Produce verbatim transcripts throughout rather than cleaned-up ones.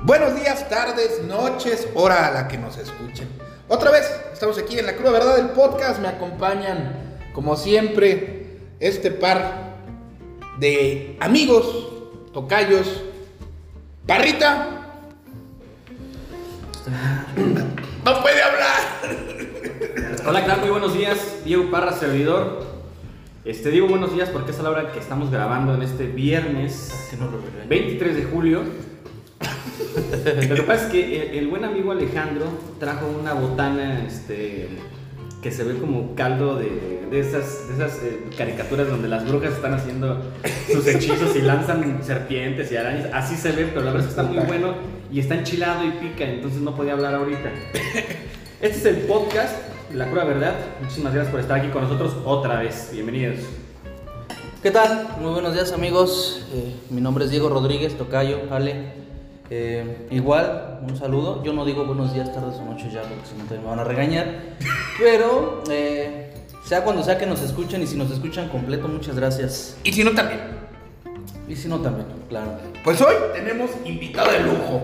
Buenos días, tardes, noches, hora a la que nos escuchen. Otra vez, estamos aquí en La Cruda Verdad del podcast. Me acompañan, como siempre, este par de amigos, tocayos. Parrita. No puede hablar. Hola, ¿qué tal? Muy buenos días. Diego Parra, servidor. Este, digo buenos días porque es a la hora que estamos grabando en este viernes veintitrés de julio. Lo que pasa es que el, el buen amigo Alejandro trajo una botana este, que se ve como caldo de, de esas, de esas eh, caricaturas donde las brujas están haciendo sus hechizos y lanzan serpientes y arañas. Así se ve, pero la verdad es que está muy bueno y está enchilado y pica, entonces no podía hablar ahorita. Este es el podcast de La Cruda Verdad. Muchísimas gracias por estar aquí con nosotros otra vez. Bienvenidos. ¿Qué tal? Muy buenos días, amigos. Eh, mi nombre es Diego Rodríguez, tocayo, Ale. Eh, igual, un saludo. Yo no digo buenos días, tardes o noches ya, porque si no también me van a regañar. Pero, eh, sea cuando sea que nos escuchen, y si nos escuchan completo, muchas gracias. Y si no, también. Y si no, también, claro. Pues hoy tenemos invitado de lujo.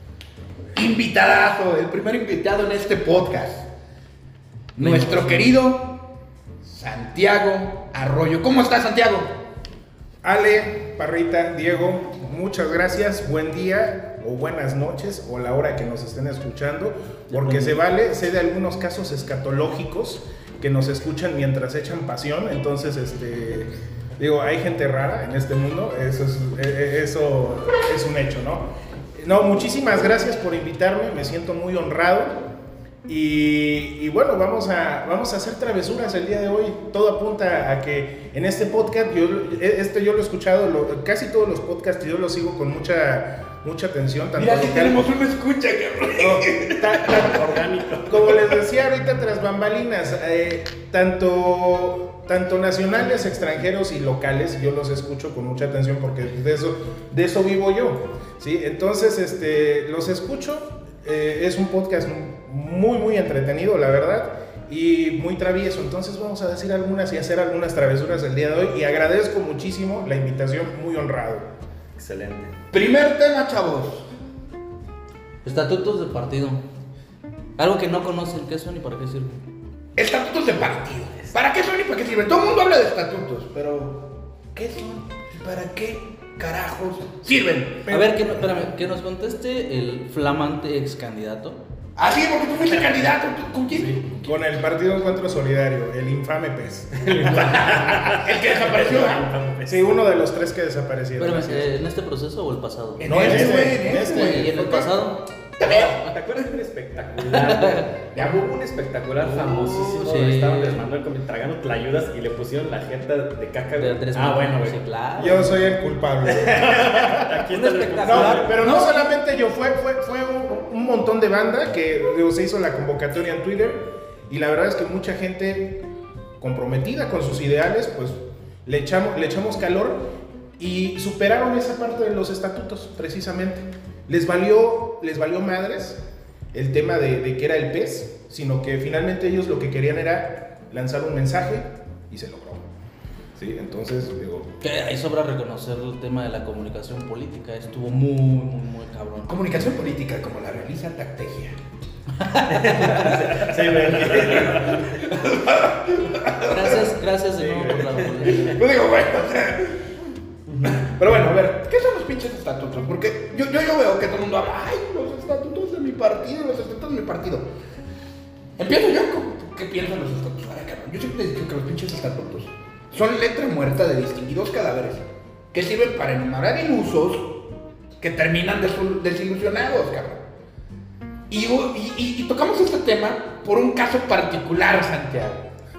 Invitadazo, el primer invitado en este podcast. Nuestro querido Santiago Arroyo. ¿Cómo estás, Santiago? Ale, Parrita, Diego, muchas gracias. Buen día o buenas noches o la hora que nos estén escuchando, porque se vale. Sé de algunos casos escatológicos que nos escuchan mientras echan pasión. Entonces, este, digo, hay gente rara en este mundo. Eso es, eso es un hecho, ¿no? No, muchísimas gracias por invitarme. Me siento muy honrado. Y, y bueno, vamos a, vamos a hacer travesuras el día de hoy. Todo apunta a que en este podcast, yo, este yo lo he escuchado, lo, casi todos los podcasts yo los sigo con mucha, mucha atención. Tanto Mira, si local, tenemos una escucha, cabrón. no, tan, tan orgánico. Como les decía ahorita tras bambalinas, eh, tanto, tanto nacionales, extranjeros y locales, yo los escucho con mucha atención porque de eso, de eso vivo yo, ¿sí? Entonces, este, los escucho. Eh, es un podcast muy muy entretenido, la verdad, y muy travieso. Entonces vamos a decir algunas y hacer algunas travesuras el día de hoy, y agradezco muchísimo la invitación, muy honrado. Excelente. Primer tema, chavos. Estatutos de partido. Algo que no conocen, ¿qué son y para qué sirven? Estatutos de partido. ¿Para qué son y para qué sirven? Todo el mundo habla de estatutos, pero ¿qué son y para qué carajos sirven? A ver, que, no, espérame, que nos conteste el flamante ex candidato. Ah, sí, porque tú fuiste candidato. ¿Tú, ¿Con quién? Sí, con el Partido Encuentro Solidario, el infame P E S. El que desapareció. ¿eh? Sí, uno de los tres que desaparecieron. Espérame, eh, ¿en este proceso o el pasado? En No, en este, este, güey, en en este. este. ¿Y en el pasado? También. ¿Te acuerdas de un espectacular? Ya hubo un espectacular famosísimo. sí. Donde estaba Andrés Manuel como tragando tlayudas y le pusieron la jeta de caca. De Andrés ah, Manuel. bueno, güey. Sí, claro. Yo soy el culpable. Aquí Un está el espectacular. No, pero no solamente yo, fue, fue, fue un, un montón de banda que digo, se hizo la convocatoria en Twitter, y la verdad es que mucha gente comprometida con sus ideales, pues le echamos, le echamos calor y superaron esa parte de los estatutos, precisamente. Les valió, les valió madres el tema de, de que era el P E S, sino que finalmente ellos lo que querían era lanzar un mensaje y se logró. Sí, entonces digo... Que ahí sobra reconocer el tema de la comunicación política. Estuvo muy, muy, muy cabrón. Comunicación política como la realiza Tactegia. Sí, güey. Gracias, gracias de Sí, nuevo güey. por la publicidad. Yo digo, bueno, o sea... Pero bueno, a ver, ¿qué son los pinches estatutos? Porque yo, yo, yo veo que todo el mundo habla, ay, los estatutos de mi partido, los estatutos de mi partido. Empiezo yo con qué piensan los estatutos. Ay, cabrón, yo siempre he dicho que los pinches estatutos son letra muerta de distinguidos cadáveres que sirven para enumerar ilusos que terminan desul- desilusionados, cabrón. Y, y, y, y tocamos este tema por un caso particular, Santiago.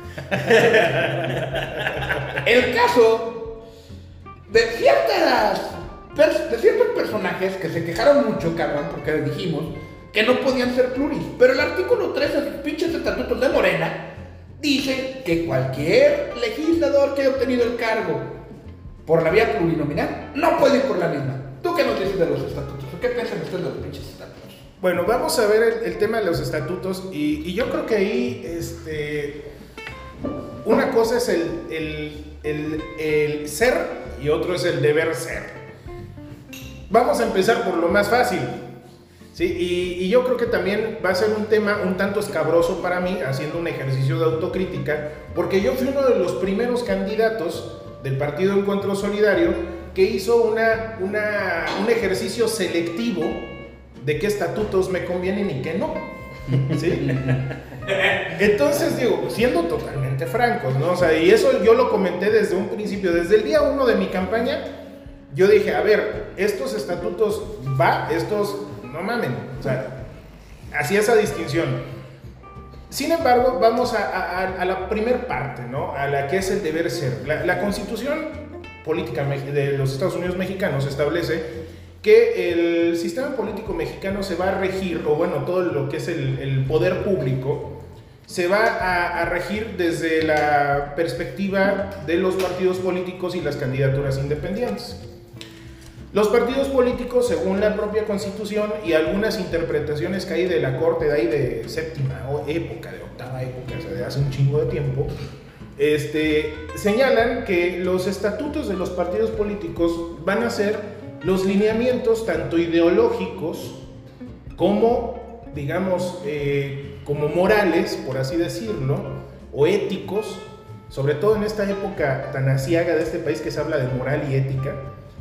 El caso de ciertas de ciertos personajes que se quejaron mucho, cabrón, porque les dijimos que no podían ser pluris. Pero el artículo tres de los pinches estatutos de Morena dice que cualquier legislador que haya obtenido el cargo por la vía plurinominal no puede ir por la misma. ¿Tú qué nos dices de los estatutos? ¿Qué piensan ustedes de los pinches estatutos? Bueno, vamos a ver el, el tema de los estatutos, y, y yo creo que ahí, este, una cosa es el, el, el, el ser y otro es el deber ser. Vamos a empezar por lo más fácil. Sí, y, y yo creo que también va a ser un tema un tanto escabroso para mí, haciendo un ejercicio de autocrítica, porque yo fui uno de los primeros candidatos del Partido Encuentro Solidario que hizo una, una, un ejercicio selectivo de qué estatutos me convienen y qué no. ¿Sí? Entonces, digo, siendo totalmente francos, ¿no? O sea, y eso yo lo comenté desde un principio, desde el día uno de mi campaña, yo dije, a ver, estos estatutos va, estos, no mamen, o sea, hacía esa distinción. Sin embargo, vamos a, a, a la primer parte, ¿no? A la que es el deber ser. La, la Constitución política de los Estados Unidos mexicanos establece que el sistema político mexicano se va a regir, o bueno, todo lo que es el, el poder público, se va a, a regir desde la perspectiva de los partidos políticos y las candidaturas independientes. Los partidos políticos, según la propia Constitución y algunas interpretaciones que hay de la Corte, de ahí de séptima o época, de octava época, o sea, de hace un chingo de tiempo, este, señalan que los estatutos de los partidos políticos van a ser los lineamientos tanto ideológicos como, digamos, eh, como morales, por así decirlo, o éticos, sobre todo en esta época tan aciaga de este país que se habla de moral y ética,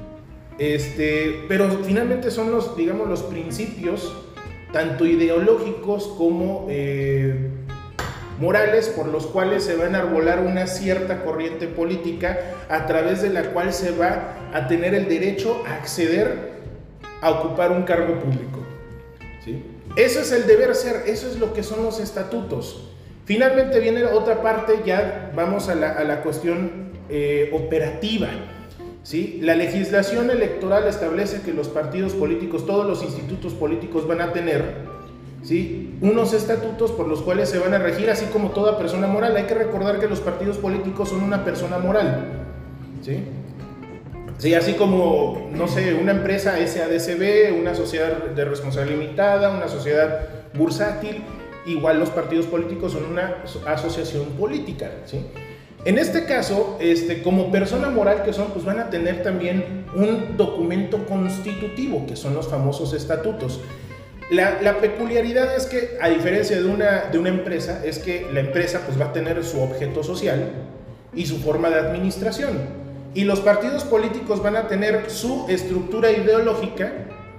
este, pero finalmente son los, digamos, los principios tanto ideológicos como eh, morales por los cuales se va a enarbolar una cierta corriente política a través de la cual se va a tener el derecho a acceder a ocupar un cargo público. ¿Sí? Eso es el deber ser, eso es lo que son los estatutos. Finalmente viene otra parte, ya vamos a la, a la cuestión eh, operativa. ¿Sí? La legislación electoral establece que los partidos políticos, todos los institutos políticos van a tener, ¿sí?, unos estatutos por los cuales se van a regir, así como toda persona moral. Hay que recordar que los partidos políticos son una persona moral, ¿sí? Sí, así como, no sé, una empresa S A D C B, una sociedad de responsabilidad limitada, una sociedad bursátil, igual los partidos políticos son una asociación política, ¿sí? En este caso, este, como persona moral que son, pues van a tener también un documento constitutivo, que son los famosos estatutos. La, la peculiaridad es que, a diferencia de una, de una empresa, es que la empresa pues va a tener su objeto social y su forma de administración. Y los partidos políticos van a tener su estructura ideológica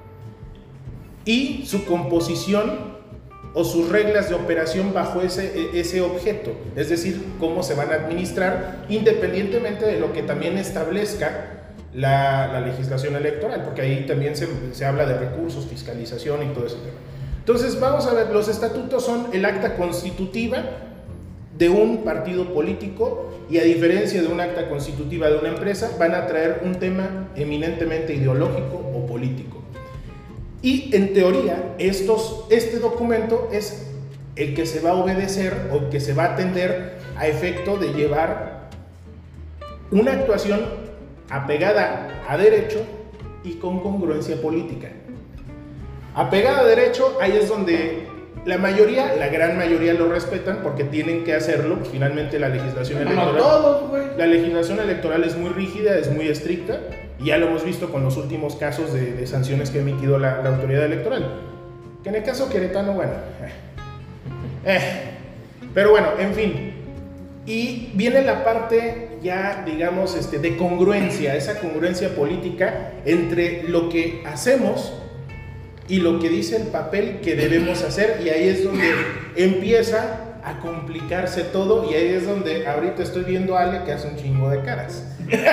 y su composición o sus reglas de operación bajo ese, ese objeto, es decir, cómo se van a administrar independientemente de lo que también establezca la, la legislación electoral, porque ahí también se, se habla de recursos, fiscalización y todo ese tema. Entonces vamos a ver, los estatutos son el acta constitutiva de un partido político y, a diferencia de un acta constitutiva de una empresa, van a traer un tema eminentemente ideológico o político. Y en teoría, estos, este documento es el que se va a obedecer o el que se va a atender a efecto de llevar una actuación apegada a derecho y con congruencia política. Apegada a derecho, ahí es donde la mayoría, la gran mayoría lo respetan porque tienen que hacerlo. Finalmente la legislación electoral, no todos, güey. La legislación electoral es muy rígida, es muy estricta. Y ya lo hemos visto con los últimos casos de, de sanciones que ha emitido la, la autoridad electoral. Que en el caso queretano, bueno. Eh, eh. Pero bueno, en fin. Y viene la parte ya, digamos, este, de congruencia, esa congruencia política entre lo que hacemos y lo que dice el papel que debemos hacer. Y ahí es donde empieza a complicarse todo, y ahí es donde ahorita estoy viendo a Ale que hace un chingo de caras.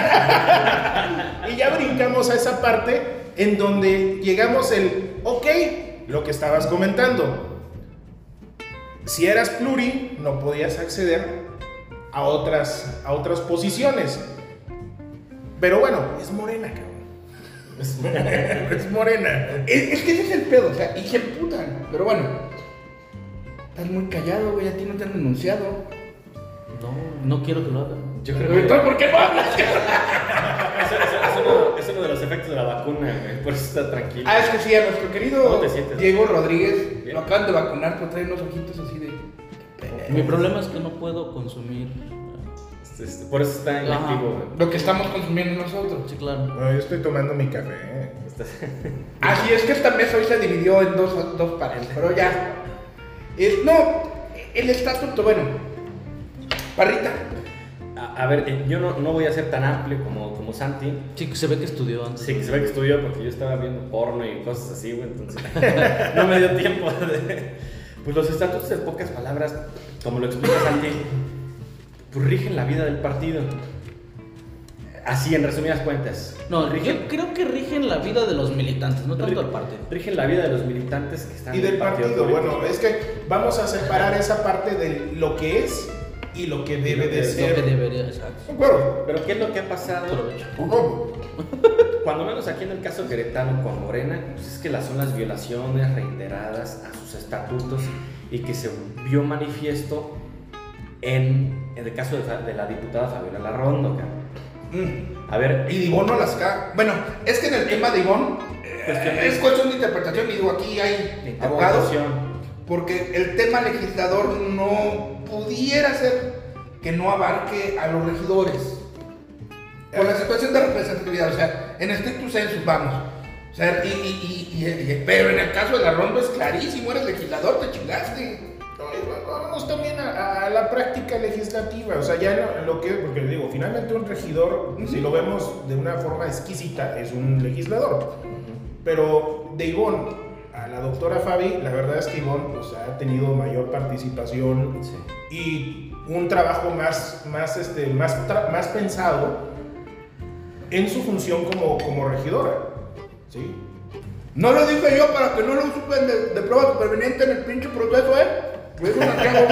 Y ya brincamos a esa parte en donde llegamos el, ok, lo que estabas comentando. Si eras pluri, no podías acceder a otras, a otras posiciones. Pero bueno, es morena, cabrón. Es morena. Es morena. Es, es que ese es el pedo, o sea, y se emputan. Pero bueno, estás muy callado, güey, a ti no te han denunciado. No, no quiero que lo hagan. Yo creo que... ¿Por qué no hablas? Es, es, es, uno, es uno de los efectos de la vacuna, güey. Por eso está tranquilo. Ah, es que sí, a nuestro querido ¿Cómo te sientes? Diego Rodríguez Bien. lo acaban de vacunar, pero trae unos ojitos así de... Mi problema es que no puedo consumir. Este, este, por eso está Ajá. inactivo, güey. Lo que estamos consumiendo nosotros. Sí, claro. Bueno, yo estoy tomando mi café. ¿eh? Así es que esta mesa hoy se dividió en dos, dos pares, pero ya. Es, no, el estatuto, bueno. Parrita. A, a ver, eh, yo no, no voy a ser tan amplio como, como Santi. Sí, se ve que estudió antes. Sí, que se ve que estudió porque yo estaba viendo porno y cosas así, güey, entonces no me dio tiempo de... Pues los estatutos, en pocas palabras, como lo explica Santi, pues rigen la vida del partido. Así, en resumidas cuentas. No, rigen, yo creo que rigen la vida de los militantes, no tanto el partido. rigen la vida de los militantes que están Y en del el partido. partido, político. bueno, es que vamos a separar esa parte de lo que es y lo que debe de Lo que ser. debería, exacto. Bueno, Pero ¿qué es lo que ha pasado? Aprovecho. Cuando menos aquí en el caso queretano con Morena, pues es que las son las violaciones reiteradas a sus estatutos y que se vio manifiesto en, en el caso de, de la diputada Fabiola Larrondo, cabrón. mm, A ver, y Ivonne no las caga. Bueno, es que en el tema de Ivonne eh, es cuestión de interpretación. Y digo, aquí hay abogados. interpretación. Porque el tema legislador no pudiera ser que no abarque a los regidores. Por la situación de representatividad, o sea, en estricto sensu, vamos. O sea, y, y, y, y- pero en el caso de la ronda es clarísimo, eres legislador, te chingaste. Vamos también a, a la práctica legislativa, o sea, ya lo, lo que, porque digo, finalmente un regidor, si lo vemos de una forma exquisita, es un legislador. Pero de Ivonne a la doctora Fabi, la verdad es que Ivonne pues, ha tenido mayor participación Sí. y un trabajo más, más, este, más, tra- más pensado en su función como, como regidora. ¿Sí? No lo dije yo para que no lo supen de, de prueba superveniente en el pinche proceso, ¿eh? Pues eso me cago.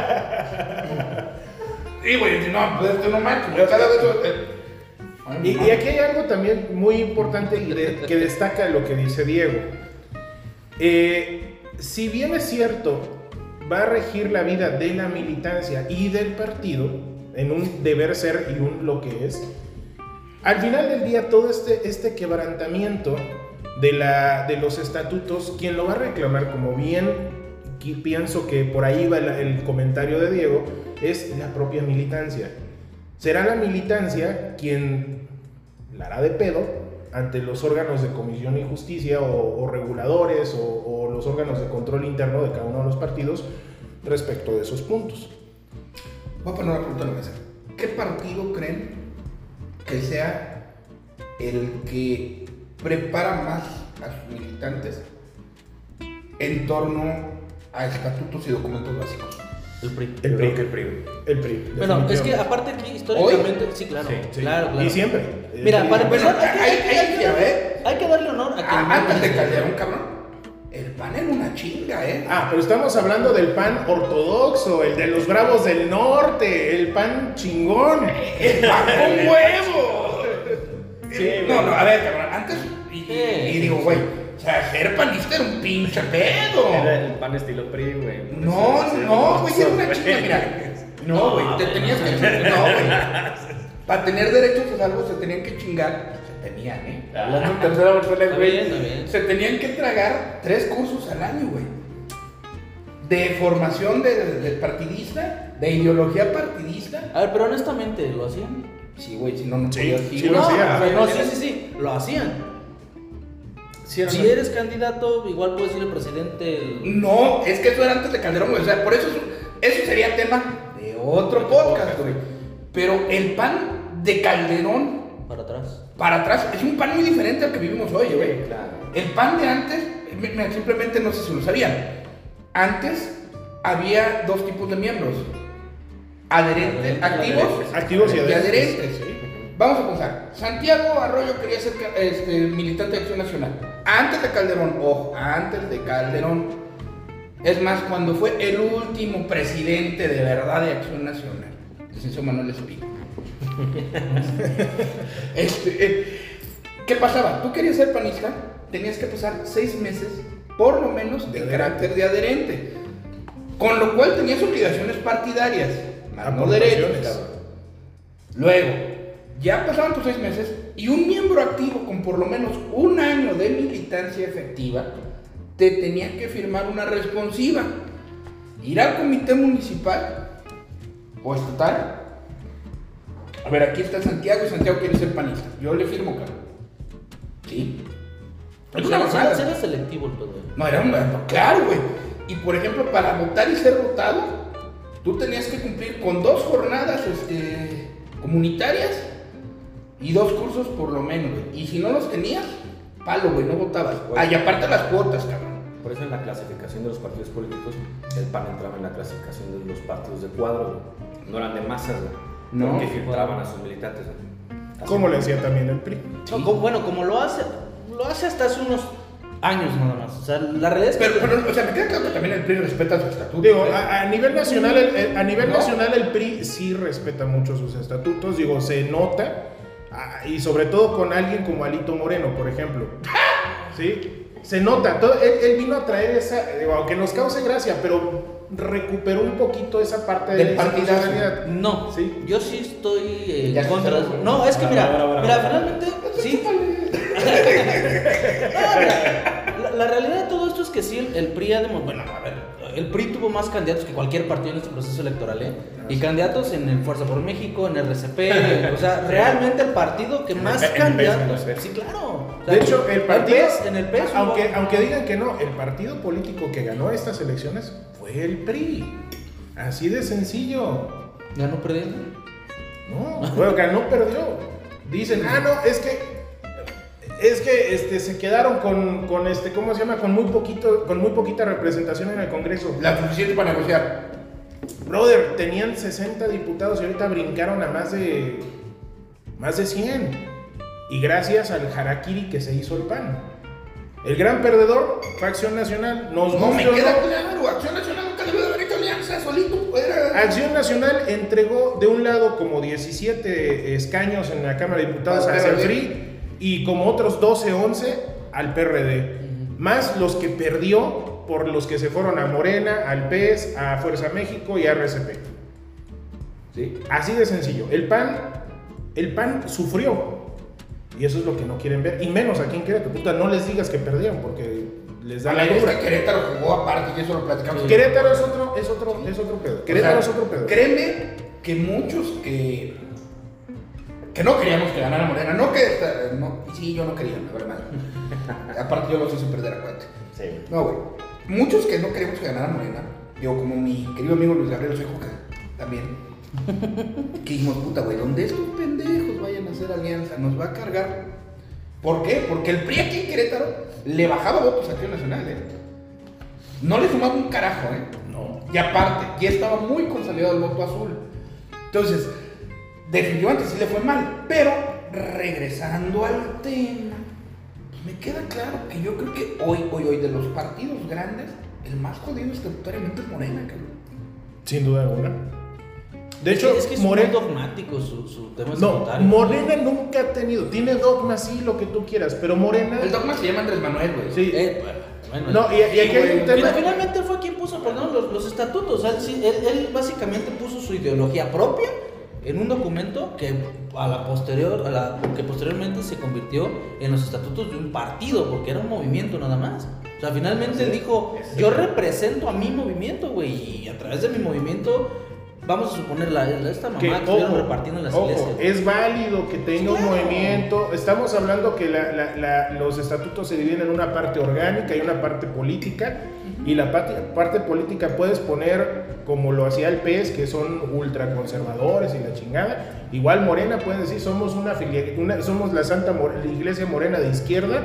Y güey, si no, pues esto no manches, yo cada vez... eh, ay, Y, no. y aquí hay algo también muy importante y de- que destaca lo que dice Diego. Eh, si bien es cierto, va a regir la vida de la militancia y del partido en un deber ser y un lo que es, al final del día todo este, este quebrantamiento de, la, de los estatutos, quien lo va a reclamar, como bien qui- pienso que por ahí va el, el comentario de Diego, es la propia militancia. Será la militancia quien la hará de pedo ante los órganos de comisión y justicia o, o reguladores o, o los órganos de control interno de cada uno de los partidos respecto de esos puntos. Voy a poner una pregunta en la mesa. ¿Qué partido creen que sea el que prepara más a sus militantes en torno a estatutos y documentos básicos? El P R I. El Yo P R I. creo que el P R I. El P R I. Bueno, es que definitivamente. aparte aquí históricamente, sí, claro, Sí, Sí. claro, claro. Y siempre. Mira, Eh, para Bueno, empezar, hay, que- ahí- hay que- ahí hay que quiero, darle- ¿eh? hay que darle honor a que Ah, antes de no- Calderón, cabrón, el PAN era una chinga, ¿eh? Ah, pero estamos hablando del pan ortodoxo, el de los Bravos del Norte, el pan chingón. ¡El PAN con huevo! Sí, no, güey. no, a ver, cabrón, antes, y, y- Sí. y digo, güey, o sea, ser panista era un pinche pedo. Era el pan estilo P R I, güey. No, Sí, no, sí, güey, sí, era una güey. chinga, mira. No, güey, te tenías que chingar. No, güey. Para tener derechos a salvo se tenían que chingar. Se tenían, ¿eh? Hablando en tercera persona, Está güey. bien, está bien. Se tenían que tragar tres cursos al año, güey. De formación de, de- de partidista, de ideología partidista. A ver, pero honestamente, ¿lo hacían? Sí, güey, si no, no Sí, podías sí ir. lo no, hacían. o sea, no, sí, sí, sí, lo hacían. Sí, era Si una- eres candidato, igual puedes ir el presidente. el- No, es que eso era antes de Calderón, güey. O sea, por eso, eso sería tema de otro podcast, güey. Pero el PAN de Calderón Para atrás. para atrás es un PAN muy diferente al que vivimos hoy, güey. Claro. El PAN de antes, mira, simplemente no sé si lo sabían. Antes había dos tipos de miembros: adherentes, Adherentes, activos, adherentes. Activos y y adherentes. adherentes. Vamos a pensar. Santiago Arroyo quería ser ca- este, militante de Acción Nacional. Antes de Calderón, ojo, antes de Calderón. Es más, cuando fue el último presidente de verdad de Acción Nacional, el licenciado Manuel Espino. este, eh, ¿Qué pasaba? Tú querías ser panista, tenías que pasar seis meses, por lo menos, De de adherente. carácter de adherente. Con lo cual tenías obligaciones partidarias, más no Aportaciones. derechos, cabrón. Luego, ya pasaban tus seis meses y un miembro activo con por lo menos un año de militancia efectiva te tenía que firmar una responsiva. Ir al comité municipal o estatal. A ver, aquí está Santiago y Santiago quiere ser panista. Yo le firmo, cabrón. Sí. Es O una sea, mamada. era, era selectivo el pedo. No, era un... Claro, güey. Y por ejemplo, para votar y ser votado, tú tenías que cumplir con dos jornadas este, comunitarias y dos cursos por lo menos, güey. Y si no los tenías, palo, güey, no votabas. Ah, y aparte las cuotas, cabrón. Por eso en la clasificación de los partidos políticos, el P A N entraba en la clasificación de los partidos de cuadro, güey. No eran de masas, güey. No. Porque filtraban a sus militantes, güey. Así. Como le decía también el P R I. No, como- bueno, como lo hace, lo hace hasta hace unos años nada más. O sea, la realidad es que... Pero, pero, o sea, me queda claro que también el P R I respeta su estatuto. Digo, ¿eh? a, a nivel nacional, el, el- a nivel No. nacional el P R I sí respeta mucho sus estatutos, digo, se nota, ah, y sobre todo con alguien como Alito Moreno, por ejemplo. ¿Sí? Se nota, todo, él, él vino a traer esa, digo, aunque nos cause gracia, pero recuperó un poquito esa parte de Del la partidazo. institucionalidad. No, Sí. yo sí estoy eh, Ya en contra de está. eso. No, es que Ahora, mira, ahora, ahora, mira, ahora. finalmente, sí. No, mira, la, la realidad de todo esto es que sí, el, el P R I ha demo- bueno, a ver, el P R I tuvo más candidatos que cualquier partido en este proceso electoral, ¿eh? Y candidatos en el Fuerza por México, en el R C P, o sea, realmente el partido que más en el candidatos. P E S, Sí, claro. O sea, De hecho, el partido, P E S, en el P E S, aunque, hubo- aunque digan que no, el partido político que ganó estas elecciones fue el P R I. Así de sencillo. ganó perdiendo. No, bueno, ganó, perdió. Dicen, ah, no, es que es que este, se quedaron con, con este, ¿cómo se llama? Con muy poquito, con muy poquita representación en el Congreso. La suficiente para negociar. Brother, tenían sesenta diputados y ahorita brincaron a más de más de cien. Y gracias al harakiri que se hizo el P A N. El gran perdedor fue Acción Nacional. Nos No, me guste o queda no, claro. Acción Nacional nunca debió de haber hecho alianza, solito era... Acción Nacional entregó de un lado como diecisiete escaños en la Cámara de Diputados Al hacia el P P R D. R I y como otros doce, once al P R D. Más los que perdió por los que se fueron a Morena, al P E S, a Fuerza México y a R C P. ¿Sí? Así de sencillo. El P A N, el P A N sufrió. Y eso es lo que no quieren ver. Y menos aquí en Querétaro. Puta, no les digas que perdieron porque les da A la la dura. que Querétaro jugó aparte y eso lo platicamos. Querétaro es otro, es otro, es otro pedo. Querétaro O sea, es otro pedo. Créeme que muchos que que no queríamos que ganara Morena, no que esta- no, sí, yo no quería, la verdad. Aparte yo los hice perder a cuenta. Sí. No, güey. Muchos que no queríamos que ganara Morena, digo, como mi querido amigo Luis Gabriel Osejoca, también. Que dijimos, puta, güey, donde estos pendejos vayan a hacer alianza, nos va a cargar. ¿Por qué? Porque el P R I aquí en Querétaro le bajaba votos a Acción Nacional, ¿eh? No le sumaba un carajo, ¿eh? No. Y aparte, ya estaba muy consolidado el voto azul. Entonces, definitivamente sí le fue mal. Pero, regresando al tema, pues me queda claro que yo creo que hoy, hoy, hoy, de los partidos grandes, el más jodido estatutariamente es Morena, cabrón. Sin duda alguna. De Es hecho, que- es que es Morena, muy dogmático su, su tema no, estatutario. Morena nunca ha tenido, tiene dogmas, sí, lo que tú quieras, pero Morena, El dogma se llama Andrés Manuel, güey. sí, Eh, bueno, no, y, y aquí hay un Mira, tema, finalmente él fue quien puso, perdón, los, los estatutos. O sea, él, sí- él, él básicamente puso su ideología propia en un documento que a la posterior, a la, que posteriormente se convirtió en los estatutos de un partido, porque era un movimiento nada más. O sea, finalmente él dijo, yo represento a mi movimiento, güey, y a través de mi movimiento, vamos a suponer, la, la- esta mamá que, que, estuvieron ojo, repartiendo en las ojo, iglesias. es válido que tenga Sí, un claro. movimiento, estamos hablando que la- la- la- los estatutos se dividen en una parte orgánica y una parte política, y la parte, parte política puedes poner como lo hacía el P E S, que son ultraconservadores y la chingada. Igual Morena pueden decir, somos una, filia- una somos la Santa Mor- la Iglesia Morena de izquierda,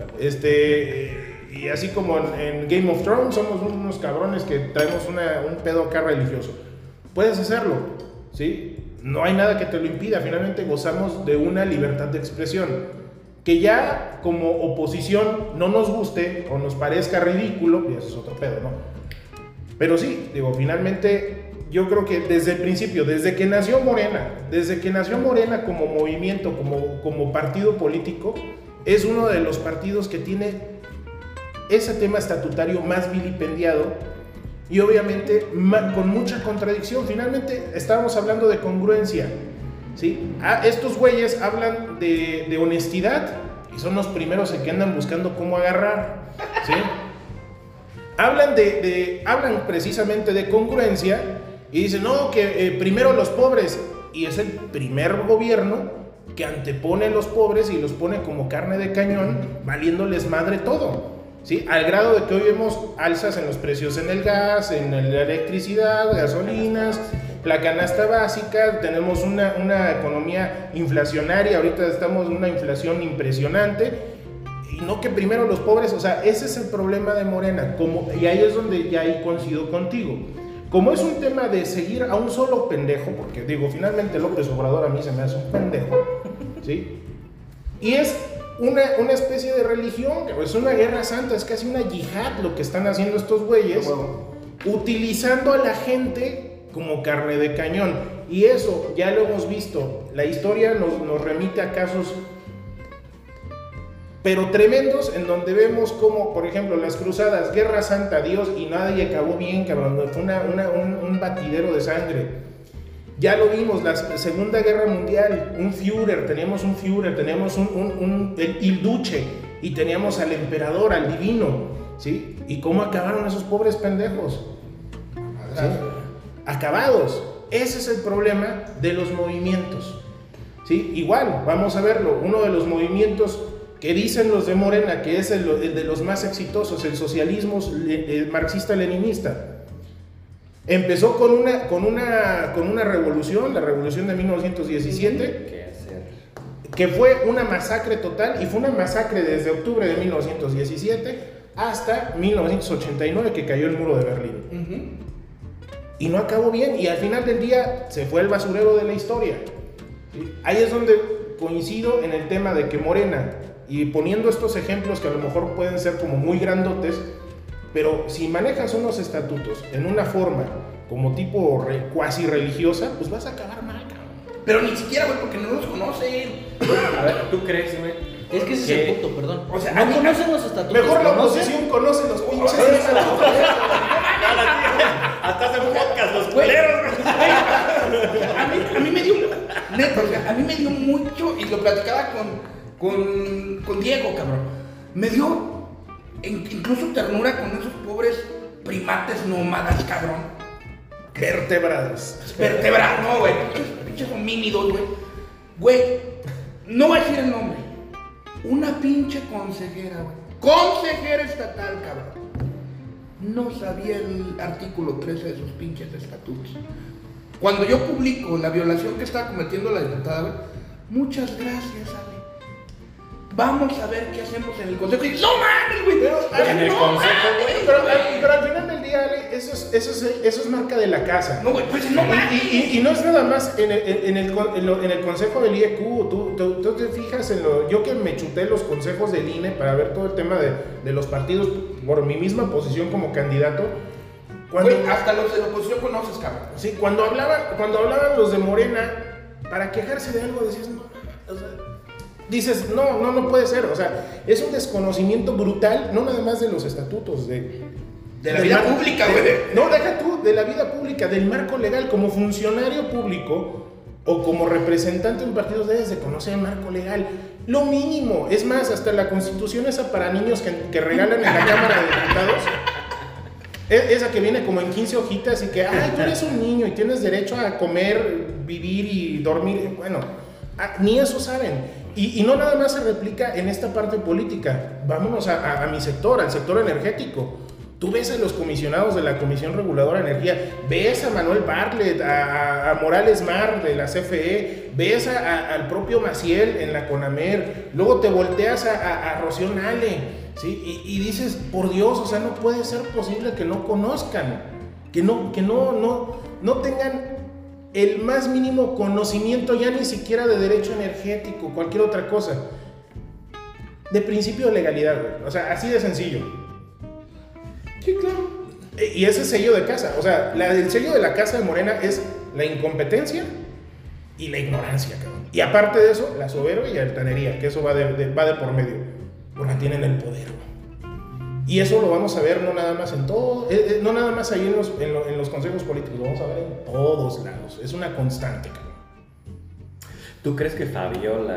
este, eh, y así como en, en Game of Thrones somos unos cabrones que traemos una- un pedo acá religioso. Puedes hacerlo, ¿sí? No hay nada que te lo impida, finalmente gozamos de una libertad de expresión. Que ya como oposición no nos guste o nos parezca ridículo, y eso es otro pedo, ¿no? Pero sí, digo, finalmente yo creo que desde el principio, desde que nació Morena, desde que nació Morena como movimiento, como, como partido político, es uno de los partidos que tiene ese tema estatutario más vilipendiado y obviamente ma- con mucha contradicción. Finalmente estábamos hablando de congruencia, ¿sí? Ah, estos güeyes hablan de, de honestidad y son los primeros en que andan buscando cómo agarrar, ¿sí? Hablan, de, de, hablan precisamente de congruencia y dicen, no, que eh, primero los pobres, y es el primer gobierno que antepone a los pobres y los pone como carne de cañón, valiéndoles madre todo, ¿sí? Al grado de que hoy vemos alzas en los precios en el gas, en la electricidad, gasolinas, la canasta básica, tenemos una, una economía inflacionaria, ahorita estamos en una inflación impresionante, y no que primero los pobres, o sea, ese es el problema de Morena, como, y ahí es donde ya ahí coincido contigo. Como es un tema de seguir a un solo pendejo, porque digo, finalmente López Obrador a mí se me hace un pendejo, ¿sí? Y es una, una especie de religión, es una guerra santa, es casi una yihad lo que están haciendo estos güeyes, utilizando a la gente como carne de cañón. Y eso ya lo hemos visto, la historia nos, nos remite a casos pero tremendos, en donde vemos como, por ejemplo, las cruzadas, Guerra Santa, Dios, y nadie acabó bien, cabrón, fue una, una, un, un batidero de sangre. Ya lo vimos, la Segunda Guerra Mundial, un Führer, teníamos un Führer, teníamos un, un, un el, el Duce, y teníamos al emperador, al divino, ¿sí? ¿Y cómo acabaron esos pobres pendejos? ¿Sí? Acabados. Ese es el problema de los movimientos, ¿sí? Igual, vamos a verlo, uno de los movimientos que dicen los de Morena que es el, el de los más exitosos, el socialismo el marxista-leninista. Empezó con una, con, una, con una revolución, la revolución de mil novecientos diecisiete, ¿Qué hacer? que fue una masacre total, y fue una masacre desde octubre de mil novecientos diecisiete hasta mil novecientos ochenta y nueve, que cayó el muro de Berlín. Uh-huh. Y no acabó bien, y al final del día se fue al basurero de la historia. ¿Sí? Ahí es donde coincido en el tema de que Morena, y poniendo estos ejemplos que a lo mejor pueden ser como muy grandotes, pero si manejas unos estatutos en una forma como tipo re, cuasi religiosa, pues vas a acabar mal, cabrón. Pero ni siquiera, güey, porque no los conocen. A ver, ¿tú crees, güey? Es que ese ¿Qué? es el punto, perdón. O sea, no a mí- conocen los estatutos. Mejor la ¿conocen? oposición conoce los pinches Oye, estatutos. Hasta hacen podcast los culeros, güey. A mí, a mí me dio, neta, o sea, a mí me dio mucho, y lo platicaba con, con, con Diego, cabrón. Me dio in- incluso ternura con esos pobres primates nómadas, cabrón. Vertebrados. Vertebrados, no, güey. Pinches, pinches homínidos, güey. Güey, no voy a decir el nombre. Una pinche consejera, güey. Consejera estatal, cabrón. No sabía el artículo trece de sus pinches estatutos. Cuando yo publico la violación que estaba cometiendo la diputada, güey, muchas gracias, Ale. Vamos a ver qué hacemos en el consejo. Y, no mames, güey. Pero, En el no consejo, mames, güey. Pero, pero al final del día, Ale, eso es, eso es, eso es marca de la casa. No, güey, pues no mames. Y, y- y no es nada más en el, en el, en lo- en el consejo del I E Q, tú, tú, tú te fijas en lo... Yo que me chuté los consejos del I N E para ver todo el tema de, de los partidos por mi misma posición como candidato. Cuando, Güey, hasta los de la oposición conoces, cabrón. sí, cuando, hablaban, cuando hablaban los de Morena, para quejarse de algo decías, no, o sea, dices, no, no, no puede ser. O sea, es un desconocimiento brutal, no nada más de los estatutos, de... De la del vida marco- pública, de- güey. No, deja tú, de la vida pública, del marco legal. Como funcionario público o como representante de un partido debes de conocer el marco legal. Lo mínimo. Es más, hasta la Constitución esa para niños que, que regalan en la Cámara de Diputados. Es- Esa que viene como en quince hojitas y que, ay, tú eres un niño y tienes derecho a comer, vivir y dormir. Bueno, ah, ni eso saben. Y, y no nada más se replica en esta parte política. Vámonos a, a- a mi sector, al sector energético. Tú ves a los comisionados de la Comisión Reguladora de Energía, ves a Manuel Bartlett, a, a- a Morales Mar de la C F E, ves a- a- al propio Maciel en la CONAMER, luego te volteas a, a, a Rocío Nale, ¿sí? Y, y dices, por Dios, o sea, no puede ser posible que no conozcan, que no, que no, no, no tengan el más mínimo conocimiento ya ni siquiera de derecho energético, cualquier otra cosa, de principio de legalidad, güey. O sea, así de sencillo. Sí, claro. Y ese sello de casa, o sea, la, el sello de la casa de Morena es la incompetencia y la ignorancia, cabrón. Y aparte de eso, la soberbia y la altanería, que eso va de, de- va de por medio, porque tienen el poder, güey. Y eso lo vamos a ver no nada más en todo, eh, eh, no nada más ahí en los, en, lo- en los consejos políticos, lo vamos a ver en todos lados. Es una constante, cabrón. ¿Tú crees que Fabiola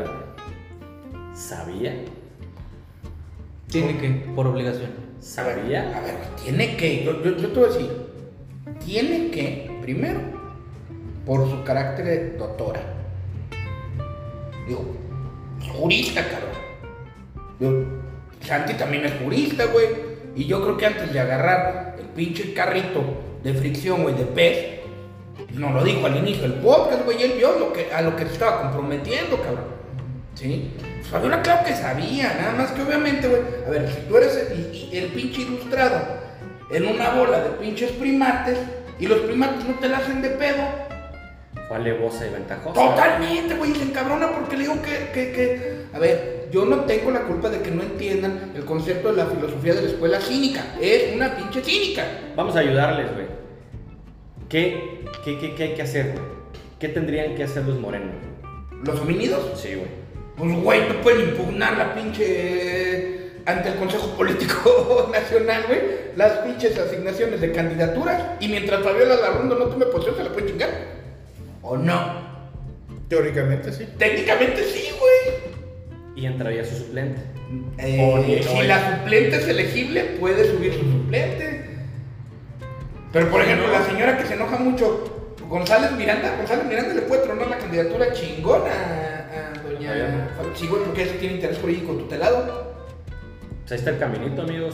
sabía? Tiene que, por obligación. ¿Sabía? A ver, tiene que, yo, yo, yo te voy a decir, tiene que, primero, por su carácter de doctora. Digo, es jurista, cabrón. Digo, Santi también es jurista, güey. Y yo creo que antes de agarrar el pinche carrito de fricción, güey, de pez, no lo dijo al inicio del podcast, güey, él vio lo que, a lo que se estaba comprometiendo, cabrón. ¿Sí? Pues Fabiola, claro que sabía, nada más que obviamente, güey, a ver, si tú eres el, el pinche ilustrado en una bola de pinches primates y los primates no te la hacen de pedo. Fue alevosa y ventajosa. Totalmente, güey, se encabrona porque le digo que, que, que, a ver, yo no tengo la culpa de que no entiendan el concepto de la filosofía de la escuela cínica, es una pinche cínica. Vamos a ayudarles, güey. ¿Qué, qué, qué, qué hay que hacer, güey? ¿Qué tendrían que hacer los morenos? ¿Los homínidos? Sí, güey. Pues, güey, no pueden impugnar la pinche... ante el Consejo Político Nacional, güey, las pinches asignaciones de candidaturas, y mientras Fabiola Larrondo no tome posesión, se la pueden chingar. ¿O no? Teóricamente sí. Técnicamente sí, güey. Y entraría su suplente. Eh, O ni- si o- la suplente es elegible, puede subir su suplente. Pero por ejemplo, la señora que se enoja mucho, González Miranda, González Miranda le puede tronar la candidatura chingona a, a doña Fabiola. Fabiola. Sí, güey, porque ella sí tiene interés jurídico tutelado. Pues ahí está el caminito, amigos.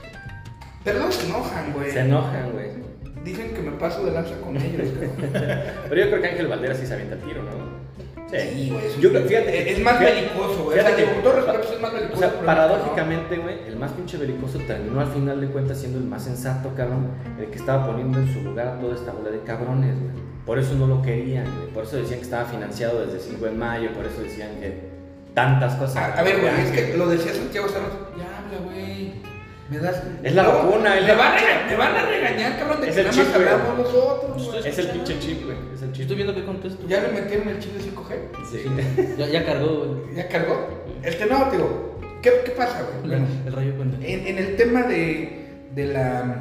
Pero no se enojan, güey. Se enojan, güey. Dicen que me paso de lanza con ellos, cabrón. Pero yo creo que Ángel Valderas sí se avienta el tiro, ¿no? Sí, güey. es- Yo creo, fíjate. Es más fíjate- belicoso, güey. O sea, fíjate digo, que- con todo respeto, es más belicoso. O sea, pero paradójicamente, güey, el más pinche belicoso terminó al final de cuentas siendo el más sensato, cabrón, el que estaba poniendo en su lugar a toda esta bola de cabrones, güey. Por eso no lo querían, güey. Por eso decían que estaba financiado desde cinco de mayo, por eso decían que tantas cosas. A, a ver, güey, es que lo decía Santiago Cerro. Ya habla, güey. Me das. Es la Luego, vacuna, es me, la van a, vacuna. rega- me van a regañar, cabrón, de Es que el nada más chip, güey. hablamos nosotros, güey. Es el pinche chip, güey. Es el chip. Estoy viendo qué contesto. Ya le metieron el chip de cinco G. Sí. Ya, ya cargó, güey. ¿Ya cargó? Este no, digo. ¿Qué, qué pasa, güey? Bueno, El rayo cuenta. en, en el tema de, de la.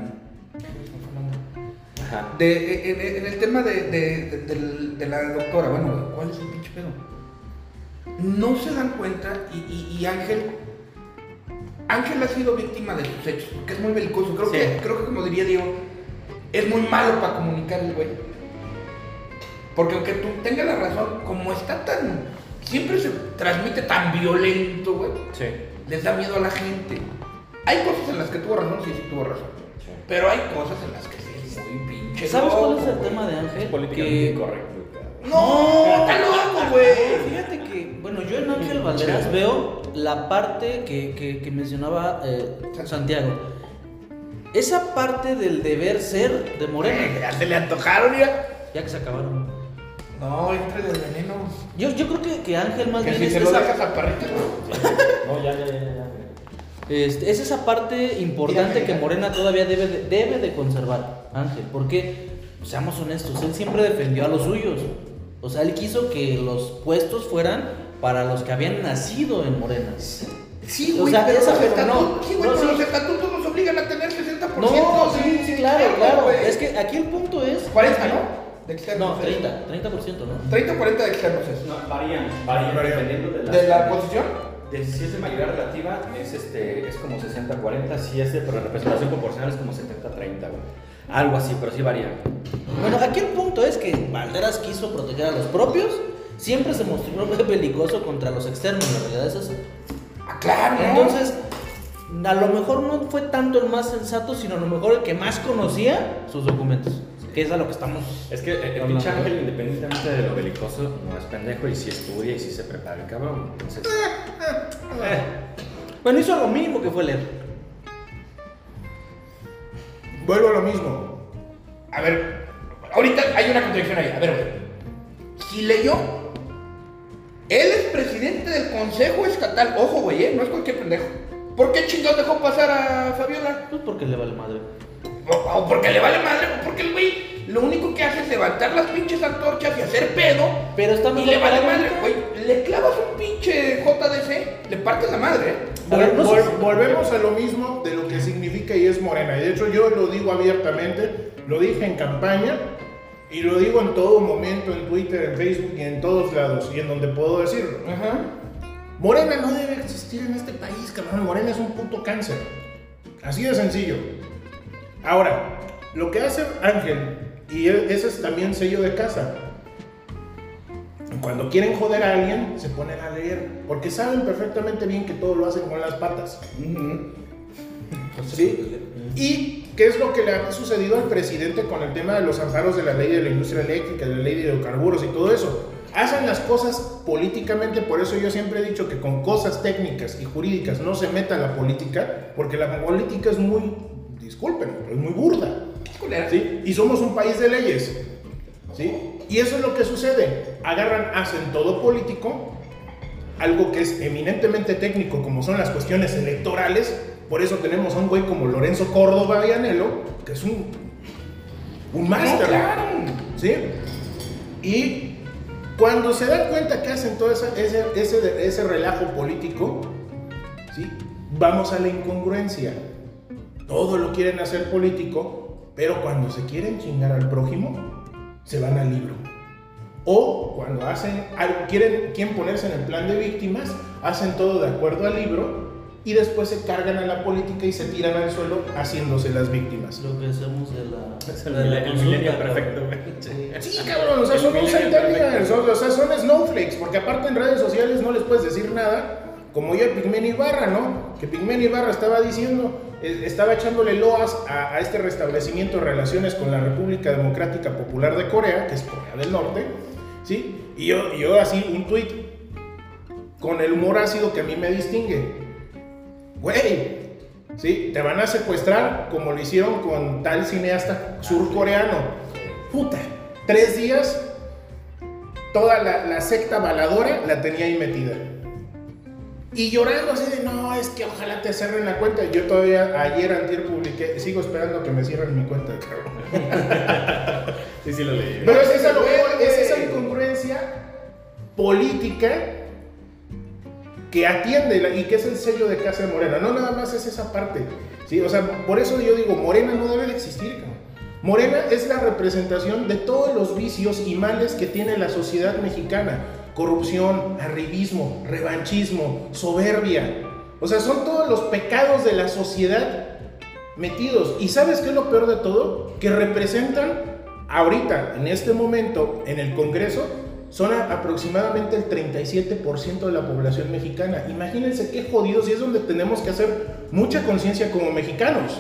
Ajá. De, en, en el tema de, de, de, del- de la doctora, bueno, ¿cuál es el pinche pedo? No se dan cuenta y, y, y Ángel. Ángel ha sido víctima de sus hechos, porque es muy belicoso. Creo, Sí. que, creo que, como diría Diego, es muy malo para comunicar el güey. Porque aunque tú tengas la razón, como está tan. Siempre se transmite tan violento, güey, Sí. les da miedo a la gente. Hay cosas en las que tuvo razón, sí, sí tuvo razón. Sí. Pero hay cosas en las que sí es muy pinche. ¿Sabes cuál es el loco, güey. tema de Es Ángel? políticamente Que- incorrecto, cabrón. No, está loco, güey. Fíjate que, bueno, yo en Ángel Valderas veo la parte que, que, que mencionaba eh, Santiago. Esa parte del deber ser de Morena, Ya se le antojaron, mira. ya que se acabaron. No, entre del veneno. Yo, yo creo que, que Ángel más Que bien si es se lo esa, dejas al perrito. No, ya, ya, ya, ya. este, es esa parte importante Mira, que mira. Morena todavía debe de, debe de conservar, Ángel, porque, seamos honestos, él siempre defendió a los suyos. O sea, él quiso que los puestos fueran para los que habían nacido en Morena. Sí, O güey, sea, pero esa, los pero estatutos, no. sí, güey, No, pero sí. los estatutos nos obligan a tener sesenta por No, ciento. sí, sí, claro, externo, claro. güey. Es que aquí el punto es. cuarenta, ¿no? De externos. No, treinta, treinta por ciento, ¿no? treinta o cuarenta de externos es. No, varían, varían, Varían. dependiendo de la, ¿De la posición? de si es de mayoría relativa, es, este, es como sesenta cuarenta, si es de pero representación proporcional es como setenta treinta, güey. Algo así, pero sí varía. Bueno, aquí el punto es que Valderas quiso proteger a los propios, siempre se mostró belicoso contra los externos, la realidad es eso. Ah, claro. ¿no? Entonces, a lo mejor no fue tanto el más sensato, sino a lo mejor el que más conocía sus documentos, que es a lo que estamos. Es que el, el hablando. pinche Ángel, independientemente de lo belicoso, no es pendejo y sí estudia y sí se prepara el cabrón. Entonces, eh, Bueno, hizo lo mismo que fue leer. Vuelvo a lo mismo. A ver, ahorita hay una contradicción ahí. A ver, güey. Si leyó, él es presidente del Consejo Estatal. Ojo, güey, ¿eh? No es cualquier pendejo. ¿Por qué chingados dejó pasar a Fabiola? Pues porque le vale madre. O, o porque le vale madre, o porque el güey lo único que hace es levantar las pinches antorchas y hacer pedo. Pero estamos Y le vale hablando- madre, güey. Le clavas un pinche J D C, le partes la madre, ¿eh? A ver, no Vol- sé- volvemos a lo mismo de lo que significa y es Morena. Y de hecho yo lo digo abiertamente, lo dije en campaña y lo digo en todo momento, en Twitter, en Facebook y en todos lados y en donde puedo decirlo. Ajá. Morena no debe existir en este país, cabrón. Morena es un puto cáncer. Así de sencillo. Ahora, lo que hace Ángel, y e- ese es también sello de casa, Cuando quieren joder a alguien, se ponen a leer, porque saben perfectamente bien que todo lo hacen con las patas. Uh-huh. ¿Sí? ¿Y qué es lo que le ha sucedido al presidente con el tema de los amparos de la ley de la industria eléctrica, de la ley de hidrocarburos y todo eso? Hacen las cosas políticamente, por eso yo siempre he dicho que con cosas técnicas y jurídicas no se meta la política, porque la política es muy, disculpen, es muy burda. ¿Sí? Y somos un país de leyes. ¿Sí? Y eso es lo que sucede. Agarran, hacen todo político, algo que es eminentemente técnico, como son las cuestiones electorales. Por eso tenemos a un güey como Lorenzo Córdoba Vianello, que es un, un máster. No, claro. ¿Sí? Y cuando se dan cuenta que hacen todo ese, ese, ese, ese relajo político, ¿sí? Vamos a la incongruencia. Todo lo quieren hacer político, pero cuando se quieren chingar al prójimo, se van al libro. O cuando hacen algo, quieren, quieren ponerse en el plan de víctimas, hacen todo de acuerdo al libro y después se cargan a la política y se tiran al suelo haciéndose las víctimas. Lo que hacemos de la... Es el, de la el milenio perfecto, güey. Sí. Sí, cabrón, o sea, son un centennials, o sea, son snowflakes, porque aparte en redes sociales no les puedes decir nada, como yo a Pigmenio Ibarra, ¿no? Que Pigmenio Ibarra estaba diciendo, estaba echándole loas a, a este restablecimiento de relaciones con la República Democrática Popular de Corea, que es Corea del Norte, ¿sí? Y yo, y yo así, un tweet con el humor ácido que a mí me distingue. Güey, ¿sí? Te van a secuestrar como lo hicieron con tal cineasta surcoreano. Puta, tres días, toda la, la secta baladora la tenía ahí metida. Y llorando así de, no, es que ojalá te cierren la cuenta. Yo todavía ayer, antier, publiqué, sigo esperando que me cierren mi cuenta, cabrón. Sí, sí lo leí. Pero es esa, es esa incongruencia política que atiende la, y que es el sello de Casa de Morena. No nada más es esa parte, ¿sí? O sea, por eso yo digo, Morena no debe de existir, cabrón. Morena es la representación de todos los vicios y males que tiene la sociedad mexicana. Corrupción, arribismo, revanchismo, soberbia. O sea, son todos los pecados de la sociedad metidos. ¿Y sabes qué es lo peor de todo? Que representan ahorita, en este momento, en el Congreso, son a, aproximadamente el treinta y siete por ciento de la población mexicana. Imagínense qué jodidos, y es donde tenemos que hacer mucha conciencia como mexicanos.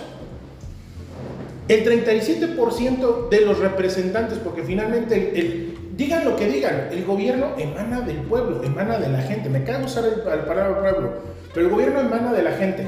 El treinta y siete por ciento de los representantes, porque finalmente el, el digan lo que digan, el gobierno emana del pueblo, emana de la gente. Me cago usar el, el palabra pueblo, pero el gobierno emana de la gente.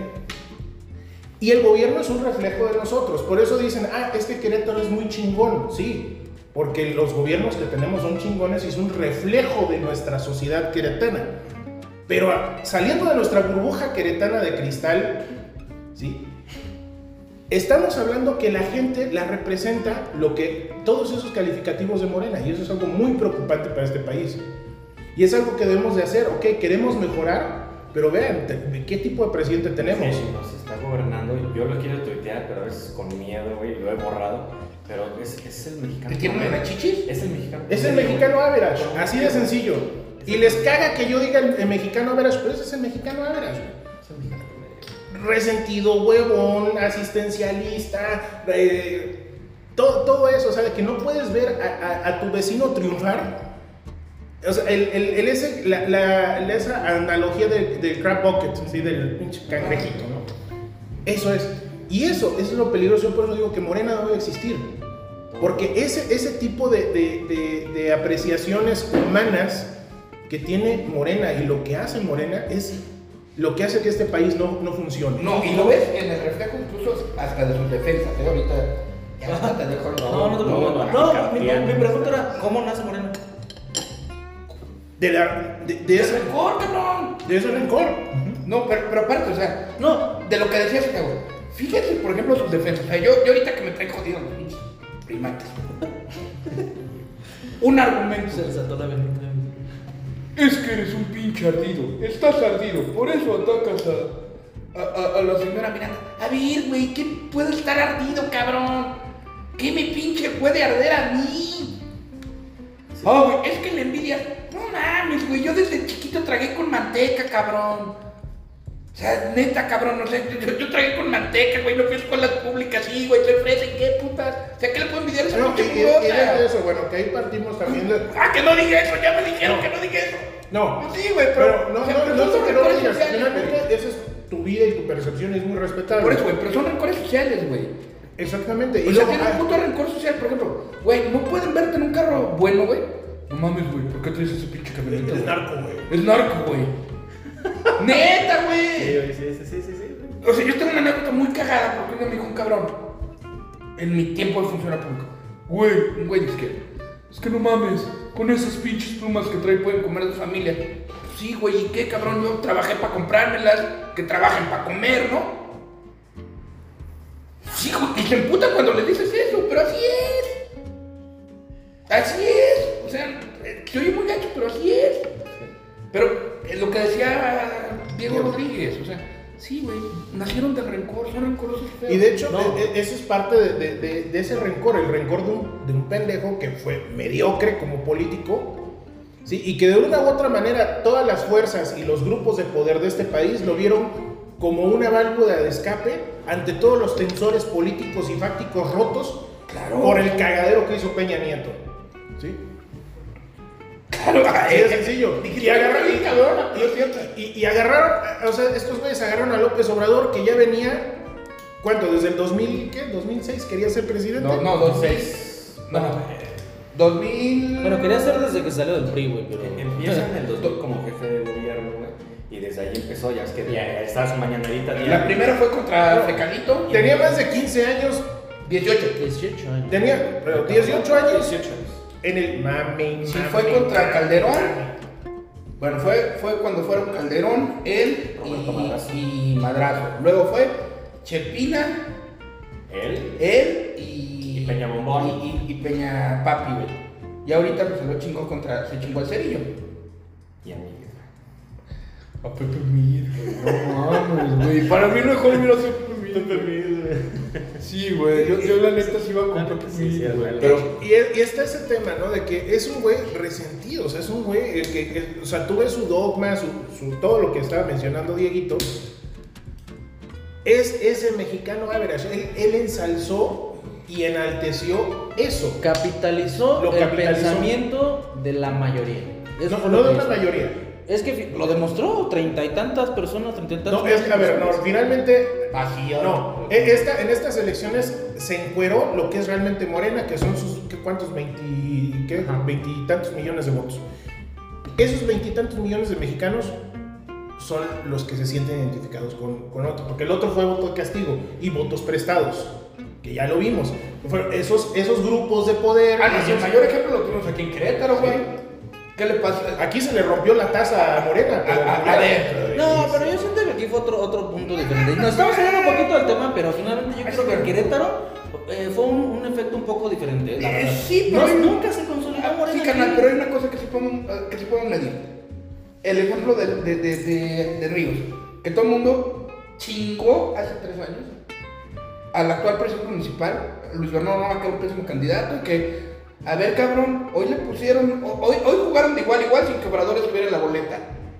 Y el gobierno es un reflejo de nosotros. Por eso dicen, ah, es que Querétaro es muy chingón. Sí, porque los gobiernos que tenemos son chingones y es un reflejo de nuestra sociedad queretana. Pero saliendo de nuestra burbuja queretana de cristal, ¿sí? Estamos hablando que la gente la representa lo que todos esos calificativos de Morena, y eso es algo muy preocupante para este país. Y es algo que debemos de hacer. Ok, queremos mejorar, pero vean, te, ¿qué tipo de presidente tenemos? Sí, nos está gobernando. Yo lo quiero tuitear, pero a veces con miedo, güey, lo he borrado. Pero es, es el mexicano. ¿Tiene una chichis? Es el mexicano. Es el mexicano average, así de sencillo. Y les caga que yo diga el, el mexicano average, pero ese es el mexicano average. Es el mexicano. Resentido, huevón, asistencialista, eh, todo, todo eso, o sea, de que no puedes ver a, a, a tu vecino triunfar. O sea, el, el, el ese, la, la, esa analogía del de crab bucket, ¿sí? Del pinche cangrejito, ¿no? Eso es. Y eso, eso es lo peligroso. Yo por eso digo que Morena no debe existir. Porque ese, ese tipo de, de, de, de apreciaciones humanas que tiene Morena y lo que hace Morena es lo que hace que este país no, no funcione. No, y lo ves en el reflejo incluso hasta de sus defensas, ¿eh? Ahorita ya te dejo. No, no te preocupes. No, no, mi, mi pregunta era, ¿cómo nace Morena? De la... De, de De ese rencor, cabrón. De ese rencor. No, pero, pero aparte, o sea, no, de lo que decías, cabrón. Fíjate, por ejemplo, sus defensas. O sea, yo, yo ahorita que me traen jodido los pinches primates. Un argumento. Se desató la bendita. Es que eres un pinche ardido. Estás ardido. Por eso atacas a, a, a, a la señora Miranda. A ver, güey, ¿qué puede estar ardido, cabrón? ¿Qué me pinche puede arder a mí? Ah, güey, es que la envidia. No mames, güey. Yo desde chiquito tragué con manteca, cabrón. sea, neta, cabrón, no sé, yo, yo tragué con manteca, güey, no fui a escuelas públicas, sí, güey, te ofrecen, ¿qué putas? O sea, ¿qué le pueden envidiar a esa No, y, pinche y- y mugrosa? de eso, bueno, que ahí partimos también de... Ah, que no dije eso, ya me dijeron que no dije eso. No, Pues sí, güey, pero... pero no, o sea, no, pero no, son no, que no lo rencores digas, sociales, finalmente güey. esa es tu vida y tu percepción es muy respetable. Por eso, güey, pero son rencores sociales, güey. Exactamente. O Y sea, luego, tiene un ah, punto de rencor social, por ejemplo, güey, no pueden verte en un carro bueno, güey. No mames, güey, ¿por qué traes ese pinche camioneta? es güey? narco, güey. Es narco, güey. Neta, Sí, güey. güey, sí, sí, sí, sí, sí. O sea, yo tengo una anécdota muy cagada porque un día me dijo un cabrón en mi tiempo de funcionario público. Güey, un güey dice que es que no mames, con esas pinches plumas que trae pueden comer de su familia. Pues sí, güey, ¿y qué, cabrón? Yo trabajé para comprármelas, que trabajen para comer, ¿no? Sí, güey, y se emputa cuando le dices eso, pero así es. Así es. O sea, eh, se oye muy gacho, pero así es. Pero eh, lo que decía Diego Rodríguez, o sea, sí, güey, nacieron del rencor, son rencorosos feos. Y de hecho, No. e- e- eso es parte de, de- de- de ese rencor, el rencor de un, de un pendejo que fue mediocre como político, ¿sí? Y que de una u otra manera todas las fuerzas y los grupos de poder de este país lo vieron como una válvula de escape ante todos los tensores políticos y fácticos rotos Claro. por el cagadero que hizo Peña Nieto. ¿Sí? Claro, Así de sencillo. Y, Y agarraron, y, cabrón, y- lo siento. y- y agarraron, o sea, estos güeyes agarraron a López Obrador, que ya venía, ¿cuánto? ¿Desde el dos mil, qué? ¿dos mil seis quería ser presidente? No, no, dos mil. No, dos mil. Bueno, quería hacer desde que salió del P R I, güey, pero... Empieza en el dos mil como jefe de gobierno, güey. Y desde ahí empezó, ya es que ya estaba su mañanerita. La diaria. primera fue contra Fecalito. Tenía más de quince años, dieciocho. dieciocho años. tenía, pero dieciocho años dieciocho años. en el mame, Sí, mame, fue contra mame. Calderón. Bueno, fue, fue cuando fueron Calderón, él Roberto y, Madrazo. y Madrazo. Luego fue Chepina, Él. él y. Y Peña Bombón. Y, y- y Peña Papi, güey. Y ahorita pues se lo chingó contra. Se chingó el Cerillo. Y a mí. A Pepe Mir, no mames, güey. Para mí no mejor hubiera sido Pepe Mir. Sí, güey. Yo, yo la neta sí iba con Pepe Sí, sí, Mir, güey. es Pero. Y, es- y está ese tema, ¿no? De que es un güey resentido, o sea, es un güey el que, el- o sea, tú ves su dogma, su, su- todo lo que estaba mencionando Dieguito, es ese mexicano average, él, él ensalzó y enalteció eso. Capitalizó Lo el capitalizó. pensamiento de la mayoría. Eso No, fue no lo de que una hizo. mayoría. Es que fi- lo demostró, treinta y tantas personas, treinta y tantas No, es que, a ver, no, personas. finalmente, Vacío. no, e- esta, en estas elecciones se encueró lo que es realmente Morena, que son sus, ¿qué, ¿cuántos? Veinti, ¿qué? Ajá. Veintitantos millones de votos. Esos veintitantos millones de mexicanos son los que se sienten identificados con, con otro, porque el otro fue voto de castigo y votos prestados, que ya lo vimos. Fueron esos, esos grupos de poder. Ah, no, sí, el esos- mayor ejemplo lo tuvimos aquí en Querétaro, güey. ¿Qué le pasa? Aquí se le rompió la taza a Morena. pero- A- a- a ver. No, pero yo siento que aquí fue otro, otro punto diferente. Nos estamos hablando un poquito del tema, pero finalmente yo creo que en Querétaro eh, fue un, un efecto un poco diferente. La Eh, verdad. sí, No, pero hay- nunca se consolidó Ah, Morena sí, aquí. carnal, pero hay una cosa que sí podemos, que sí podemos medir. El ejemplo de, de, de, de, de Ríos. Que todo el mundo chingó hace tres años al actual presidente municipal, Luis Bernardo Nava, que era un pésimo candidato, y que, a ver, cabrón, hoy le pusieron, hoy, hoy jugaron de igual a igual sin que Obrador estuviera en la boleta.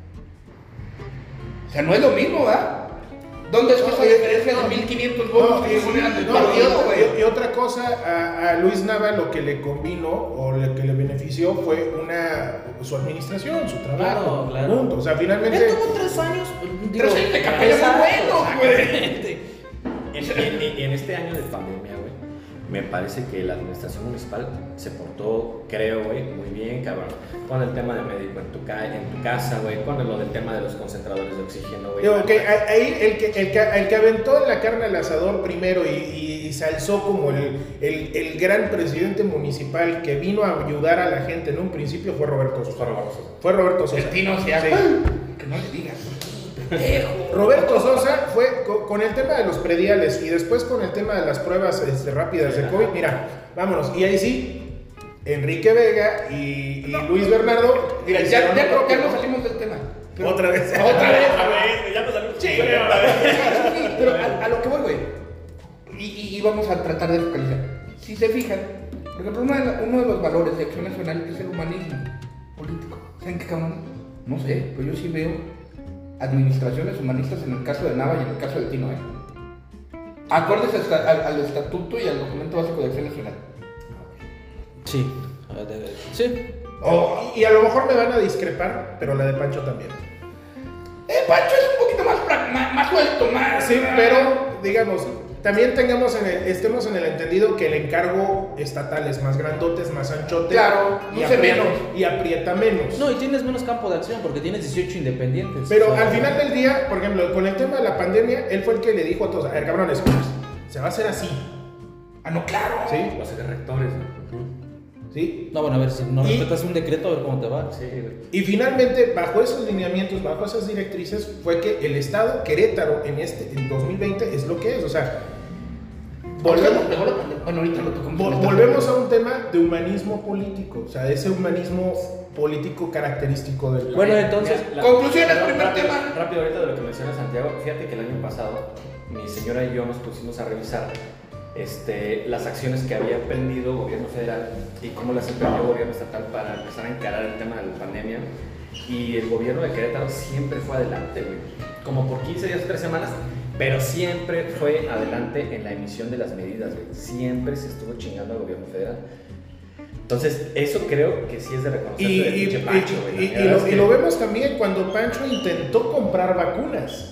O sea, no es lo mismo, ¿verdad? ¿Dónde está esa No, diferencia no, de mil quinientos votos No, que y, se ponen del no, partido, y- güey? y otra cosa, a, a Luis Nava lo que le convino o lo que le benefició fue una su administración, su trabajo. Claro, claro. Punto. O sea, finalmente. Él tuvo tres años. digo, Tres años de campaña muy exacto, buenos, güey. exactamente. En, en- en este año de pandemia, güey, me parece que la administración municipal se portó, creo, güey, muy bien, cabrón. Con el tema de médico en tu, ca en tu casa, güey, con lo del tema de los concentradores de oxígeno, güey. Digo, que ahí el que, el, que, el que aventó la carne al asador primero y, y- y se alzó como el, el, el gran presidente municipal que vino a ayudar a la gente en un principio fue Roberto Sosa. Fue Roberto Sosa. Fue Roberto Sosa. El Tino se hace. Sí. Que no le digas. Pendejo. Roberto Sosa fue co- con el tema de los prediales y después con el tema de las pruebas este, rápidas de COVID. Mira, vámonos. Y ahí sí, Enrique Vega y, y Luis Bernardo. Mira, ya, hicieron ya, lo no, propio. ya no salimos del tema. Pero- Otra vez. Otra vez. Ya nos salimos. Sí, sí, pero a, a lo que voy, güey. Y, y, y vamos a tratar de focalizar. Si se fijan, por ejemplo, una de la- uno de los valores de Acción Nacional es el humanismo político. ¿Saben qué, cabrón? No sé, pero yo sí veo administraciones humanistas en el caso de Nava y en el caso de Tino, ¿eh? Acordes al, al, al estatuto y al documento básico de acción nacional. Sí. Sí. Oh, y a lo mejor me van a discrepar, pero la de Pancho también. Eh, Pancho es un poquito más, más, más suelto, más... Sí, pero, digamos, también tengamos en el, estemos en el entendido que el encargo estatal es más grandote, es más anchote. Claro, y luce aprieta, menos. y aprieta menos. No, y tienes menos campo de acción porque tienes dieciocho independientes. Pero O sea, al final del día, por ejemplo, con el tema de la pandemia, él fue el que le dijo a todos, a ver, cabrones, se va a hacer así. Ah, no, claro. ¿Sí? Los rectores, ¿no? ¿Sí? No, bueno, a ver, si no Y- respetas un decreto, a ver cómo te va. Sí, güey. Y finalmente, bajo esos lineamientos, bajo esas directrices, fue que el Estado Querétaro en este en dos mil veinte es lo que es. O sea, volvemos, Volvemos, luego lo- bueno, ahorita lo tocamos. vol- volvemos a un tema de humanismo político. O sea, ese humanismo político característico del Bueno, Mira, entonces, la- conclusiones, perdón, primer rápido, tema. Rápido, ahorita de lo que menciona Santiago, fíjate que el año pasado mi señora y yo nos pusimos a revisar este, las acciones que había emprendido el gobierno federal y cómo las emprendió el gobierno estatal para empezar a encarar el tema de la pandemia. Y el gobierno de Querétaro siempre fue adelante, güey. Como por quince días, tres semanas, pero siempre fue adelante en la emisión de las medidas, güey. Siempre se estuvo chingando al gobierno federal. Entonces, eso creo que sí es de reconocer. Y, del y- pinche y- Pancho, güey. y- La y verdad lo, es y que- lo vemos también cuando Pancho intentó comprar vacunas.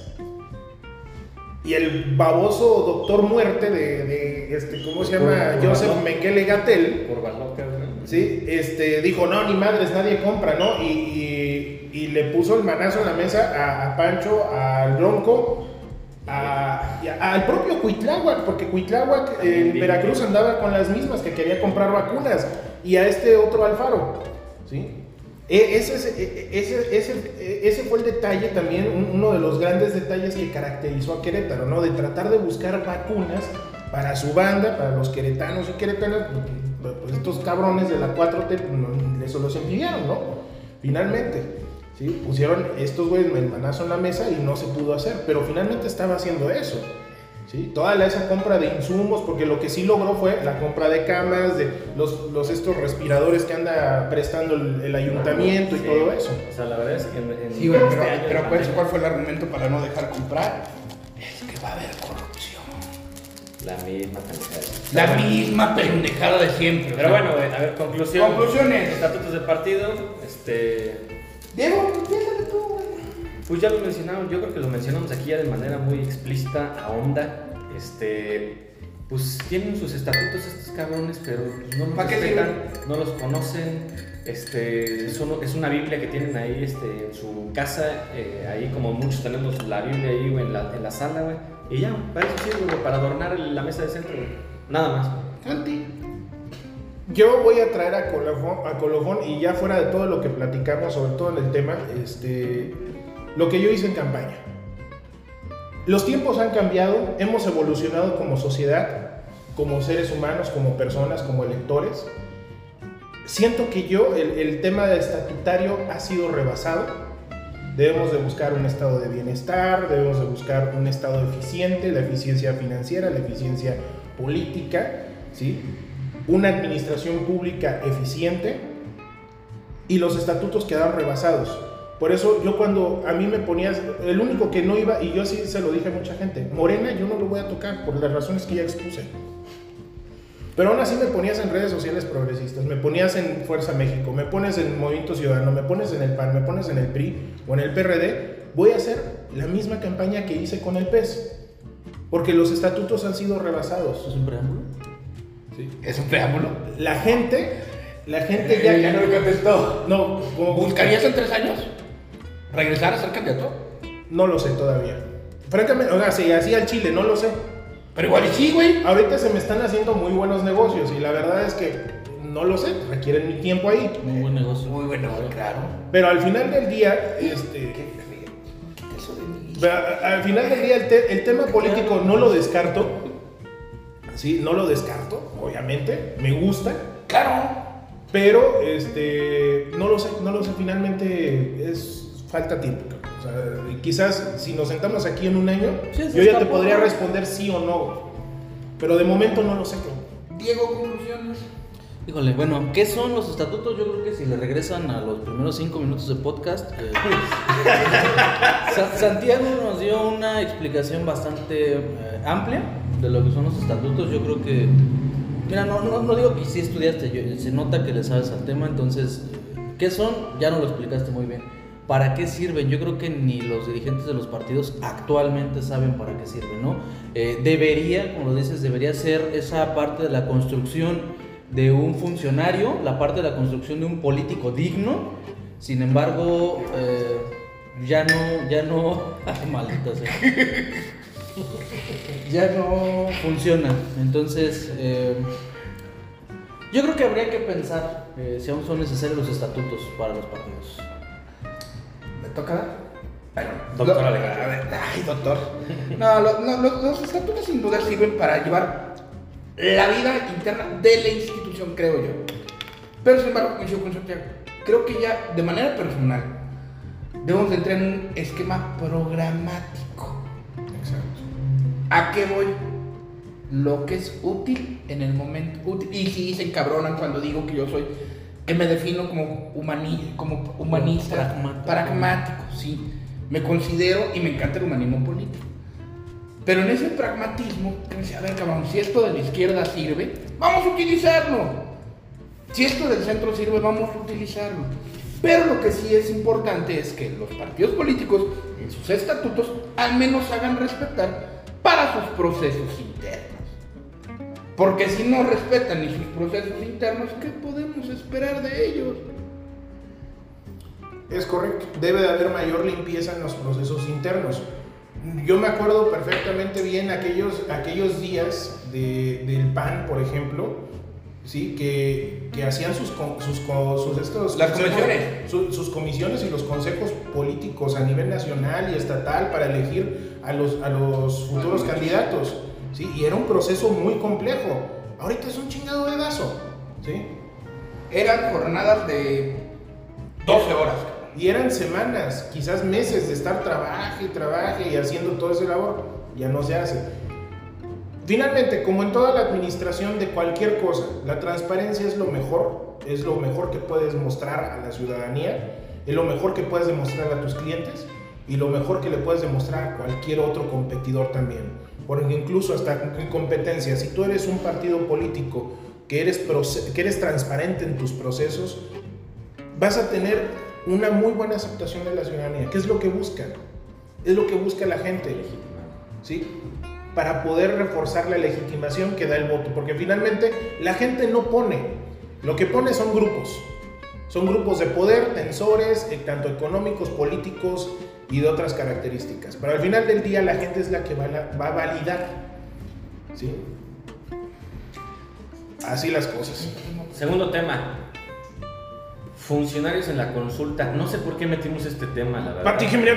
Y el baboso doctor muerte de, de este, ¿cómo se llama? Por- por- Joseph por- Mengele Gatell. Por Barloca, güey. Sí, este, dijo, no, ni madres, nadie compra, ¿no? Y, y- y le puso el manazo en la mesa a, a Pancho, al Bronco, a- y a- al propio Cuitláhuac, porque Cuitláhuac eh, en Veracruz andaba con las mismas, que quería comprar vacunas, y a este otro Alfaro, ¿sí? E- Ese, ese, ese, ese, ese fue el detalle también, un- uno de los grandes detalles que caracterizó a Querétaro, ¿no? De tratar de buscar vacunas para su banda, para los queretanos y queretanas, pues estos cabrones de la cuatro T pues, no, eso los impidieron, ¿no? Finalmente, ¿sí? Pusieron estos güeyes el manazo en la mesa y no se pudo hacer, pero finalmente estaba haciendo eso, ¿sí? Toda la, esa compra de insumos, porque lo que sí logró fue la compra de camas, de los, los estos respiradores que anda prestando el, el ayuntamiento y Sí. todo eso. O sea, la verdad es que en, en Sí, güey, este pero, año de pero pues, pandemia, ¿cuál fue el argumento para no dejar comprar? Es que va a haber corrupción. la misma cantidad. La misma pendejada de siempre. Pero o sea. bueno, güey, a ver, conclusión. Conclusiones. Estatutos de partido, este... Diego, piénsale tú, güey. Pues ya lo mencionamos, yo creo que lo mencionamos aquí ya de manera muy explícita, a honda. Este, pues tienen sus estatutos estos cabrones, pero no los ¿Para qué respetan, no los conocen. Este, es, uno- es una Biblia que tienen ahí este, en su casa, eh, ahí como muchos tenemos la Biblia ahí, güey, en la, en la sala, güey. Y ya, para eso sirve, güey, para adornar el- la mesa de centro, güey. Nada más. Santi. Yo voy a traer a colofón, a colofón y ya fuera de todo lo que platicamos, sobre todo en el tema, este, lo que yo hice en campaña. Los tiempos han cambiado, hemos evolucionado como sociedad, como seres humanos, como personas, como electores. Siento que yo, el, el tema estatutario ha sido rebasado. Debemos de buscar un estado de bienestar, debemos de buscar un estado eficiente, la eficiencia financiera, la eficiencia política, ¿sí? Una administración pública eficiente, y los estatutos quedaron rebasados. Por eso yo cuando a mí me ponías, el único que no iba, y yo sí se lo dije a mucha gente, Morena yo no lo voy a tocar por las razones que ya expuse. Pero aún así me ponías en redes sociales progresistas, me ponías en Fuerza México, me pones en Movimiento Ciudadano, me pones en el P A N, me pones en el P R I o en el P R D, voy a hacer la misma campaña que hice con el P E S, porque los estatutos han sido rebasados. ¿Es un preámbulo? Es un preámbulo. La gente, la gente ya... ya no me contestó. No, como- ¿Buscarías en tres años regresar a ser candidato? No lo sé todavía. Francamente, o sea, si así al Chile, no lo sé. Pero igual y sí, güey. Ahorita se me están haciendo muy buenos negocios y la verdad es que no lo sé, requieren mi tiempo ahí. Muy buen negocio. Muy bueno, claro. Pero al final del día, este, Eso de mí. a- al final del día el, te- el tema político no lo descarto. Sí, no lo descarto, obviamente, me gusta, Claro. pero este, no lo sé, no lo sé, finalmente es falta tiempo. O sea, quizás si nos sentamos aquí en un año, Sí, eso yo ya está te por- podría responder sí o no, pero de momento no lo sé. Diego, conclusiones. Híjole, bueno, ¿qué son los estatutos? Yo creo que si le regresan a los primeros cinco minutos de podcast, eh, Sa- Santiago nos dio una explicación bastante eh, amplia de lo que son los estatutos. Yo creo que, mira, no, no, no digo que sí estudiaste, yo- se nota que le sabes al tema, entonces, ¿qué son? Ya no lo explicaste muy bien. ¿Para qué sirven? Yo creo que ni los dirigentes de los partidos actualmente saben para qué sirven, ¿no? Eh, debería, como lo dices, debería ser esa parte de la construcción de un funcionario, la parte de la construcción de un político digno. Sin embargo, eh, ya no, ya no, ay, maldita sea, ya no funciona. Entonces, eh, yo creo que habría que pensar eh, si aún son necesarios los estatutos para los partidos. ¿Me toca? Bueno, Doctor lo- Alejandro. a ver, ay, doctor. No, lo- no, los, los estatutos sin duda sirven para llevar la vida interna de la institución, creo yo. Pero sin embargo, coincido con Santiago. Creo que ya, de manera personal, debemos de entrar en un esquema programático. Exacto. ¿A qué voy? Lo que es útil en el momento útil. Y sí se encabronan cuando digo que yo soy, que me defino como, humani, como humanista, Pragmático. pragmático, sí. Me considero y me encanta el humanismo político. Pero en ese pragmatismo, que me dice, a ver, cabrón, si esto de la izquierda sirve, vamos a utilizarlo. Si esto del centro sirve, vamos a utilizarlo. Pero lo que sí es importante es que los partidos políticos, en sus estatutos, al menos hagan respetar para sus procesos internos. Porque si no respetan ni sus procesos internos, ¿qué podemos esperar de ellos? Es correcto, debe de haber mayor limpieza en los procesos internos. Yo me acuerdo perfectamente bien aquellos, aquellos días de, del P A N, por ejemplo, ¿sí? que, que hacían sus, co- sus, co- sus estos Las consejos- comisiones. su- sus comisiones y los consejos políticos a nivel nacional y estatal para elegir a los, a los futuros candidatos, ¿sí? Y era un proceso muy complejo. Ahorita es un chingado dedazo, ¿sí? Eran jornadas de doce horas. Y eran semanas, quizás meses de estar trabaje y trabaje y haciendo todo ese labor. Ya no se hace. Finalmente, como en toda la administración de cualquier cosa, la transparencia es lo mejor, es lo mejor que puedes mostrar a la ciudadanía, es lo mejor que puedes demostrar a tus clientes y lo mejor que le puedes demostrar a cualquier otro competidor también. Porque incluso hasta en competencia, si tú eres un partido político que eres, proce- que eres transparente en tus procesos, vas a tener una muy buena aceptación de la ciudadanía. ¿Qué es lo que buscan? Es lo que busca la gente, ¿sí? Para poder reforzar la legitimación que da el voto, porque finalmente la gente no pone, lo que pone son grupos, son grupos de poder, tensores, eh, tanto económicos, políticos y de otras características, pero al final del día la gente es la que va a, la- va a validar, ¿sí? Así las cosas. Segundo tema. Funcionarios en la consulta. No sé por qué metimos este tema, la verdad. Pati Jiménez.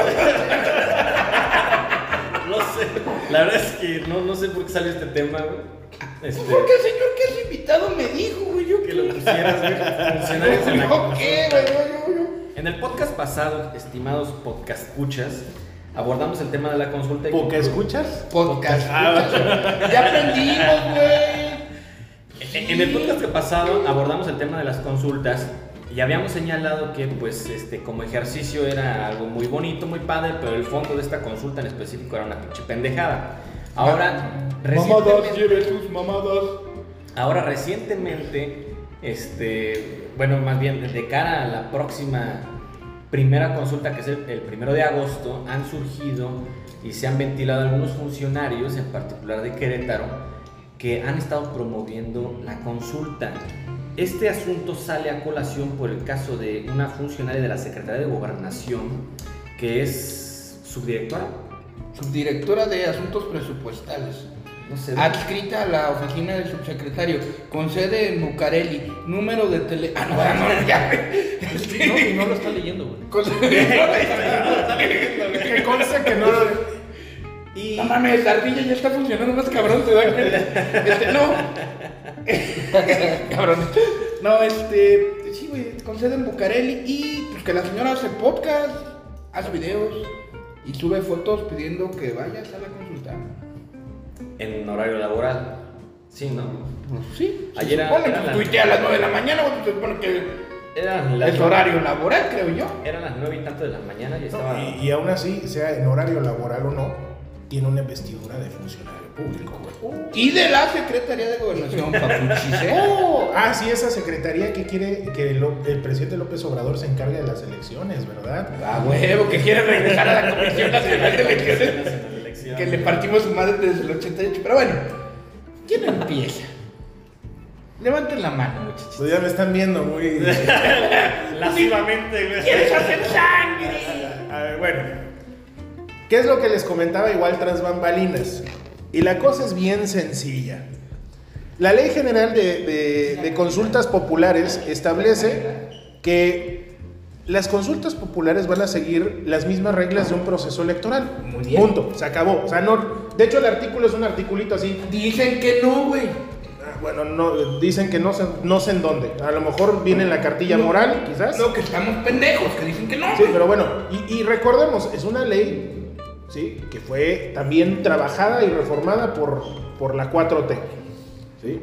No sé. La verdad es que no, no sé por qué salió este tema, güey. Este, Porque el señor que es invitado me dijo, güey, yo que lo pusieras, güey. Funcionarios en la ¿Yo consulta. qué, güey? Yo, yo, yo. En el podcast pasado, estimados podcast escuchas, abordamos el tema de la consulta. y ¿Poca conclu- escuchas? Podcast. escuchas. Ya aprendimos, güey. En en el podcast pasado abordamos el tema de las consultas y habíamos señalado que pues este como ejercicio era algo muy bonito, muy padre, pero el fondo de esta consulta en específico era una pinche pendejada. Ahora, Mamadas, recientemente, lleve sus mamadas. ahora recientemente, este, bueno, más bien de cara a la próxima primera consulta, que es el, el primero de agosto, han surgido y se han ventilado algunos funcionarios, en particular de Querétaro, que han estado promoviendo la consulta. Este asunto sale a colación por el caso de una funcionaria de la Secretaría de Gobernación, que es subdirectora, Subdirectora de Asuntos Presupuestales. no sé, Adscrita a la oficina del subsecretario. Con sede en Bucareli. Número de tele. Ah, no, no, no, ya. No, y no lo está leyendo, güey. Con Que conste que no lo... y No mames, la ardilla ya está funcionando más cabrón, te das cuenta. Este, no. Cabrón. No, este. Sí, güey, con sede en Bucareli. Y pues que la señora hace podcast, hace videos y sube fotos pidiendo que vayas a la consulta. en horario laboral. Sí, ¿no? Sí. Ayer se era- supone era que la- tuitea a las nueve de la mañana, güey, se supone que Eran las es horario laboral, creo yo. Eran las nueve y tanto de la mañana y estaba. No, y, y aún así, sea en horario laboral o no, tiene una investidura de funcionario público, güey. Y de la Secretaría de Gobernación, papuchise. Oh, ah, sí, esa secretaría que quiere que lo- el presidente López Obrador se encargue de las elecciones, ¿verdad? Ah, huevo, que quiere regresar a la Comisión Nacional de Elecciones. Elección. Que le partimos su madre desde el ochenta y ocho. Pero bueno, ¿quién empieza? Levanten la mano, muchachos. Pues ya me están viendo muy... Lascivamente, güey. ¿Quieres hacer sangre? A ver, bueno. ¿Qué es lo que les comentaba igual tras bambalinas? Y la cosa es bien sencilla. La Ley General de, de- de Consultas Populares establece que las consultas populares van a seguir las mismas reglas de un proceso electoral. Muy bien. Punto. Se acabó. O sea, no, de hecho, el artículo es un articulito así. Dicen que no, güey. Ah, Bueno, no, dicen que no sé, no sé en dónde. A lo mejor viene en la cartilla No, moral, quizás. No, que estamos pendejos, que dicen que no. Sí, güey. pero bueno, y, y recordemos, es una ley, ¿sí?, que fue también trabajada y reformada por, por la cuatro T, ¿sí?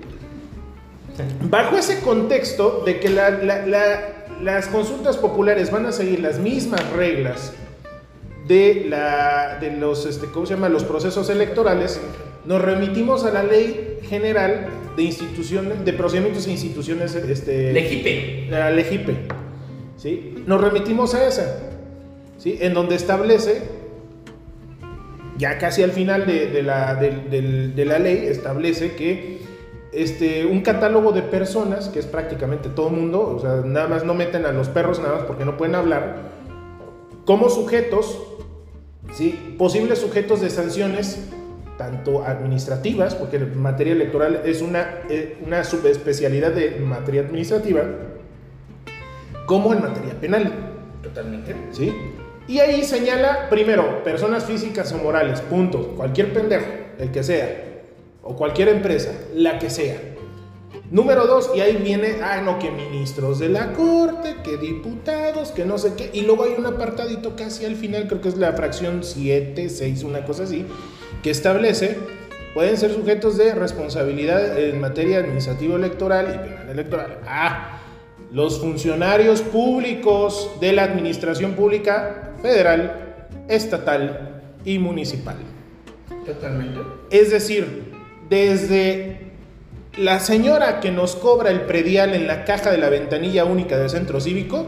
Bajo ese contexto de que la- la- la- las consultas populares van a seguir las mismas reglas de, la, de los, este, ¿cómo se llama?, los procesos electorales, nos remitimos a la Ley General de Instituciones, de Procedimientos e Instituciones, este, Legipe. la Legipe, ¿sí? Nos remitimos a esa, ¿sí?, en donde establece, ya casi al final de, de la, de, de- de la ley, establece que este, un catálogo de personas, que es prácticamente todo el mundo, o sea, nada más no meten a los perros, nada más porque no pueden hablar, como sujetos, ¿sí?, posibles sujetos de sanciones, tanto administrativas, porque materia electoral es una, eh, una subespecialidad de materia administrativa, como en materia penal, Totalmente. ¿sí? Y ahí señala, primero, personas físicas o morales, punto. Cualquier pendejo, el que sea, o cualquier empresa, la que sea. Número dos, y ahí viene, ah, no, que ministros de la corte, que diputados, que no sé qué. Y luego hay un apartadito casi al final, creo que es la fracción siete, seis, una cosa así, que establece, pueden ser sujetos de responsabilidad en materia administrativa electoral y penal electoral. Ah, los funcionarios públicos de la administración pública federal, estatal y municipal. Totalmente. Es decir, desde la señora que nos cobra el predial en la caja de la ventanilla única del centro cívico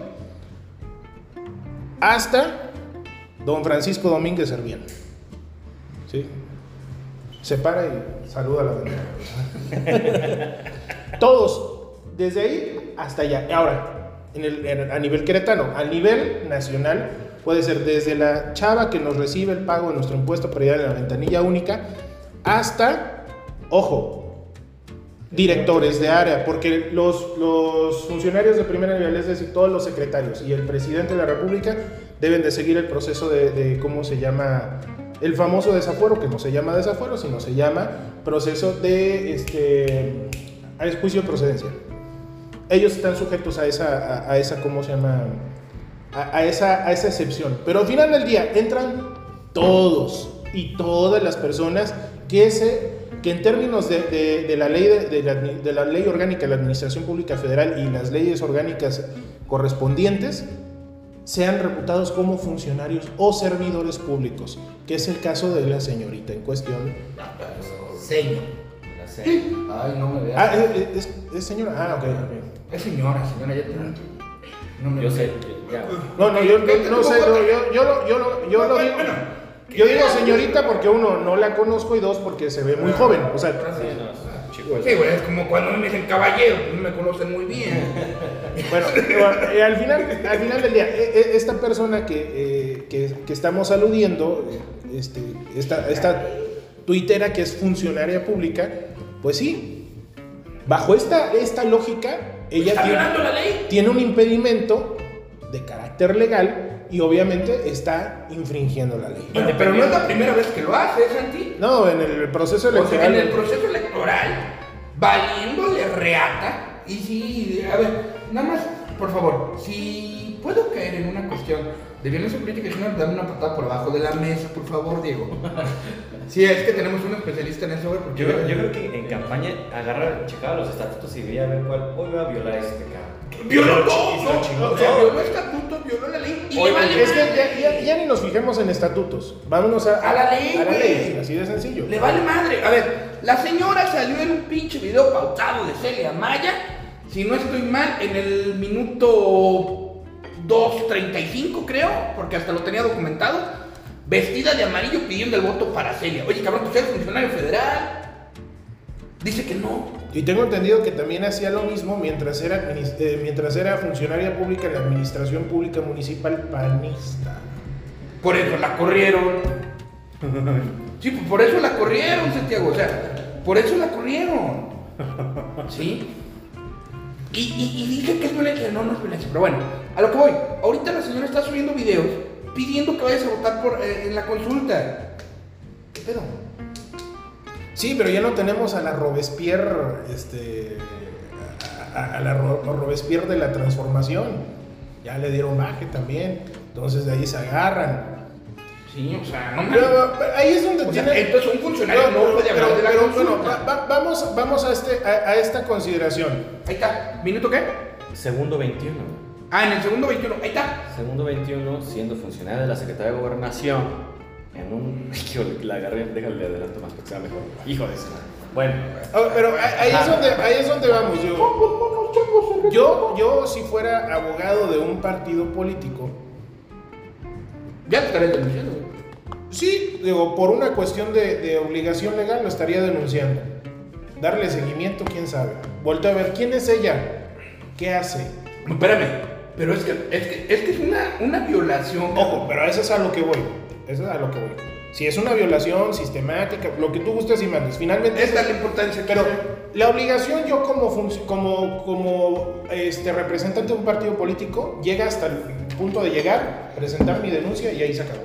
hasta don Francisco Domínguez Servián. ¿Sí? Se para y saluda a la ventana. Todos, desde ahí hasta allá. Ahora, en el, en- a nivel queretano, a nivel nacional, puede ser desde la chava que nos recibe el pago de nuestro impuesto predial en la ventanilla única hasta, ojo, directores de área, porque los, los funcionarios de primer nivel, es decir, todos los secretarios y el presidente de la República deben de seguir el proceso de, de ¿cómo se llama? El famoso desafuero, que no se llama desafuero, sino se llama proceso de este, a juicio de procedencia. Ellos están sujetos a esa, a, a esa ¿cómo se llama? A, a esa, a esa excepción. Pero al final del día entran todos y todas las personas que, se, que en términos de, de, de la ley de, de, la, de la ley orgánica de la Administración Pública Federal y las leyes orgánicas correspondientes sean reputados como funcionarios o servidores públicos, que es el caso de la señorita en cuestión. Señor. La sé. Ay, no me veas. Ah, es, es, es señora. Ah, ok, ok. Es señora, señora, ya te no me Yo sé, ya. No, no, yo no, no sé, no, yo, yo, lo- yo, lo- yo lo digo. Bueno, Yo digo señorita porque uno no la conozco y dos porque se ve muy joven. O sea, Sí, no, es chico. Sí, güey, es como cuando me dicen caballero, pues no me conocen muy bien. bueno, eh, al, final, al final del día, eh, eh, esta persona que, eh, que, que estamos aludiendo, eh, este, esta, esta tuitera que es funcionaria pública, pues sí, bajo esta, esta lógica, ella ¿Está tiene, violando la ley? tiene un impedimento de carácter legal y obviamente está infringiendo la ley. Bueno, pero no es la primera vez que lo hace, Santi. No, en el proceso O sea, electoral. en el proceso electoral, valiéndole reata. Y si, a ver, nada más, por favor, si puedo caer en una cuestión de violencia política y no darme una patada por abajo de la mesa, por favor, Diego. Sí, es que tenemos un especialista en eso, güey. Yo, creo- yo creo que en campaña agarra, checaba los estatutos y veía a ver cuál. Hoy va a violar a este cabrón. Violó Y todo, se lo chingó o sea, todo. violó estatutos, violó la ley y Oye, le vale es que madre. ya, ya- ya ni nos fijemos en estatutos. Vámonos a, A la ley, a la güey. ley, así de sencillo. Le vale madre. A ver, la señora salió en un pinche video pautado de Celia Maya, si no estoy mal, en el minuto dos treinta y cinco creo, porque hasta lo tenía documentado, vestida de amarillo pidiendo el voto para Celia. Oye, cabrón, tú eres funcionario federal. Dice que no. Y tengo entendido que también hacía lo mismo mientras era, adminis- eh, mientras era funcionaria pública en la Administración Pública Municipal panista. Por eso la corrieron. Sí, pues por eso la corrieron, Santiago. O sea, por eso la corrieron. ¿Sí? Y, y, y dice que es violencia. No, no es violencia. Pero bueno, a lo que voy. Ahorita la señora está subiendo videos pidiendo que vayas a votar por, eh, en la consulta. ¿Qué pedo? Sí, pero ya no tenemos a la Robespierre, este, a, a la Ro- Robespierre de la transformación. Ya le dieron baje también. Entonces de ahí se agarran. Sí, o sea, no me. Pero, pero ahí es donde O sea, tiene. entonces un funcionario Pero- no puede hablar pero- de la pero, consulta. bueno, va- va- vamos, vamos a, este, a, a esta consideración. Ahí está. ¿Minuto qué? Segundo veintiuno. Ah, en el segundo veintiuno. Ahí está. Segundo veintiuno, siendo funcionario de la Secretaría de Gobernación, en un. Híjole, la agarré, déjale de adelanto más porque sea mejor. Hijo de eso. Bueno, Ah, Pero ahí es donde, ahí es donde vamos. Yo, yo, yo, si fuera abogado de un partido político, Ya te estaré denunciando, güey. sí, digo, por una cuestión de, de obligación legal lo estaría denunciando. Darle seguimiento, quién sabe. Volteo a ver, ¿quién es ella? ¿Qué hace? No, espérame, pero es que es, que, es, que es una, una violación. Ojo, pero eso es a lo que voy. Eso es a lo que voy. Si es una violación sistemática, lo que tú gustes y mandes, finalmente. Esta es la importancia. Pero la obligación, yo como, func- como, como este, representante de un partido político, llega hasta el punto de llegar, presentar mi denuncia y ahí se acabó.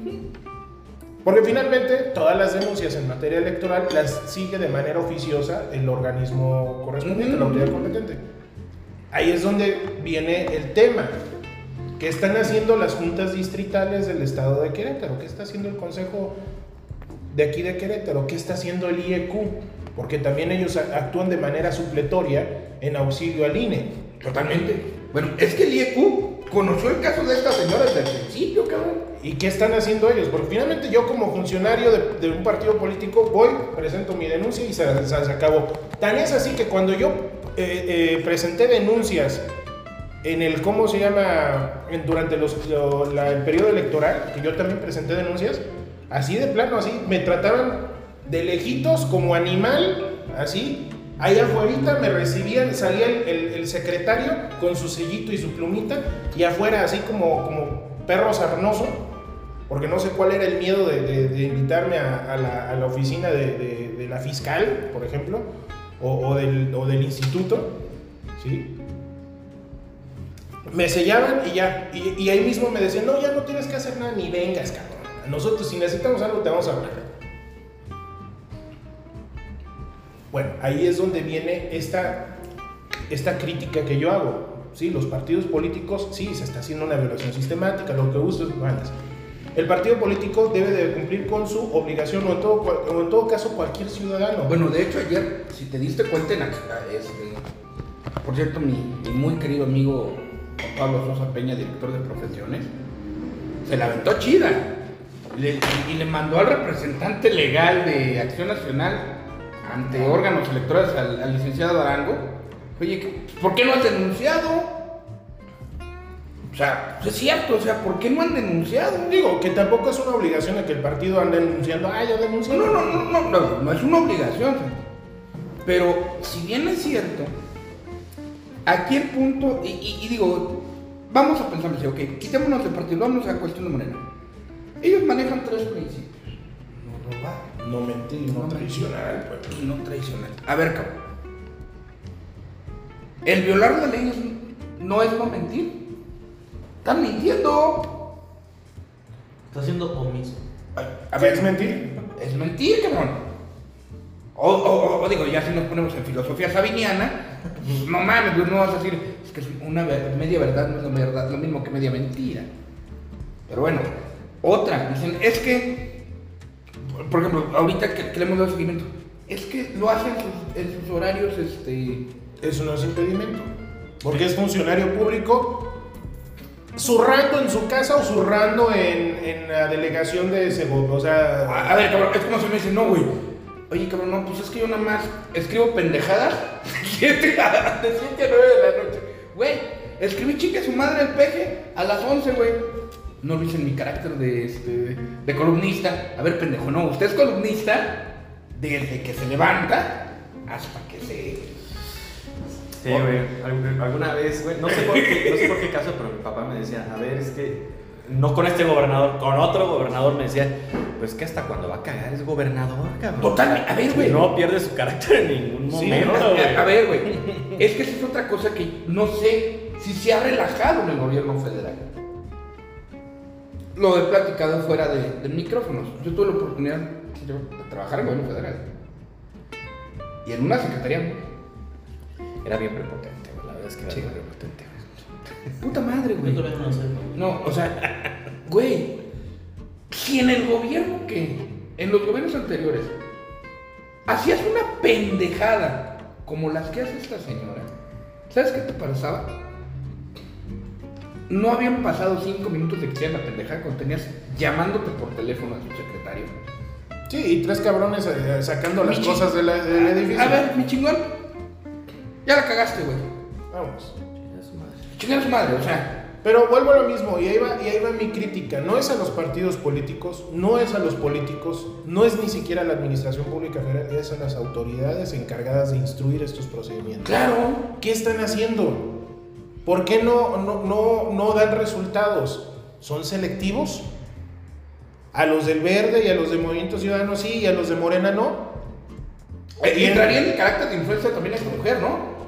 Porque finalmente todas las denuncias en materia electoral las sigue de manera oficiosa el organismo correspondiente, Ujú. la autoridad competente. Ahí es donde viene el tema. ¿Qué están haciendo las juntas distritales del estado de Querétaro? ¿Qué está haciendo el consejo de aquí de Querétaro? ¿Qué está haciendo el I E Q? Porque también ellos a- actúan de manera supletoria en auxilio al I N E. Totalmente. Bueno, es que el I E Q conoció el caso de esta señora desde el principio, cabrón. ¿Y qué están haciendo ellos? Porque finalmente yo como funcionario de, de un partido político voy, presento mi denuncia y se, se- se acabó. Tan es así que cuando yo eh, eh, presenté denuncias en el, ¿cómo se llama? En- durante los, lo- la- el periodo electoral, que yo también presenté denuncias, así de plano, así, me trataban de lejitos como animal, así. Allá afuera me recibían, salía el, el- el secretario con su sellito y su plumita, y afuera así como, como perro sarnoso, porque no sé cuál era el miedo de, de- de invitarme a, a la, a la oficina de, de- de la fiscal, por ejemplo, o, o del, o del instituto, ¿sí? Me sellaban y ya, y, y ahí mismo me decían, no, ya no tienes que hacer nada, ni vengas, cabrón. Nosotros si necesitamos algo te vamos a hablar. Bueno, ahí es donde viene esta, esta crítica que yo hago. Sí, los partidos políticos, sí, se está haciendo una violación sistemática, lo que gustes, antes. El partido político debe de cumplir con su obligación, o en todo, cual- o en todo caso cualquier ciudadano. Bueno, de hecho ayer, si te diste cuenta en Ax- este, por cierto, mi, mi muy querido amigo Juan Pablo Sosa Peña, director de profesiones, se la aventó chida. Le- y le mandó al representante legal de Acción Nacional ante órganos electorales al, al licenciado Arango. Oye, ¿qué- ¿por qué no has denunciado? O sea, pues es cierto, o sea, ¿por qué no han denunciado? Digo, que tampoco es una obligación de que el partido ande denunciando, ah, ya denuncié. No, no, no, no, no, no es una obligación. Pero si bien es cierto, aquí el punto, y, y- y digo, vamos a pensar, ok, quitémonos el partido, vamos a la cuestión de Morena. Ellos manejan tres principios. No robar, No mentir, no traicionar al pueblo. y no traicionar. A ver, cabrón. El violar la ley es- no es no mentir. Están mintiendo. Está haciendo omiso. A ¿Qué es mentir? Es mentir, cabrón. O, o- o- o digo, ya si nos ponemos en filosofía sabiniana, pues no mames, pues no vas a decir, es que es una ver- media verdad no es lo, verdad, lo mismo que media mentira. Pero bueno, otra, dicen, es que, por ejemplo, ahorita que, que le hemos dado seguimiento, es que lo hacen en sus, en sus horarios, este... Eso no es impedimento. Porque es funcionario público zurrando en su casa o zurrando en, en la delegación de Segovia. O sea... A, a ver, cabrón, es como si me dicen, no, güey. Oye, cabrón, no, pues es que yo nada más escribo pendejadas de siete a nueve de la noche. Güey, escribí chingue su madre el peje a las once, güey. No lo hice en mi carácter de, este, de columnista. A ver, pendejo, no, usted es columnista desde que se levanta hasta que se... Sí, güey, Algu- alguna vez, güey, no sé por qué, no sé por qué caso, pero mi papá me decía, a ver, es que no con este gobernador, con otro gobernador me decía, pues que hasta cuando va a cagar es gobernador, cabrón. Total, a ver, güey. No pierde su carácter en ningún Sí, momento, ¿no? güey. A ver, güey. Es que esa es otra cosa que no sé si se ha relajado en el gobierno federal. Lo he platicado fuera de, de micrófonos. Yo tuve la oportunidad de trabajar en el gobierno federal. Y en una secretaría. Era bien prepotente, güey, la verdad es que era Sí. bien prepotente, güey. Puta madre, Yo güey. todavía no sé. No, o sea, güey. Si en el gobierno que, en los gobiernos anteriores, hacías una pendejada como las que hace esta señora, ¿sabes qué te pasaba? No habían pasado cinco minutos de que hacías la pendejada cuando tenías llamándote por teléfono a tu secretario. Sí, y tres cabrones eh, sacando las Mi cosas de la- del edificio. A ver, mi chingón. Ya la cagaste, güey. Vamos. Chinga su madre. Chingar a su madre, o sea. Pero vuelvo a lo mismo, y ahí, va, y ahí va mi crítica. No es a los partidos políticos, no es a los políticos, no es ni siquiera a la administración pública federal, es a las autoridades encargadas de instruir estos procedimientos. Claro. ¿Qué están haciendo? ¿Por qué no, no, no, no dan resultados? ¿Son selectivos? A los del Verde y a los de Movimiento Ciudadano sí, y a los de Morena no. Y entraría en el carácter de influencia también esta mujer, ¿no?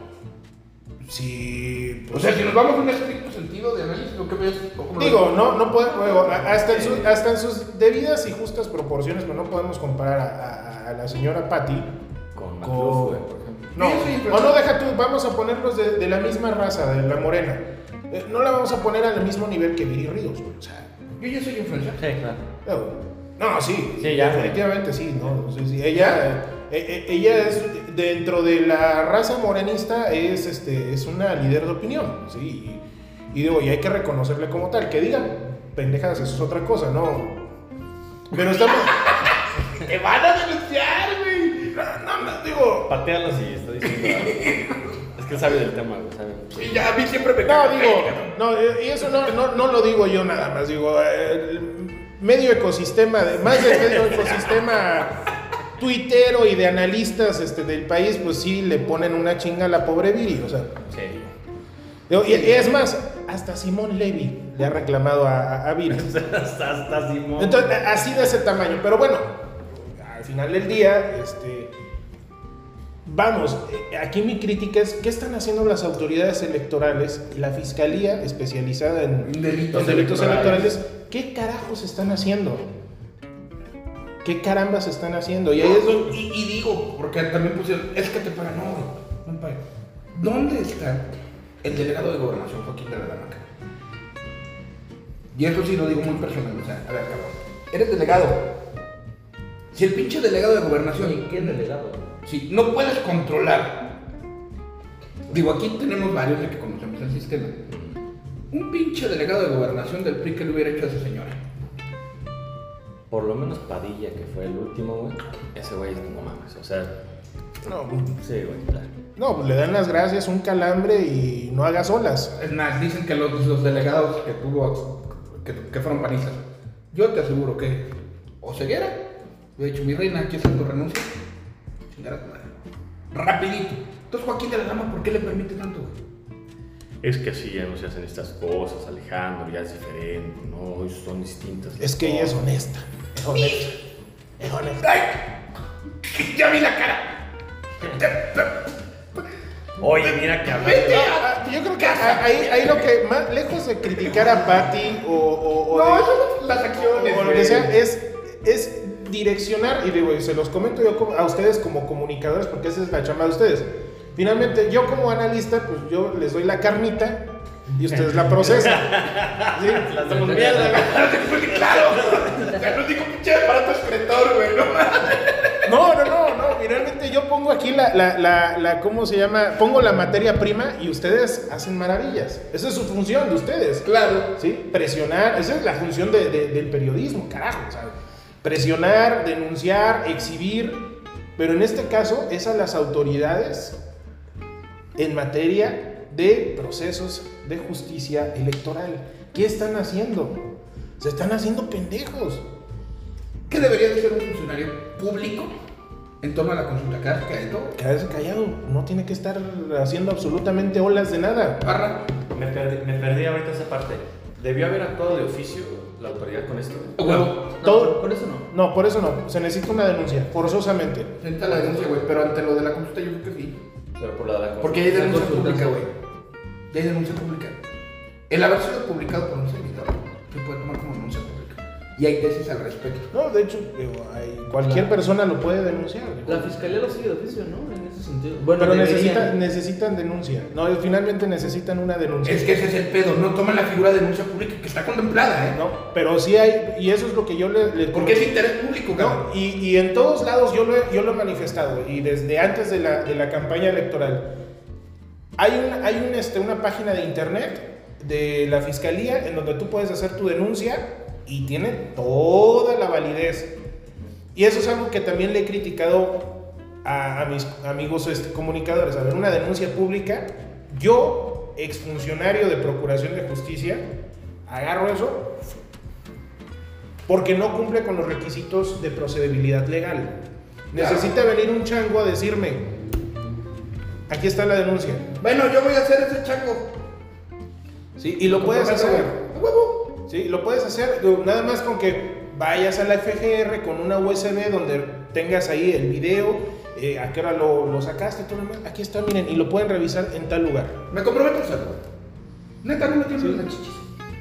Sí, O pues, sea, si nos vamos a un estricto sentido de análisis, lo que ves. ¿cómo lo digo, ves? no, no podemos, digo, a- hasta, en su- hasta en sus debidas y justas proporciones, pero no podemos comparar a, a- a la señora Patti Con con... Macluf, güey, por ejemplo. No, Sí, sí, pero- o no, deja tú, vamos a ponerlos de, de la misma raza, de la morena. Eh, no la vamos a poner al mismo nivel que Viri Ríos, güey, o sea... Yo ya soy influencer. Sí, claro. No, no, sí, Sí, ya. definitivamente sí, no, sí, sí. Ella, eh, eh, ella es dentro de la raza morenista es, este, es una líder de opinión, sí, y, y digo, y hay que reconocerle como tal, que digan pendejadas, eso es otra cosa, no, pero estamos, ¡Te van a denunciar, güey! no, no, digo, Patealo si está diciendo algo. Es que él sabe del tema, güey, sabe. Sí, ya a mí siempre me no, caga. digo, no, eh, y eso no, no, no lo digo yo nada más, digo, el medio ecosistema, de- más del medio ecosistema tuitero y de analistas este, del país, pues sí le ponen una chinga a la pobre Viri, o sea. Sí. Digo, y, y es más, hasta Simón Levy le ha reclamado a, a, a Viri. hasta, hasta Simón. Entonces, así de ese tamaño. Pero bueno, al final del día, este, vamos, eh, aquí mi crítica es, ¿qué están haciendo las autoridades electorales, la fiscalía especializada en Delitos en delitos electorales? electorales? ¿Qué carajos están haciendo? ¿Qué carambas están haciendo? Y ahí es donde... Y, y digo, porque también pusieron, es que te pagan, no, güey, no me pagan. ¿Dónde está el delegado de gobernación, Joaquín de la Damaca? Y eso sí lo digo muy personal, o sea, a ver, cabrón, eres delegado. Si el pinche delegado de gobernación, ¿Y qué delegado? si no puedes controlar, digo, aquí tenemos varios de que conocemos el sistema. Un pinche delegado de gobernación del P R I que le hubiera hecho a esa señora. Por lo menos Padilla, que fue el último, güey. Ese güey es como mames, o sea. No, Sí, güey, claro. no, pues le dan las gracias, un calambre y no hagas olas. Es más, dicen que los, los delegados que tuvo, que, que fueron panistas, yo te aseguro que o ceguera, de hecho mi reina, aquí está tu renuncia, chingar a tu madre, rapidito. Entonces Joaquín de la Dama, ¿por qué le permite tanto, güey? Es que así ya no se hacen estas cosas, Alejandro, ya es diferente, no, son distintas. las Es que ella es cosas. honesta. Es honesta. Es honesta. ¡Ay! ¡Ya vi la cara! Oye, mira que hablando. Vete Ah, a- Yo creo que a- ahí, ahí lo que, más lejos de criticar a Patty o, o, o No, de- eso son las acciones, o lo güey. que sea, es, es direccionar, y digo, y se los comento yo como- a ustedes como comunicadores, porque esa es la chamba de ustedes. finalmente yo como analista, pues yo les doy la carnita y ustedes la procesan. ¿Sí? La hacemos mierda, güey. Claro. Ya no digo pinche aparato excretor, güey, no mames. No, no, no, no. Finalmente yo pongo aquí la, la, la, la, ¿cómo se llama? Pongo la materia prima y ustedes hacen maravillas. Esa es su función de ustedes. Claro. ¿Sí? Presionar, esa es la función de, de, del periodismo, carajo, ¿sabes? Presionar, denunciar, exhibir, pero en este caso es a las autoridades en materia de procesos de justicia electoral. ¿Qué están haciendo? Se están haciendo pendejos. ¿Qué debería de ser un funcionario público en torno a la consulta? ¿Quedarse calladito? Quédese callado, no tiene que estar haciendo absolutamente olas de nada. Barra. Me perdí, me perdí ahorita esa parte. ¿Debió haber actuado de oficio la autoridad con esto? Bueno, No, Todo- por eso no. No, por eso no, se necesita una denuncia, forzosamente. necesita la denuncia, güey, pero ante lo de la consulta yo creo que sí. Pero por la de la Porque hay denuncia consulta, pública, sí. güey. Ya hay denuncia pública. El haber sido publicado por un servidor se puede tomar como denuncia pública. Y hay tesis al respecto. No, de hecho, digo, hay- cualquier Claro. persona lo puede denunciar. digo. La fiscalía lo sigue de oficio, ¿no? En ese sentido. Bueno, Pero deberían. necesita, necesitan denuncia. No, finalmente necesitan una denuncia. Es que ese es el pedo, no toman la figura de denuncia pública que está contemplada, ¿eh? No, pero sí hay, y eso es lo que yo le... le Porque es interés público, cabrón. No, y, y en todos lados yo lo, he, yo lo he manifestado, y desde antes de la, de la campaña electoral. Hay, un, hay un, este, una página de internet de la fiscalía en donde tú puedes hacer tu denuncia y tiene toda la validez. Y eso es algo que también le he criticado a, a mis amigos este, comunicadores. A ver, una denuncia pública, yo, exfuncionario de Procuración de Justicia, agarro eso porque no cumple con los requisitos de procedibilidad legal. Necesita venir un chango a decirme, aquí está la denuncia. Bueno, yo voy a hacer ese chango. ¿Sí? Y lo puedes hacer. A huevo. Sí, lo puedes hacer digo, nada más con que vayas a la F G R con una U S B donde tengas ahí el video, eh, a qué hora lo, lo sacaste, todo lo demás. Aquí está, miren, y lo pueden revisar en tal lugar. Me comprometo a hacerlo. Neta, no me tiemblan las chichis.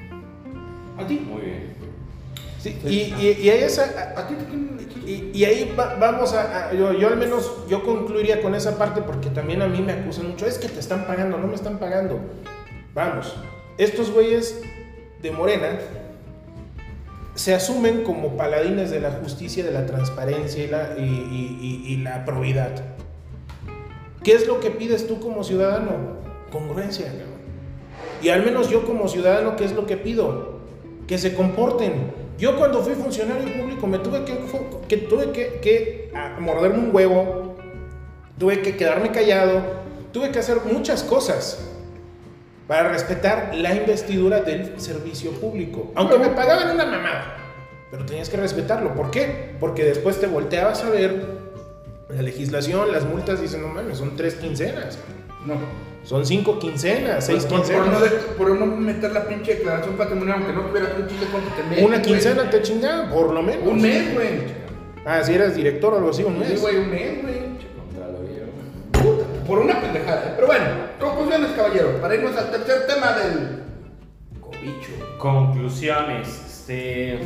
¿A ti? Muy bien. Sí, y, y, y ahí esa, ¿A ti te tiemblan las chichis? y, y ahí va- vamos a, a- yo, yo al menos yo concluiría con esa parte porque también a mí me acusan mucho, es que te están pagando, no me están pagando. Vamos, estos güeyes de Morena se asumen como paladines de la justicia, de la transparencia y la, y, y- y- y la probidad. ¿Qué es lo que pides tú como ciudadano? Congruencia, cabrón. Y al menos yo como ciudadano, ¿qué es lo que pido? Que se comporten. Yo cuando fui funcionario público me tuve que, que, tuve que, que a, morderme un huevo, tuve que quedarme callado, tuve que hacer muchas cosas para respetar la investidura del servicio público. Aunque me pagaban una mamada, pero tenías que respetarlo. ¿Por qué? Porque después te volteabas a ver la legislación, las multas, dicen, no mames, son tres quincenas. No. Son cinco quincenas, seis Por, por, quincenas. no de- por no meter la pinche declaración patrimonial, aunque no tuviera un chile cuánto te metes, Una güey. quincena te chingaban, por lo menos. Un mes, güey. Ah, si eras director o algo así, un Sí, mes. güey, un mes, güey. Contraloría. Puta, por una pendejada. ¿eh? Pero bueno, conclusiones, caballero. Para irnos al tercer tema del cobicho. Conclusiones. Este.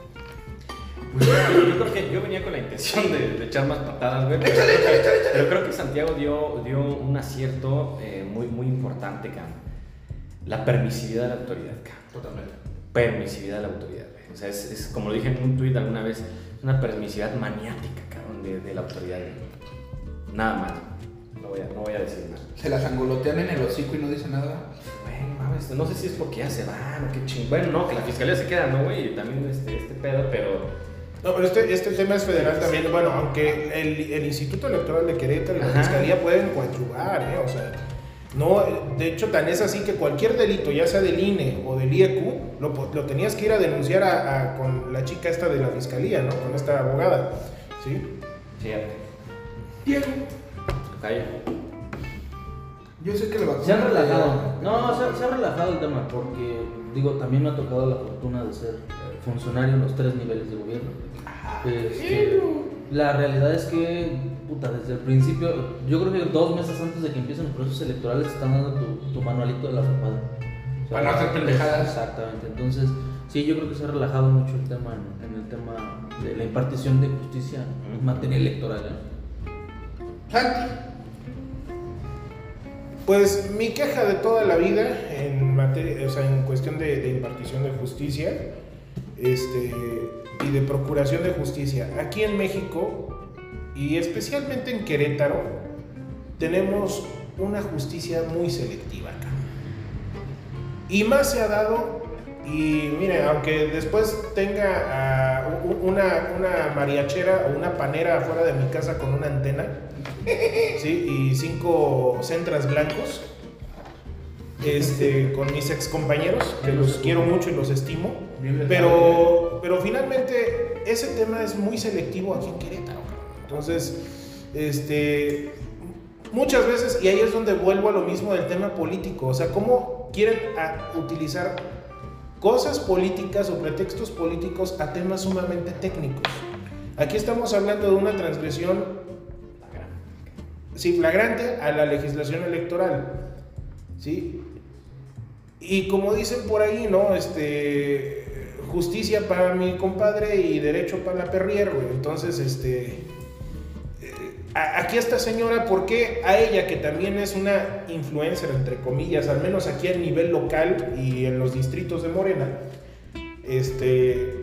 Pues yo, yo creo que yo venía con la intención de, de echar más patadas, güey. Pero, Échale, échale, échale, échale. pero creo que Santiago dio, dio un acierto eh, muy, muy importante, cabrón. La permisividad de la autoridad, cabrón. Totalmente. Permisividad de la autoridad, güey. O sea, es, es como lo dije en un tuit alguna vez, es una permisividad maniática, cabrón, de, de la autoridad, güey. Nada más. No voy, a, no voy a decir nada. Se las angolotean en el hocico y no dicen nada. Bueno, mames, no sé si es porque ya se van o qué ching. Bueno, no, que la fiscalía se queda, ¿no, güey? Y también este, este pedo, pero. No, pero este, este tema es federal también. Bueno, aunque el, el Instituto Electoral de Querétaro y la Ajá. Fiscalía pueden coadyuvar, ¿eh? O sea, no, de hecho, tan es así que cualquier delito, ya sea del I N E o del I E Q, lo, po- lo tenías que ir a denunciar a, a- con la chica esta de la Fiscalía, ¿no? Con esta abogada, ¿sí? Fíjate, Diego, calla. yo sé que le va a Se ha relajado. No, se, ha- se ha relajado el tema porque, digo, también me ha tocado la fortuna de ser eh, funcionario en los tres niveles de gobierno. Este, la realidad es que, puta, desde el principio, yo creo que dos meses antes de que empiecen los procesos electorales te están dando tu, tu manualito de la zapada. O sea, Para no hacer pendejadas. Exactamente. Entonces, sí, yo creo que se ha relajado mucho el tema en, en el tema de la impartición de justicia en materia electoral. ¿eh? Santi, Pues mi queja de toda la vida en materia, o sea, en cuestión de, de impartición de justicia, este, y de procuración de justicia. Aquí en México, y especialmente en Querétaro, tenemos una justicia muy selectiva acá. Y más se ha dado, y mire, aunque después tenga uh, una, una mariachera o una panera afuera de mi casa con una antena, ¿sí? Y cinco centras blancos, este, con mis ex compañeros, que los quiero mucho y los estimo, pero, pero finalmente ese tema es muy selectivo aquí en Querétaro. Entonces, este, muchas veces, y ahí es donde vuelvo a lo mismo del tema político, o sea, cómo quieren a, utilizar cosas políticas o pretextos políticos a temas sumamente técnicos. Aquí estamos hablando de una transgresión, sí, flagrante a la legislación electoral, ¿sí? Y como dicen por ahí, ¿no? Este, justicia para mi compadre y derecho para la perrier, güey. Entonces, este, a, aquí esta señora, ¿por qué a ella, que también es una influencer, entre comillas, al menos aquí a nivel local y en los distritos de Morena, este,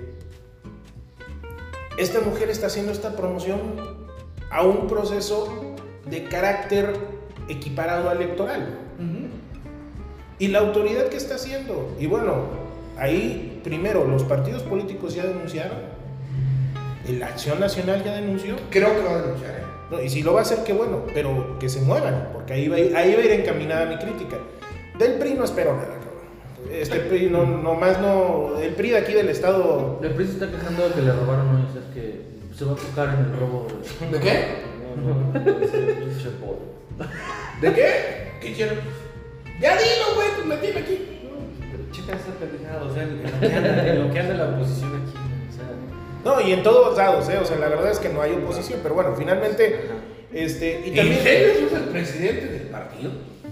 esta mujer está haciendo esta promoción a un proceso de carácter equiparado al electoral? Uh-huh. ¿Y la autoridad qué está haciendo? Y bueno, ahí primero los partidos políticos ya denunciaron, la Acción Nacional ya denunció. Creo que va a denunciar, ¿eh? No, y si lo va a hacer, qué bueno, pero que se muevan, porque ahí va, ahí va a ir encaminada mi crítica. Del P R I no espero nada, cabrón. Este P R I no, no más no, el P R I de aquí del estado. El P R I se está quejando de que le robaron, ¿no? O sea, que se va a tocar en el robo. ¿De qué? No, no, no, ese pinche pollo. ¿De qué? ¿Qué hicieron? Ya dilo, güey, pues me tiene aquí. Pero checa esa pendejada, o sea, en lo que anda, en lo que anda la oposición aquí, o sea. No, y en todos lados, ¿eh? O sea, la verdad es que no hay oposición, pero bueno, finalmente, este, y también... ¿En serio es el presidente del partido?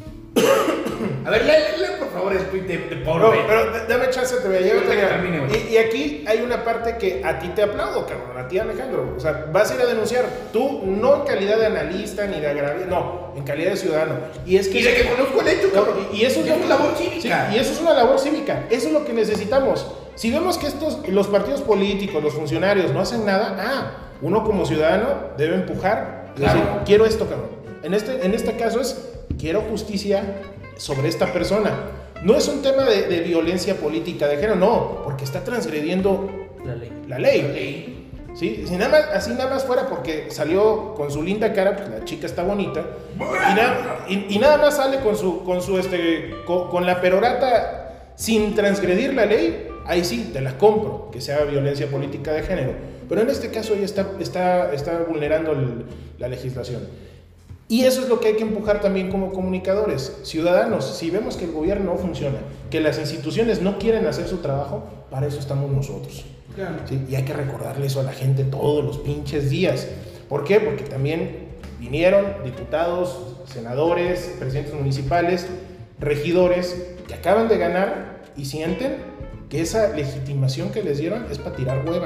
A ver, lee, lee por favor el tweet de, de Pablo. No, pero dame chance, te voy a llevar. Sí, termine, y, y aquí hay una parte que a ti te aplaudo, cabrón, a ti, Alejandro. O sea, vas a ir a denunciar, tú no en calidad de analista ni de agravio, no, en calidad de ciudadano. Y es que... Y de que conozco el hecho, cabrón. Y, y eso es, es una labor cívica. Sí, y eso es una labor cívica, eso es lo que necesitamos. Si vemos que estos, los partidos políticos, los funcionarios no hacen nada, ah, uno como ciudadano debe empujar y claro. decir, quiero esto, cabrón. En este, en este caso es, quiero justicia sobre esta persona. No es un tema de, de violencia política de género, no, porque está transgrediendo La ley. la ley. La ley. ¿Sí? Si nada más, así nada más fuera porque salió con su linda cara, pues la chica está bonita, y, na, y, y nada más sale con su, con su este, con, con la perorata sin transgredir la ley, ahí sí, te la compro, que sea violencia política de género. Pero en este caso ella está, está, está vulnerando el, la legislación. Y eso es lo que hay que empujar también como comunicadores, ciudadanos. Si vemos que el gobierno no funciona, que las instituciones no quieren hacer su trabajo, para eso estamos nosotros. Claro. ¿Sí? Y hay que recordarle eso a la gente todos los pinches días. ¿Por qué? Porque también vinieron diputados, senadores, presidentes municipales, regidores que acaban de ganar y sienten que esa legitimación que les dieron es para tirar hueva.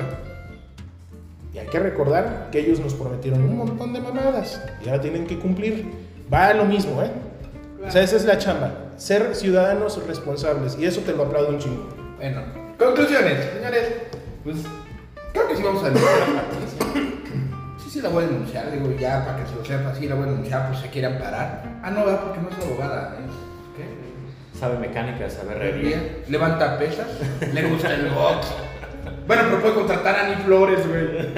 Y hay que recordar que ellos nos prometieron un montón de mamadas y ahora tienen que cumplir. Va a lo mismo, ¿eh? O sea, esa es la chamba, ser ciudadanos responsables, y eso te lo aplaudo un chingo. Bueno, conclusiones, señores. Pues creo que sí vamos a denunciar a Patricia. Sí, sí la voy a denunciar, digo, ya para que se lo sepa, sí la voy a denunciar, pues se quiere amparar. Ah, no, ¿verdad? Porque no es abogada, ¿eh? ¿Qué? Sabe mecánica, sabe herrería. Levanta pesas, le gusta el box. Bueno, pero puede contratar a Ani Flores, güey.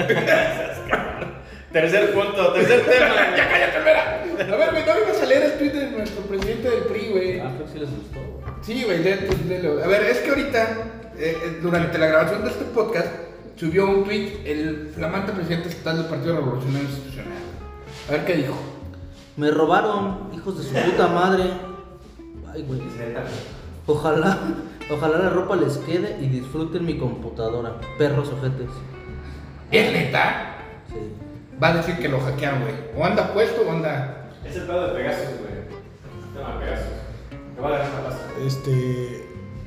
Tercer punto, tercer tema. Ya cállate, mira. A ver, güey, no ibas a leer el tweet de nuestro presidente del P R I, güey. Ah, creo que sí les gustó. Sí, güey, lee, pues, léelo. A ver, es que ahorita, eh, durante la grabación de este podcast, subió un tweet el flamante presidente estatal del Partido Revolucionario Institucional. A ver qué dijo. Me robaron, hijos de su puta madre. Ay, güey. Ojalá, ojalá la ropa les quede y disfruten mi computadora. Perros ojetes. ¿Es neta? Sí. Va a decir que lo hackearon, güey. O anda puesto o anda... Es el pedo de Pegasus, güey. Tema Pegasus. Te va a dar una pasta. Este...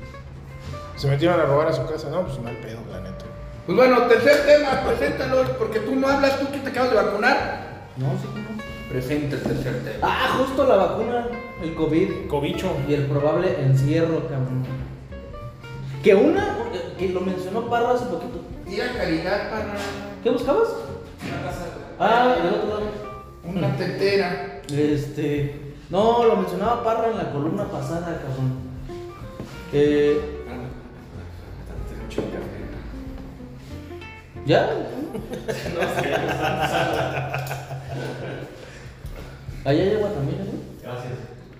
Se metieron a robar a su casa, no, pues mal pedo, la neta. Pues bueno, tercer tema, preséntalo, porque tú no hablas, tú que te acabas de vacunar. No, sí, no. Presenta el tercer tema. Ah, justo la vacuna, el COVID Cobicho. y el probable encierro, cabrón. Que una, que lo mencionó Parra hace poquito. Tira caridad para ¿Qué buscabas? Ah, del otro lado. una tetera. Este. No, lo mencionaba Parra en la columna pasada, cabrón. Eh. ¿Ya? Allá hay agua también, ¿no? Gracias.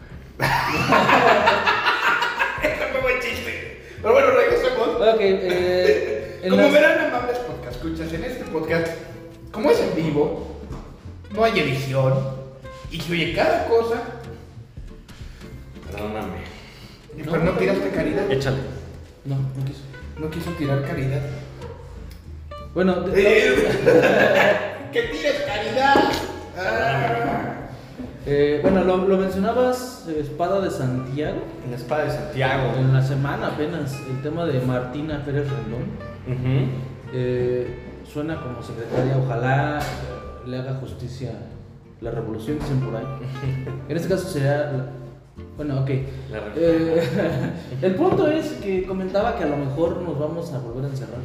Eso fue buen chiste. Pero bueno, regresemos. Ok, eh. en Como las- verán, amables podcast escuchas, en este podcast, como es en vivo, no hay edición y se oye cada cosa. Perdóname. Y pero no tiraste caridad. Échale. No, no quiso. No quiso tirar caridad. Bueno, de- ¡Que tires caridad! Ah. eh, bueno, lo, lo mencionabas, eh, Espada de Santiago. En la espada de Santiago. En la semana apenas, el tema de Martina Pérez Rendón. Ujú. Eh, suena como secretaria, ojalá eh, le haga justicia la revolución, dicen por ahí. En este caso sería. la- Bueno, ok. La re- Eh, el punto es que comentaba que a lo mejor nos vamos a volver a encerrar.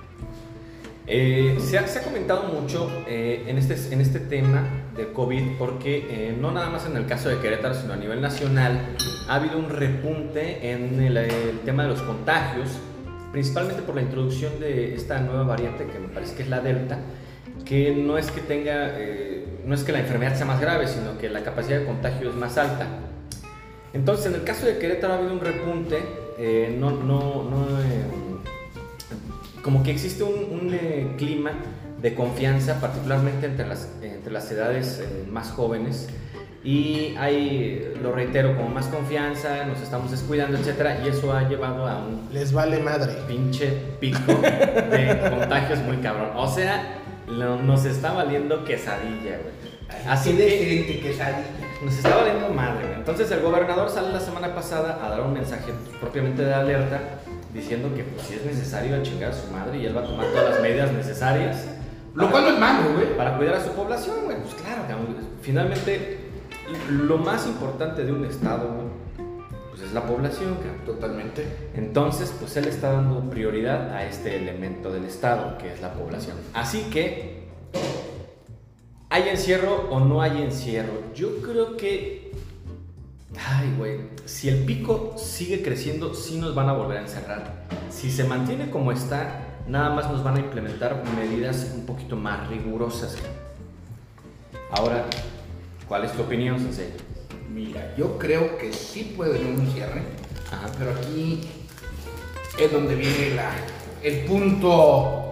Eh, se, ha, se ha comentado mucho eh, en, este, en este tema del COVID porque eh, no nada más en el caso de Querétaro, sino a nivel nacional ha habido un repunte en el, el tema de los contagios, principalmente por la introducción de esta nueva variante que me parece que es la Delta, que no es que tenga, eh, no es que la enfermedad sea más grave, sino que la capacidad de contagio es más alta. Entonces, en el caso de Querétaro ha habido un repunte, eh, no, no, no, eh, como que existe un, un eh, clima de confianza, particularmente entre las, entre las edades eh, más jóvenes, y hay, lo reitero, como más confianza, nos estamos descuidando, etcétera, y eso ha llevado a un Les vale madre. pinche pico de contagios muy cabrón. O sea, lo- nos está valiendo quesadilla, güey. Así Así de de gente quesadilla. nos está valiendo madre, güey. Entonces el gobernador sale la semana pasada a dar un mensaje pues, propiamente de alerta, diciendo que pues, si es necesario a chingar a su madre y él va a tomar todas las medidas necesarias. Lo cual no es malo, güey. Para cuidar a su población, güey. Pues claro, cabrón. Finalmente, lo más importante de un estado, güey, pues es la población, cabrón. Totalmente. Entonces, pues él está dando prioridad a este elemento del estado, que es la población. Así que, ¿hay encierro o no hay encierro? Yo creo que, ay, güey, si el pico sigue creciendo, sí nos van a volver a encerrar. Si se mantiene como está, nada más nos van a implementar medidas un poquito más rigurosas. Ahora, ¿cuál es tu opinión, Sensei? Mira, yo creo que sí puede haber un cierre, Ajá. pero aquí es donde viene la, el punto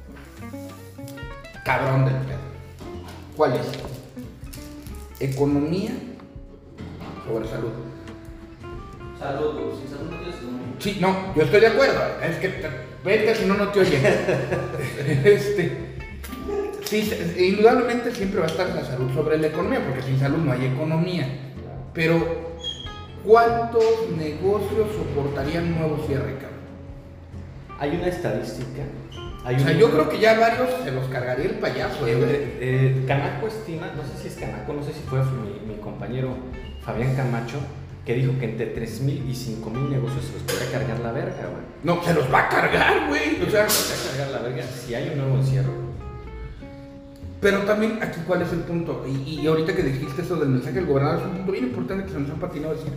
cabrón del pedo. ¿Cuál es? Economía sobre salud. Salud, güey. Sin salud no tienes economía. Sí, no, yo estoy de acuerdo. Es que te- vete, si no, no te oyen. este, sí, se- indudablemente siempre va a estar la salud sobre la economía, porque sin salud no hay economía. Pero, ¿cuántos negocios soportarían un nuevo cierre, cabrón? Hay una estadística. Hay O sea, un- yo creo que ya varios se los cargaría el payaso, Eh, güey. eh, eh, Canaco estima, no sé si es Canaco, no sé si fue mi, mi compañero Fabián Camacho, que dijo que entre tres mil y cinco mil negocios se los podría cargar la verga, güey. No, se los va a cargar, güey. O sea, Se va a cargar la verga si hay un nuevo encierro. pero también aquí, ¿cuál es el punto? Y, y ahorita que dijiste eso del mensaje del gobernador, es un punto bien importante que se nos ha patinado decir.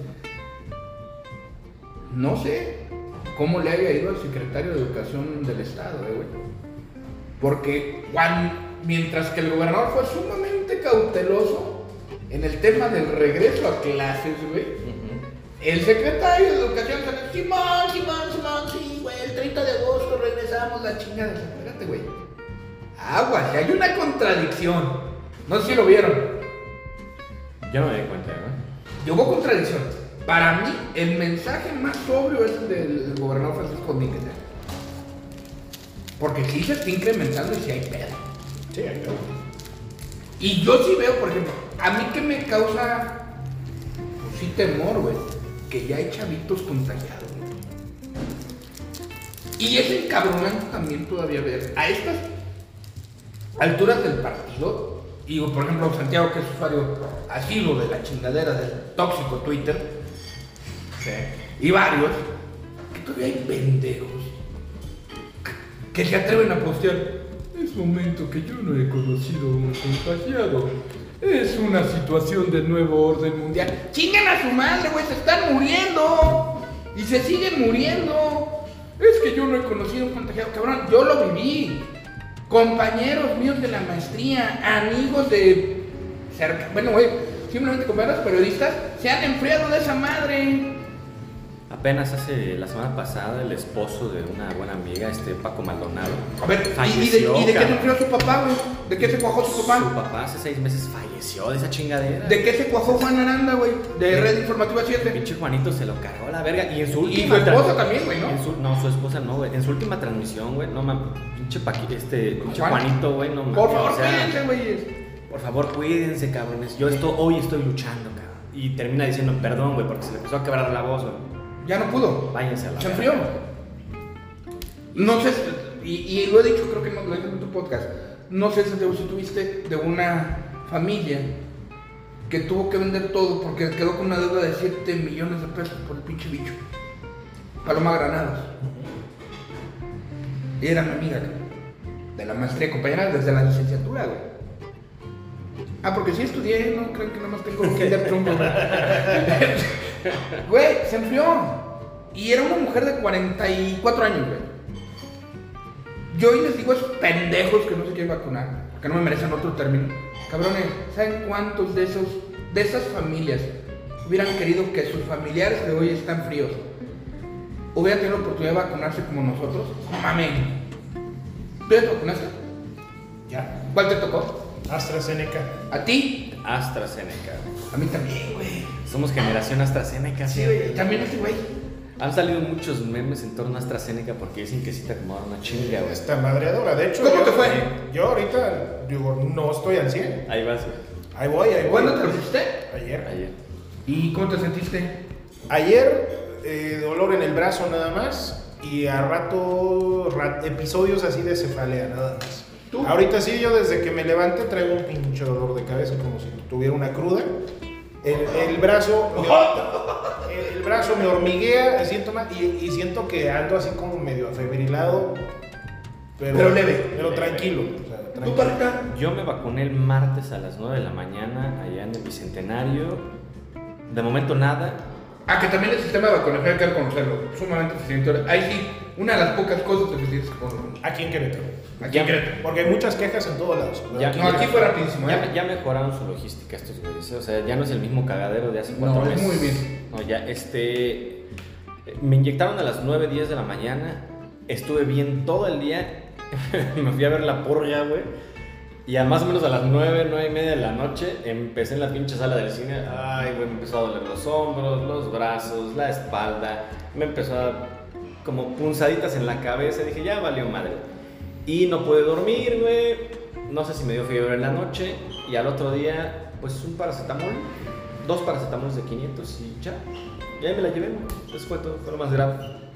No sé cómo le haya ido al secretario de Educación del Estado, eh, güey. Porque cuan- mientras que el gobernador fue sumamente cauteloso en el tema del regreso a clases, güey, el secretario de Educación salió, Simón, Simón, Simón, sí, güey, el treinta de agosto regresamos la chingada. Espérate, güey. Agua, si hay una contradicción. No sé si lo vieron. Yo no me di cuenta, ¿no? Hubo contradicción. Para mí, el mensaje más sobrio es el del gobernador Francisco Domínguez. ¿eh? Porque sí se está incrementando y sí hay pedo. Sí, ahí está. Y yo sí veo, por ejemplo, a mí que me causa, pues sí, temor, güey, que ya hay chavitos contagiados, güey. Y es encabronante también todavía ver a estas alturas del partido y por ejemplo Santiago, que es usuario asilo de la chingadera del tóxico Twitter, Sí. y varios, que todavía hay pendejos que se atreven a postear. Es momento que yo no he conocido un contagiado. Es una situación del nuevo orden mundial. ¡Chingan a su madre, güey! ¡Se están muriendo! Y se siguen muriendo. Es que yo no he conocido un contagiado, cabrón. Yo lo viví. Compañeros míos de la maestría, amigos de cerca, bueno, güey, simplemente compañeros periodistas se han enfriado de esa madre. Apenas hace la semana pasada el esposo de una buena amiga, este Paco Maldonado, A ver, ¿y, y de, falleció, y de qué se cabrón. enfrió su papá, güey? ¿De qué se cuajó su Su papá? papá hace seis meses falleció de esa chingadera. ¿De qué se cuajó Juan Aranda, güey? De De- Red Informativa siete. Pinche Juanito se lo cargó a la verga. Y en su Y última su esposa tran- también, güey, ¿no? en su- no, su esposa no, güey. En su última transmisión, güey, no mames. Pinche Paqui, este, pinche Juan. Juanito, güey, no mames. Por favor, o sea, cuídense, güeyes. por favor, cuídense, cabrones. Yo esto, hoy estoy luchando, cabrón. Y termina diciendo perdón, güey, porque se le empezó a quebrar la voz, güey. Ya no pudo. Váyanse a la Se verga. enfrió. No sé, si- y, y lo he dicho, creo que no lo he dicho en tu podcast. No sé si si tuviste de una familia que tuvo que vender todo porque quedó con una deuda de siete millones de pesos por el pinche bicho. Paloma Granados. Y era mi amiga, de la maestría, compañera desde la licenciatura, güey. Ah, porque sí estudié, no creen que nada más tengo que dar trompo, güey. Güey, se enfrió. Y era una mujer de cuarenta y cuatro años, güey. Yo hoy les digo a esos pendejos que no se quieren vacunar, porque no me merecen otro término. Cabrones, ¿saben cuántos de esos, de esas familias hubieran querido que sus familiares de hoy están fríos hubieran tenido la oportunidad de vacunarse como nosotros? No mames. ¿Tú ya te vacunaste? Ya. ¿Cuál te tocó? AstraZeneca. ¿A ti? AstraZeneca, güey. A mí también, güey. Somos generación AstraZeneca, Sí, sí. güey. También este güey. Han salido muchos memes en torno a AstraZeneca porque dicen que sí te acomodaron una chinga, güey. Está madreadora. De hecho, ¿Cómo yo, te fue? Yo ahorita, digo, no estoy al cien. Ahí vas, güey. Ahí voy, ahí voy. ¿Cuándo te lo hiciste? Ayer. Ayer. ¿Y cómo te sentiste? Ayer, eh, dolor en el brazo nada más. Y a rato, ra- episodios así de cefalea nada más. ¿Tú? Ahorita sí, yo desde que me levanté traigo un pinche dolor de cabeza como si tuviera una cruda. El, el brazo me, el, el brazo me hormiguea, siento mal, y, y siento que ando así como medio afebrilado. Pero, Pero leve. Pero tranquilo. O sea, ¿Tú, tranquilo. Parita? Yo me vacuné el martes a las nueve de la mañana allá en el Bicentenario. De momento nada. Ah, que también el sistema de vacunación hay que reconocerlo. Sumamente eficiente. Ahí sí, una de las pocas cosas eficientes que podemos. Aquí en Querétaro. Aquí en Querétaro. Porque hay muchas quejas en todos lados. Ya- No, aquí fue rapidísimo, Ya, ¿eh? ya mejoraron su logística estos güeyes. ¿eh? O sea, ya no es el mismo cagadero de hace cuatro No, es meses. muy bien. No, ya este. Me inyectaron a las nueve, diez de la mañana. Estuve bien todo el día. Me fui a ver la purga, güey. Y a más o menos a las nueve, nueve y media de la noche empecé en la pinche sala del cine. Ay, güey, me empezó a doler los hombros, los brazos, la espalda. Me empezó a como punzaditas en la cabeza. Dije, ya valió madre. Y no pude dormir, güey. No sé si me dio fiebre en la noche. Y al otro día, pues un paracetamol. Dos paracetamoles de quinientos y ya. Y ahí me la llevé, güey. Eso fue todo, fue lo más grave.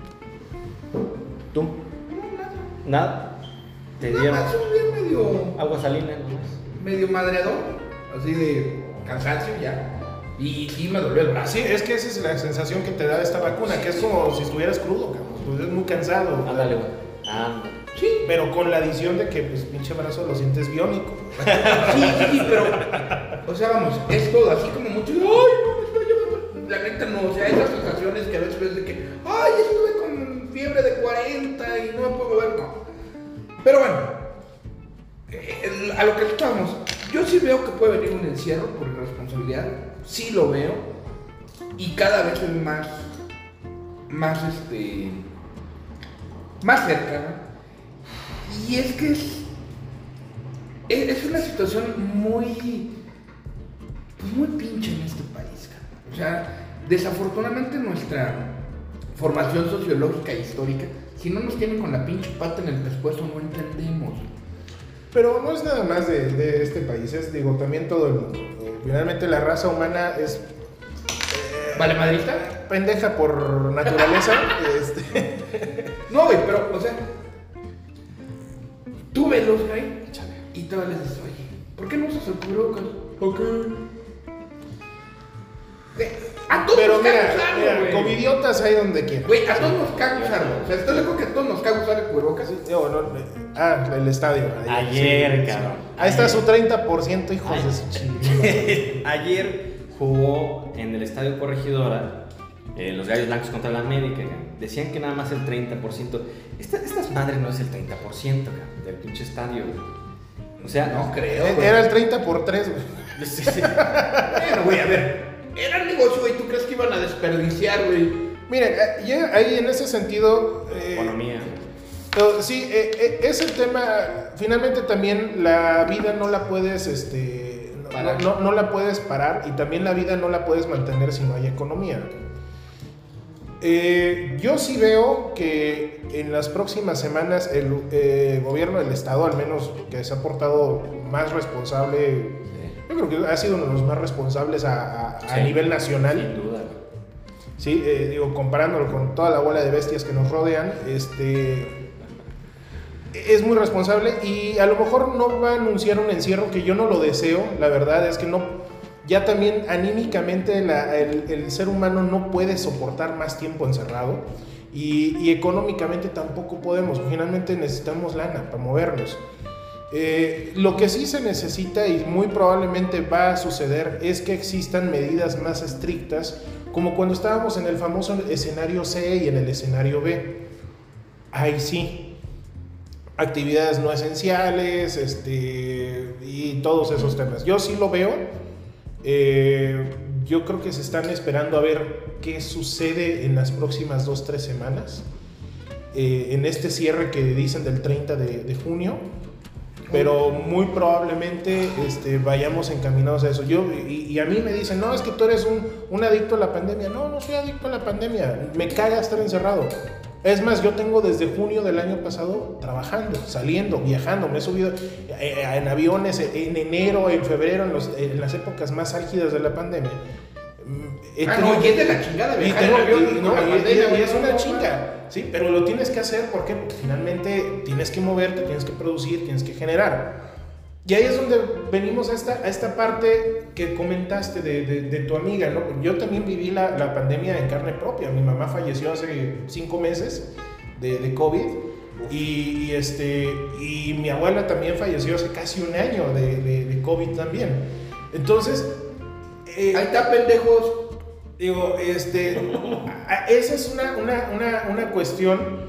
¿Tú? ¿Nada? ¿Te Nada dieron más un día medio, agua salina nomás? medio madreador, así de cansancio ya. Y sí me dolió el brazo. Sí, es que esa es la sensación que te da esta vacuna, que es como si estuvieras crudo, cabrón. Estuvieras muy cansado. Ándale, güey. Ándale. Sí, Pero con la adición de que, pues, pinche brazo lo sientes biónico. sí, sí, sí, pero. O sea, vamos, es todo así como mucho. ¡Ay, no me estoy llevando! La neta no, o sea, esas sensaciones que a veces ves de que. ¡Ay, estuve con fiebre de cuarenta y no me puedo ver! No. Pero bueno, eh, a lo que estamos, yo sí veo que puede venir un encierro por irresponsabilidad, sí lo veo, y cada vez es más, más este, más cerca, ¿no? Y es que es, es, es una situación muy, pues muy pinche en este país, cabrón. O sea, desafortunadamente nuestra formación sociológica e histórica, si no nos tienen con la pinche pata en el pescuezo, no entendemos. Pero no es nada más de, de este país, es, digo, también todo el mundo. Finalmente la raza humana es eh, ¿Vale, madrista? pendeja por naturaleza. este, No, güey, pero, o sea, tú velos, güey, y todavía les dices, oye, ¿por qué no usas el cubrebocas? Ok. A todos Pero nos mira, caga usarlo, mira, güey. como idiotas hay donde quieran. Güey, a todos nos caga usarlo. O sea, ¿estás loco que a todos nos caga usar el cubrebocas? Yo, no, ah, el estadio. Ayer, sí, cabrón. sí. Ahí está su treinta por ciento, hijos Ay. de su chingada. Ayer jugó en el Estadio Corregidora eh, los Gallos Blancos contra la América. ¿no? Decían que nada más el treinta por ciento. Esta, estas madres no es el treinta por ciento ¿no? del pinche estadio. ¿no? O sea, No creo, güey. Era el treinta por tres, güey. Sí, sí. Bueno, güey, a ver. Era negocio, güey. ¿Tú crees que iban a desperdiciar, güey? Miren, eh, ya ahí en ese sentido. eh, Economía. Pero sí, eh, eh, ese tema, finalmente también la vida no la puedes, este, no, Parar. no, no la puedes parar y también la vida no la puedes mantener si no hay economía. Eh, yo sí veo que en las próximas semanas el eh, gobierno del estado, al menos que se ha portado más responsable, yo creo que ha sido uno de los más responsables a, a, a Sí, nivel nacional. Sin duda. Sí, eh, digo, comparándolo con toda la bola de bestias que nos rodean, este es muy responsable y a lo mejor no va a anunciar un encierro, que yo no lo deseo. La verdad es que no, ya también anímicamente la, el, el ser humano no puede soportar más tiempo encerrado y, y económicamente tampoco podemos. Finalmente necesitamos lana para movernos. Eh, lo que sí se necesita y muy probablemente va a suceder es que existan medidas más estrictas, como cuando estábamos en el famoso escenario C y en el escenario B. Ahí sí, actividades no esenciales, este, y todos esos temas. Yo sí lo veo. Eh, yo creo que se están esperando a ver qué sucede en las próximas dos, tres semanas, eh, en este cierre que dicen del treinta de, de junio. Pero muy probablemente este, vayamos encaminados a eso. Yo, y, y a mí me dicen, no, es que tú eres un, un adicto a la pandemia. No, no soy adicto a la pandemia. Me caga estar encerrado. Es más, yo tengo desde junio del año pasado trabajando, saliendo, viajando. Me he subido eh, en aviones en enero, en febrero, en, los, en las épocas más álgidas de la pandemia. He Ah, tenido- no, y es de la chingada y, viajar tengo- en avión y- con no, la y- pandemia, y- y güey, es no, una no, chinga, sí, pero lo tienes que hacer. ¿Por qué? Porque finalmente tienes que moverte, tienes que producir, tienes que generar. Y ahí es donde venimos a esta, a esta parte que comentaste de, de, de tu amiga, ¿no? Yo también viví la, la pandemia en carne propia. Mi mamá falleció hace cinco meses de, de COVID y, y, este, y mi abuela también falleció hace casi un año de, de, de COVID también. Entonces, eh, Ahí está, pendejos. digo, este, a- a- esa es una, una, una, una cuestión.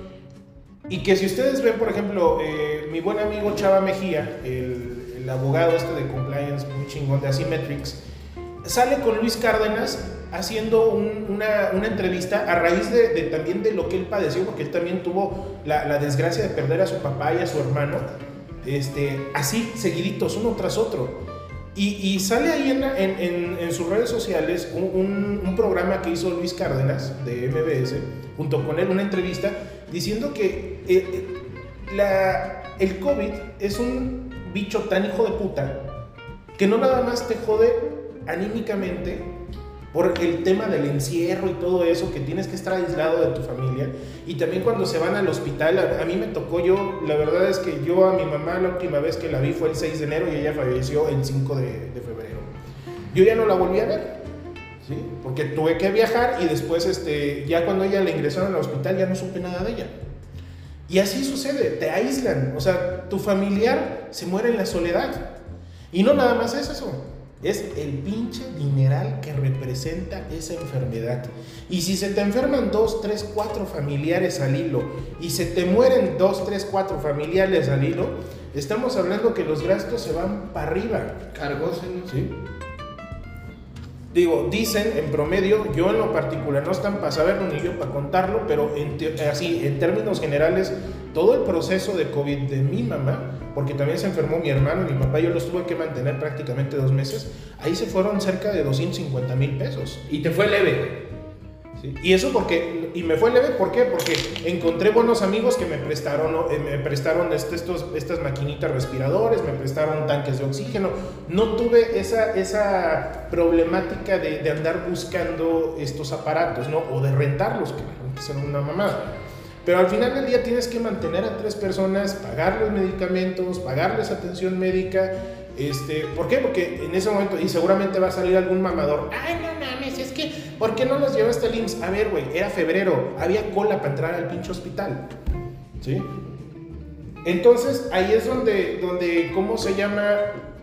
Y que si ustedes ven, por ejemplo, eh, mi buen amigo Chava Mejía, el, el abogado este de compliance muy chingón de Asymmetrics, sale con Luis Cárdenas haciendo un- una, una entrevista a raíz de, de también de lo que él padeció, porque él también tuvo la, la desgracia de perder a su papá y a su hermano, este, así, seguiditos, uno tras otro. Y, y sale ahí en, en, en, en sus redes sociales un, un, un programa que hizo Luis Cárdenas de M B S, junto con él, una entrevista, diciendo que eh, la, el COVID es un bicho tan hijo de puta que no nada más te jode anímicamente por el tema del encierro y todo eso, que tienes que estar aislado de tu familia, y también cuando se van al hospital. A, a mí me tocó, yo, la verdad es que yo a mi mamá la última vez que la vi fue el seis de enero y ella falleció el cinco de, de febrero. Yo ya no la volví a ver, ¿sí? Porque tuve que viajar y después, este, ya cuando ella la ingresaron al hospital ya no supe nada de ella. Y así sucede, te aíslan, o sea, tu familiar se muere en la soledad. Y no nada más es eso, es el pinche dineral que representa esa enfermedad. Y si se te enferman dos, tres, cuatro familiares al hilo y se te mueren dos, tres, cuatro familiares al hilo, estamos hablando que los gastos se van para arriba. Cargósenos. ¿Sí? Digo, dicen en promedio, yo en lo particular, no están para saberlo ni yo para contarlo, pero en te- así, en términos generales, todo el proceso de COVID de mi mamá, porque también se enfermó mi hermano y mi papá, yo los tuve que mantener prácticamente dos meses, ahí se fueron cerca de doscientos cincuenta mil pesos. Y te fue leve. ¿Sí? Y eso porque, y me fue leve, ¿por qué? Porque encontré buenos amigos que me prestaron, eh, me prestaron este, estos, estas maquinitas respiradores, me prestaron tanques de oxígeno. No tuve esa, esa problemática de, de andar buscando estos aparatos, ¿no? O de rentarlos, que antes era una mamada. Pero al final del día tienes que mantener a tres personas, pagarles medicamentos, pagarles atención médica, Este, ¿por qué? Porque en ese momento, y seguramente va a salir algún mamador, ay, no mames, es que, ¿por qué no los llevaste al I M S S? A ver, güey, era febrero, había cola para entrar al pinche hospital, ¿sí? Entonces, ahí es donde, donde, ¿cómo se llama?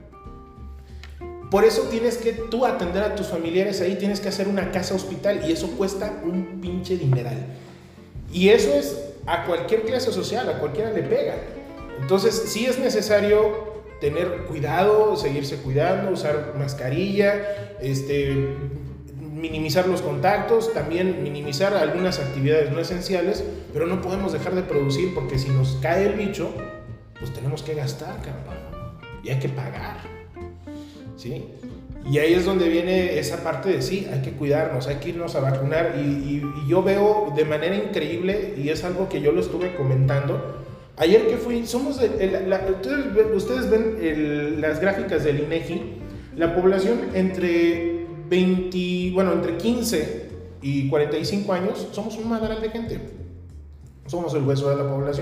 Por eso tienes que tú atender a tus familiares ahí, tienes que hacer una casa hospital, y eso cuesta un pinche dineral. Y eso es a cualquier clase social, a cualquiera le pega. Entonces, sí es necesario tener cuidado, seguirse cuidando, usar mascarilla, este, minimizar los contactos, también minimizar algunas actividades no esenciales, pero no podemos dejar de producir porque si nos cae el bicho, pues tenemos que gastar, caramba, y hay que pagar, ¿sí? Y ahí es donde viene esa parte de sí, hay que cuidarnos, hay que irnos a vacunar, y, y, y yo veo de manera increíble, y es algo que yo lo estuve comentando. Ayer que fui, somos de, el, la, ustedes, ven, ustedes ven el, las gráficas del INEGI, la población entre veinte, bueno, entre quince y cuarenta y cinco años, somos un madral de gente. Somos el hueso de la población.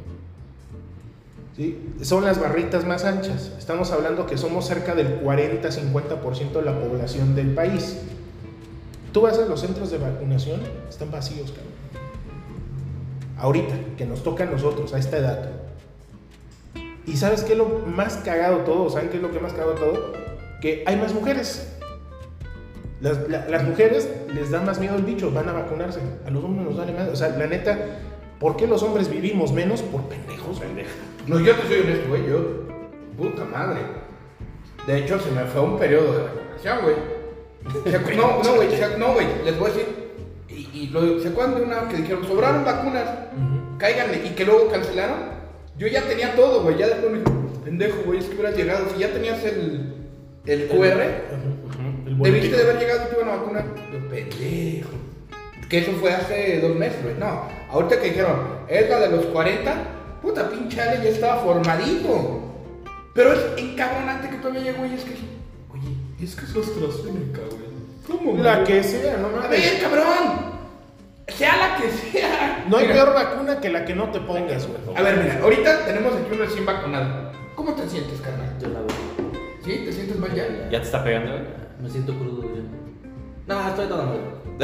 ¿Sí? Son las barritas más anchas. Estamos hablando que somos cerca del cuarenta a cincuenta por ciento de la población del país. Tú vas a los centros de vacunación, están vacíos, cabrón. Ahorita, que nos toca a nosotros, a esta edad. ¿Y sabes qué es lo más cagado todo? ¿Saben qué es lo que más cagado todo? Que hay más mujeres. Las, la, las mujeres les da más miedo el bicho, van a vacunarse. A los hombres nos vale más. O sea, la neta, ¿por qué los hombres vivimos menos? Por pendejos, pendejos. No, yo te soy honesto, güey, yo, puta madre. De hecho, se me fue un periodo de vacunación, güey. No, no, güey, no, güey, les voy a decir. Y, y lo, ¿se acuerdan de una que dijeron, sobraron vacunas, uh-huh. cáiganle, y que luego cancelaron? Yo ya tenía todo, güey, ya después me dijo, pendejo, güey, es que hubieras llegado, si ya tenías el, el Q R, uh-huh. uh-huh. debiste de haber llegado y te iban a vacunar. Yo, pendejo. Que eso fue hace dos meses, güey, no, ahorita que dijeron, es la de los cuarenta, puta pinche Ale ya estaba formadito. Pero es encabronante que todavía llegó y es que, oye, es que es AstraZeneca, güey. ¿Cómo? La que sea, no mames. A ver, cabrón. Sea la que sea. No hay mira, peor vacuna que la que no te pongas, güey. A ver, mira, ahorita tenemos aquí un recién vacunado. ¿Cómo te sientes, carnal? Yo la veo. ¿Sí? ¿Te sientes mal ya? ¿Ya te está pegando, güey? Me siento crudo ya. No, estoy todo mal.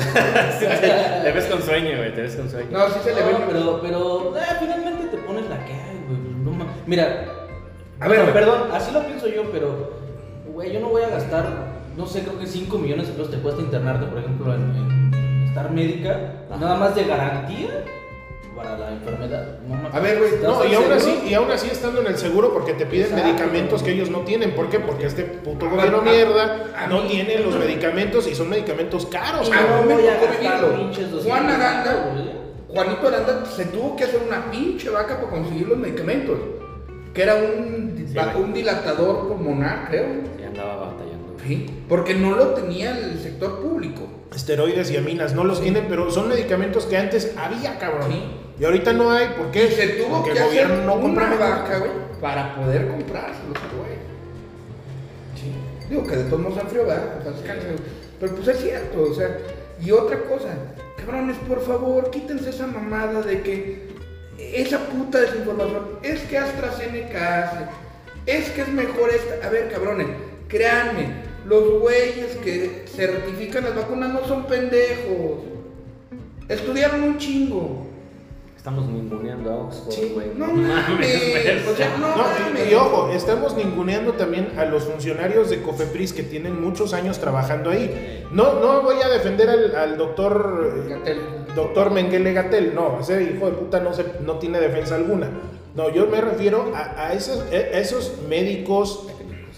Te ves con sueño, güey, te ves con sueño. No, sí se le ve. No, pero, pero, eh, finalmente te pones la que hay, güey. No, ma- Mira, a ver, bueno, güey. perdón, así lo pienso yo, pero, güey, yo no voy a gastar, no sé, creo que cinco millones de pesos te cuesta internarte, por ejemplo, en, en estar médica, Ajá. nada más de garantía para la enfermedad. No, ma- A ver, güey, ¿estás No, y aún seguro? así, y aún así estando en el seguro porque te piden Exacto. medicamentos que ellos no tienen. ¿Por qué? Porque este puto A- gobierno a- mierda a no mí- tiene los medicamentos y son medicamentos caros, Y Ah, cabrón. no me voy a tocó gastar vivirlo. pinches doscientos Juan Aranda, güey. Juanito Aranda se tuvo que hacer una pinche vaca para conseguir los medicamentos. Que era un, Sí, va- güey. un dilatador pulmonar, creo. Ya andaba batallando. Sí, porque no lo tenía el sector público. Esteroides y aminas no los Sí. tienen, pero son medicamentos que antes había, cabrón. Sí. Y ahorita no hay. ¿Por qué? Y se tuvo Porque que el hacer gobierno no compra una medicamentos. vaca, güey, para poder comprárselos, güey. Sí. Digo que de todos modos se enfrió, ¿verdad? O sea, descansa, güey. Pero pues es cierto, o sea. Y otra cosa, cabrones, por favor, quítense esa mamada de que esa puta desinformación, es que AstraZeneca hace, es que es mejor esta. A ver, cabrones, créanme, los güeyes que certifican las vacunas no son pendejos. Estudiaron un chingo. Estamos ninguneando a Oxford, Sí, güey. no mames, o sea, no No, mames. y, y ojo, estamos ninguneando también a los funcionarios de COFEPRIS que tienen muchos años trabajando ahí. No, no voy a defender al, al doctor eh, Gatell. doctor Mengele Gatell, no, ese hijo de puta no, se, no tiene defensa alguna. No, yo me refiero a, a, esos, a esos médicos,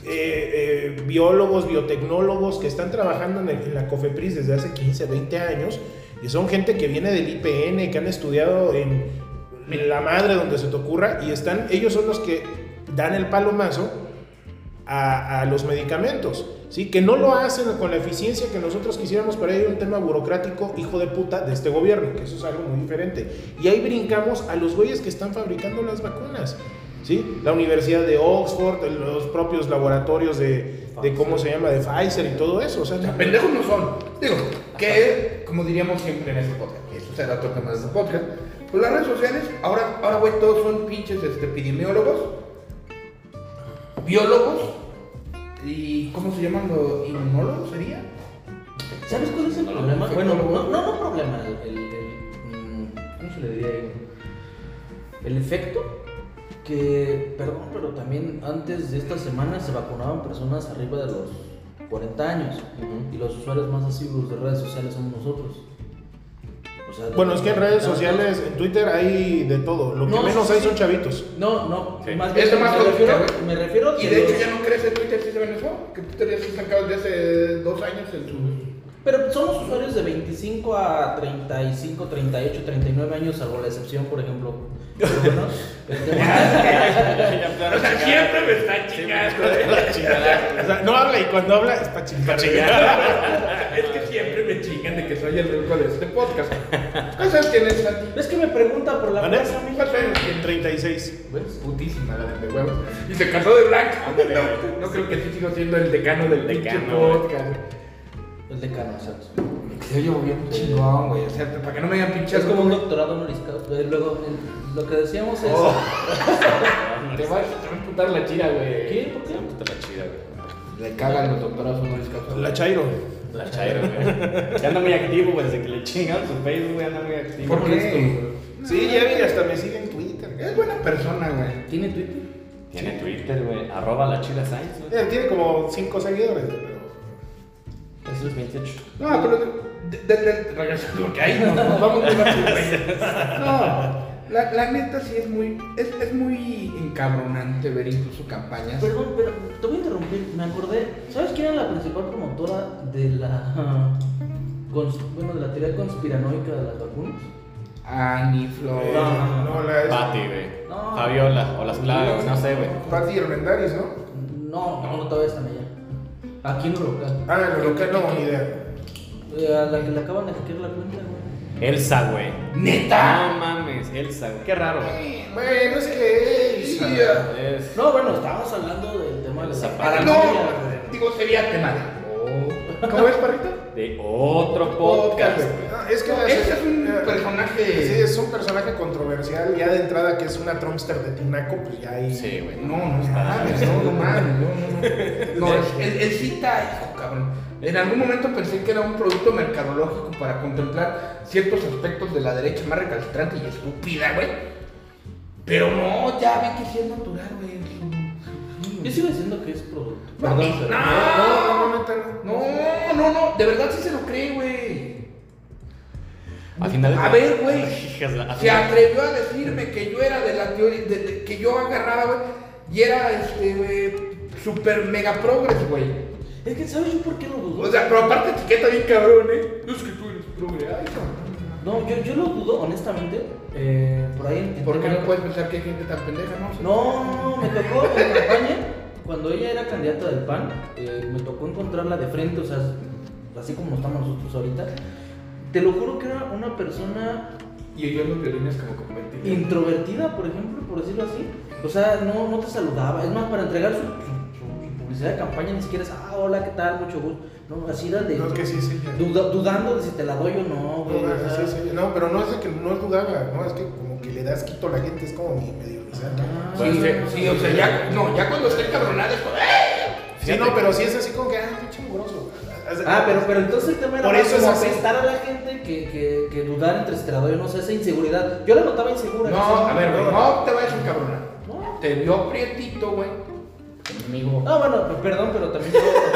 eh, eh, biólogos, biotecnólogos que están trabajando en, el, en la COFEPRIS desde hace quince, veinte años. Y son gente que viene del I P N, que han estudiado en, en la madre donde se te ocurra, y están, ellos son los que dan el palomazo a, a los medicamentos, ¿sí? Que no lo hacen con la eficiencia que nosotros quisiéramos, para ello un tema burocrático, hijo de puta, de este gobierno, que eso es algo muy diferente. Y ahí brincamos a los güeyes que están fabricando las vacunas, ¿sí? La Universidad de Oxford, los propios laboratorios de, de ¿cómo se llama? De Pfizer y todo eso, o sea, O sea, pendejos no son. Digo, que como diríamos siempre en este podcast, eso será otro tema de este podcast, pues las redes sociales, ahora, ahora güey, todos son pinches este, epidemiólogos, biólogos, ¿Y cómo se llaman los inmunólogos? ¿Sería? ¿Sabes cuál es el No, problema? no, Bueno, no, no, no. no, no problema, el, el, el, mm, ¿cómo se le diría? El efecto que, perdón, pero también antes de esta semana se vacunaban personas arriba de los cuarenta años Ujú. y los usuarios más asiduos de redes sociales somos nosotros. O sea, Bueno, es que en redes tantos- sociales, en Twitter hay de todo. Lo que No, menos sí, hay sí. son chavitos. No, no, Sí. más Es bien de más me, lógica, refiero, güey. me refiero Y que de hecho los- ya no crece Twitter, ¿sí saben eso? Que Twitter ya se estancado desde hace dos años en su... Pero somos usuarios de veinticinco a treinta y cinco, treinta y ocho, treinta y nueve años, salvo la excepción, por ejemplo. Pero bueno, el tema- O sea, siempre me está chingando. O sea, no habla y cuando habla es para chingar. Es que siempre me chingan de que soy el rico de este podcast. ¿Cuántos tienes, Santi? Es que me pregunta por la ¿Vale? fuerza, amigo. En treinta y seis. ¿Ves? Putísima la de huevos. Y se casó de blanco. No, no creo que sí sigo siendo el decano del pinche Decano, güey. podcast. El decano, exacto. Se oye bien chingón, güey. O sea, para que no me digan pinches. Es como un güey. doctorado honoris causa. Eh, Luego, el- lo que decíamos es. Oh. Te va, te va a emputar la chira, güey. ¿Qué? ¿Por qué? Puta la chida, güey. Le cagan los doctorados honoris causa. La Chairo. La Chairo, güey. Ya anda muy activo, güey. Desde que le chingan su Facebook, güey, anda muy activo. ¿Por qué? Sí, ya vi, hasta me sigue en Twitter. Es buena persona, güey. ¿Tiene Twitter? Tiene Twitter, güey. Arroba la chida Science, güey. Eh, Tiene como cinco seguidores, pero. Es los veintiocho. No, pero de, de, de, regresando, porque ahí nos, nos vamos muy rápido, güey. No, la, la neta sí es muy, es, es muy encabronante ver incluso campañas. Perdón, pero te voy a interrumpir. Me acordé. ¿Sabes quién era la principal promotora de la. cons- bueno, de la teoría conspiranoica de las vacunas? Aniflo. Eh, No. no, la es. Pati, güey. No. Fabiola. O las claves, no sé, güey. Pati Hernández, ¿no? No, no, no todavía están allá. Aquí en lo local. Ah, en lo local no, ni idea. Eh, a la que le acaban de hackear la cuenta, güey. Elsa, güey. ¿Neta? No mames, Elsa, güey. Qué raro, güey. Bueno, es que. Sí, Elsa. ya. Es... No, bueno, estábamos hablando del tema de la Zapato. Para no, digo, sería tema de. ¿Cómo es, Parrita? De otro podcast, güey. güey. Ah, es que Ese es un eh, personaje. Sí, es un personaje controversial. Ya de entrada que es una Trumpster de Tinaco, pues ya ahí. Sí, güey. No, no mames, no, no mames, no, no, no. No, es- el, el cita, hijo, cabrón. En algún momento pensé que era un producto mercadológico para contemplar ciertos aspectos de la derecha más recalcitrante y estúpida, güey. Pero no, ya ve que sí es natural, güey. Yo sigo diciendo que es producto. No, Perdón, no, pero- No, no, neta, no. no, no, no, de verdad sí se lo cree, güey. A final de A ver, güey. Hijas de la- a Se final- atrevió a decirme que yo era de la teoría, de- de- que yo agarraba, güey, y era, este, güey, super mega progres, güey. Es que, ¿sabes yo por qué lo dudo? O sea, pero aparte etiqueta bien cabrón, ¿eh? No es que tú eres progre, ay, cabrón. No, yo, yo lo dudo, honestamente. Eh, por ahí en- en ¿Por qué tema- no puedes pensar que hay gente tan pendeja, no? No, no, no, me tocó en campaña, cuando ella era candidata del P A N, eh, me tocó encontrarla de frente, o sea, así como estamos nosotros ahorita. Te lo juro que era una persona Y yo los violines como convertidos. introvertida, por ejemplo, por decirlo así. O sea, no, no te saludaba. Es más, para entregar su, su- su- su publicidad de campaña ni siquiera es, ah, hola, ¿qué tal? Mucho gusto. No, así era de... No, es que sí, sí. ya. duda- dudando de si te la doy o no, güey. No, o sea. sí, sí. No, pero no es de que no es dudaba, no, es que como que le das quito a la gente, es como mi medio risata. Ah, Sí, sí, sí, o sea, ya, no, ya cuando esté cabronada es como, ¡eh! Sí, no, pero sí es así como que, ah, pinche mugroso. Ah, pero, pero entonces el tema era Por más eso es como así. apestar a la gente que, que, que dudar entre si te la doy o no, o sea, esa inseguridad. Yo la notaba insegura. No, o sea, a ver, güey, no te vayas a encabronar. No. Te vio prietito, güey. Amigo. No, bueno, perdón, pero también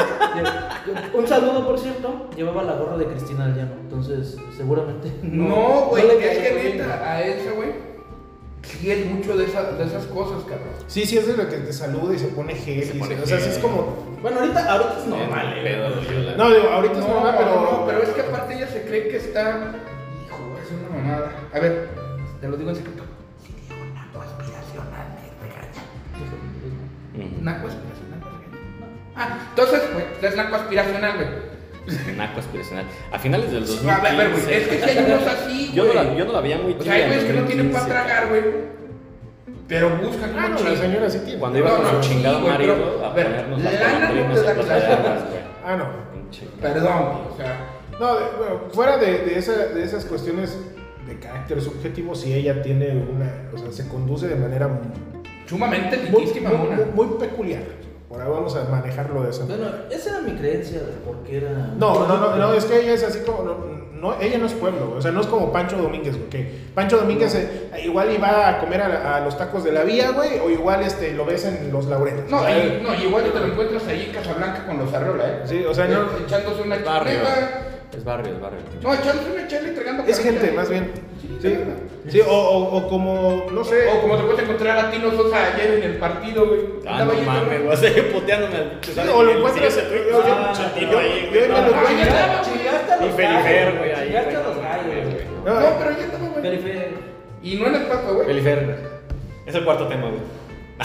llevo- un saludo, por cierto, llevaba la gorra de Cristina Allano, entonces seguramente No, güey, le es caía que bien. neta, a esa, güey, sí es mucho de, esa- de esas cosas, cabrón. Sí, sí es de lo que te saluda y se pone gel. Se y pone se- o sea, sí gel. es como. Bueno, ahorita, ahorita es Bien, normal. eh. pedo, Fabiola. No, digo, ahorita es No, normal, pero. no, pero es que aparte ella se cree que está. Hijo, es una mamada. A ver, te lo digo en secreto. Si digo naco aspiracional, me regaña. Ujú. Naco aspiracional, me regaña. Ah, entonces, güey, es naco aspiracional, güey. Naco aspiracional. A finales del dos mil A quince. ver, güey, es que si hay unos así, Yo no, güey. la, yo no la veía muy O sea, hay chida en güeyes que no tienen para dos mil quince. tragar, güey. Pero buscan Ah, como no, la chingar. señora sí tiene. Cuando iba No, con no, su sí, chingado güey, marido pero, a a ver, ponernos las lana no golondrinas te da en las clase. llamas, güey. Ah, no. Pinche- Perdón, güey, o sea. No, de- bueno, fuera de, de, esa, de esas cuestiones de carácter subjetivo, si ella tiene una. O sea, se conduce de manera muy, Sumamente muy, litísima, muy- mona. muy- muy peculiar. Por ahí vamos a manejarlo de esa manera. Bueno, esa era mi creencia de por qué era. No, no, no, no, es que ella es así como. No, no, ella no es pueblo, o sea, no es como Pancho Domínguez, güey. Que Pancho Domínguez eh, igual iba a comer a, a los tacos de la vía, güey, o igual este, lo ves en los laureles. No, O sea, y, no, igual te lo encuentras ahí en Casablanca con los Arreola, ¿eh? Sí, o sea, no. Eh, echándose una Barrio. chuleta. Es barrio, es barrio. No, echándose una chela y entregando Es carnita. gente, más bien. Sí, sí o, o, o como, no sé. O como te puedes encontrar a Tino Sosa ayer en el partido, güey. Ah, Andaba no ahí, mames, güey. güey. O sea, puteándome al Sí, o lo encuentras. Sí, yo- ese- yo- yo- Ah, yo- Tino yo- ahí, yo güey. me lo No, encuentro. Chingaste a Y los Felifer, gallos. güey, ahí, Chingaste a güey, los no gallos, mames, güey. No, No, pero ya estaba, güey. Felifer. Y no en el pato, güey. Felifer. Es el cuarto tema, güey.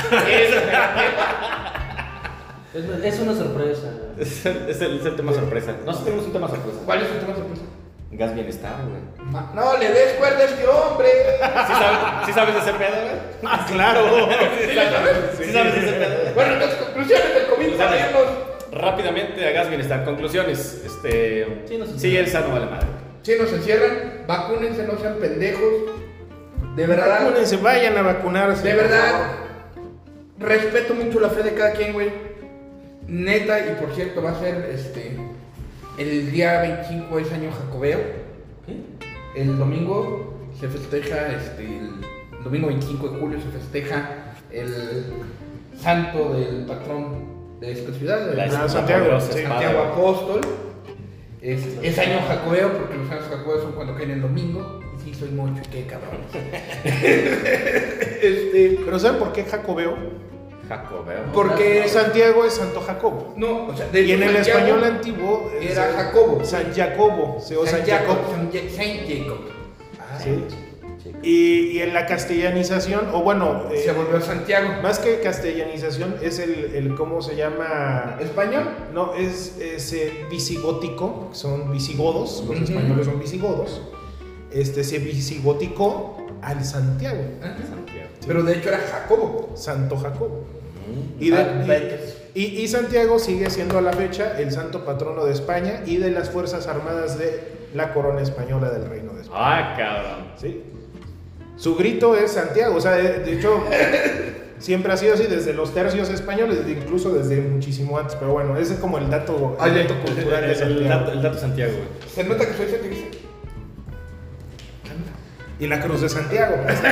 Es, es una sorpresa. Es el, es el, es el tema sorpresa. Nosotros tenemos un tema sorpresa. ¿Cuál es el tema sorpresa? Gas bienestar, güey. Ma- No le des cuerda a este hombre. ¿Sí sabes, ¿sí sabes de ese pedo, güey? Ah, claro. ¿Sí lo sabes? ¿Sí sabes de ese pedo, güey? Bueno, entonces, conclusiones del COVID para irnos. Rápidamente a Gas Bienestar. Conclusiones. Este. Sí, nos Sí, el sano vale madre. Si nos encierran, vacúnense, no sean pendejos. De verdad, Vacúnense, vayan a vacunarse. de por verdad, favor. respeto mucho la fe de cada quien, güey. Neta, y por cierto, va a ser este. El día veinticinco es año jacobeo. ¿Qué? El domingo se festeja, este, el domingo veinticinco de julio se festeja el santo del patrón de esta ciudad, de La Ah, Santiago, poderosa sí. espada, Santiago güey. Apóstol. Es, es año jacobeo porque los años jacobeos son cuando caen el domingo. Y sí, soy mucho, qué cabrón. este, Pero ¿saben por qué Jacobeo? Jacobeo. porque. Santiago es Santo Jacobo. No, o sea, de Y en hecho, el Santiago español antiguo es era San- Jacobo. San Jacobo, sí, o San, San Jacob. Jacob. San Ja- Saint Jacob. Sí. Y, y en la castellanización, o bueno, eh, Se volvió Santiago. más que castellanización, es el, el ¿cómo se llama? ¿Español? No, es, es eh, visigótico, son visigodos, los Ujú. españoles son visigodos. Este se visigoticó al Santiago, Ajá. Santiago. Pero de hecho era Jacobo. Santo Jacobo. Mm. Y, de- Ah, Betis. y, y- y Santiago sigue siendo a la fecha el santo patrono de España y de las Fuerzas Armadas de la corona española del Reino de España. Ah, cabrón. ¿Sí? Su grito es Santiago, o sea, de, de hecho, siempre ha sido así desde los tercios españoles, incluso desde muchísimo antes, pero bueno, ese es como el dato, el Oye, dato cultural de El, Santiago. dato, el dato Santiago, güey. Se nota que soy santiaguista. Y la Cruz de Santiago.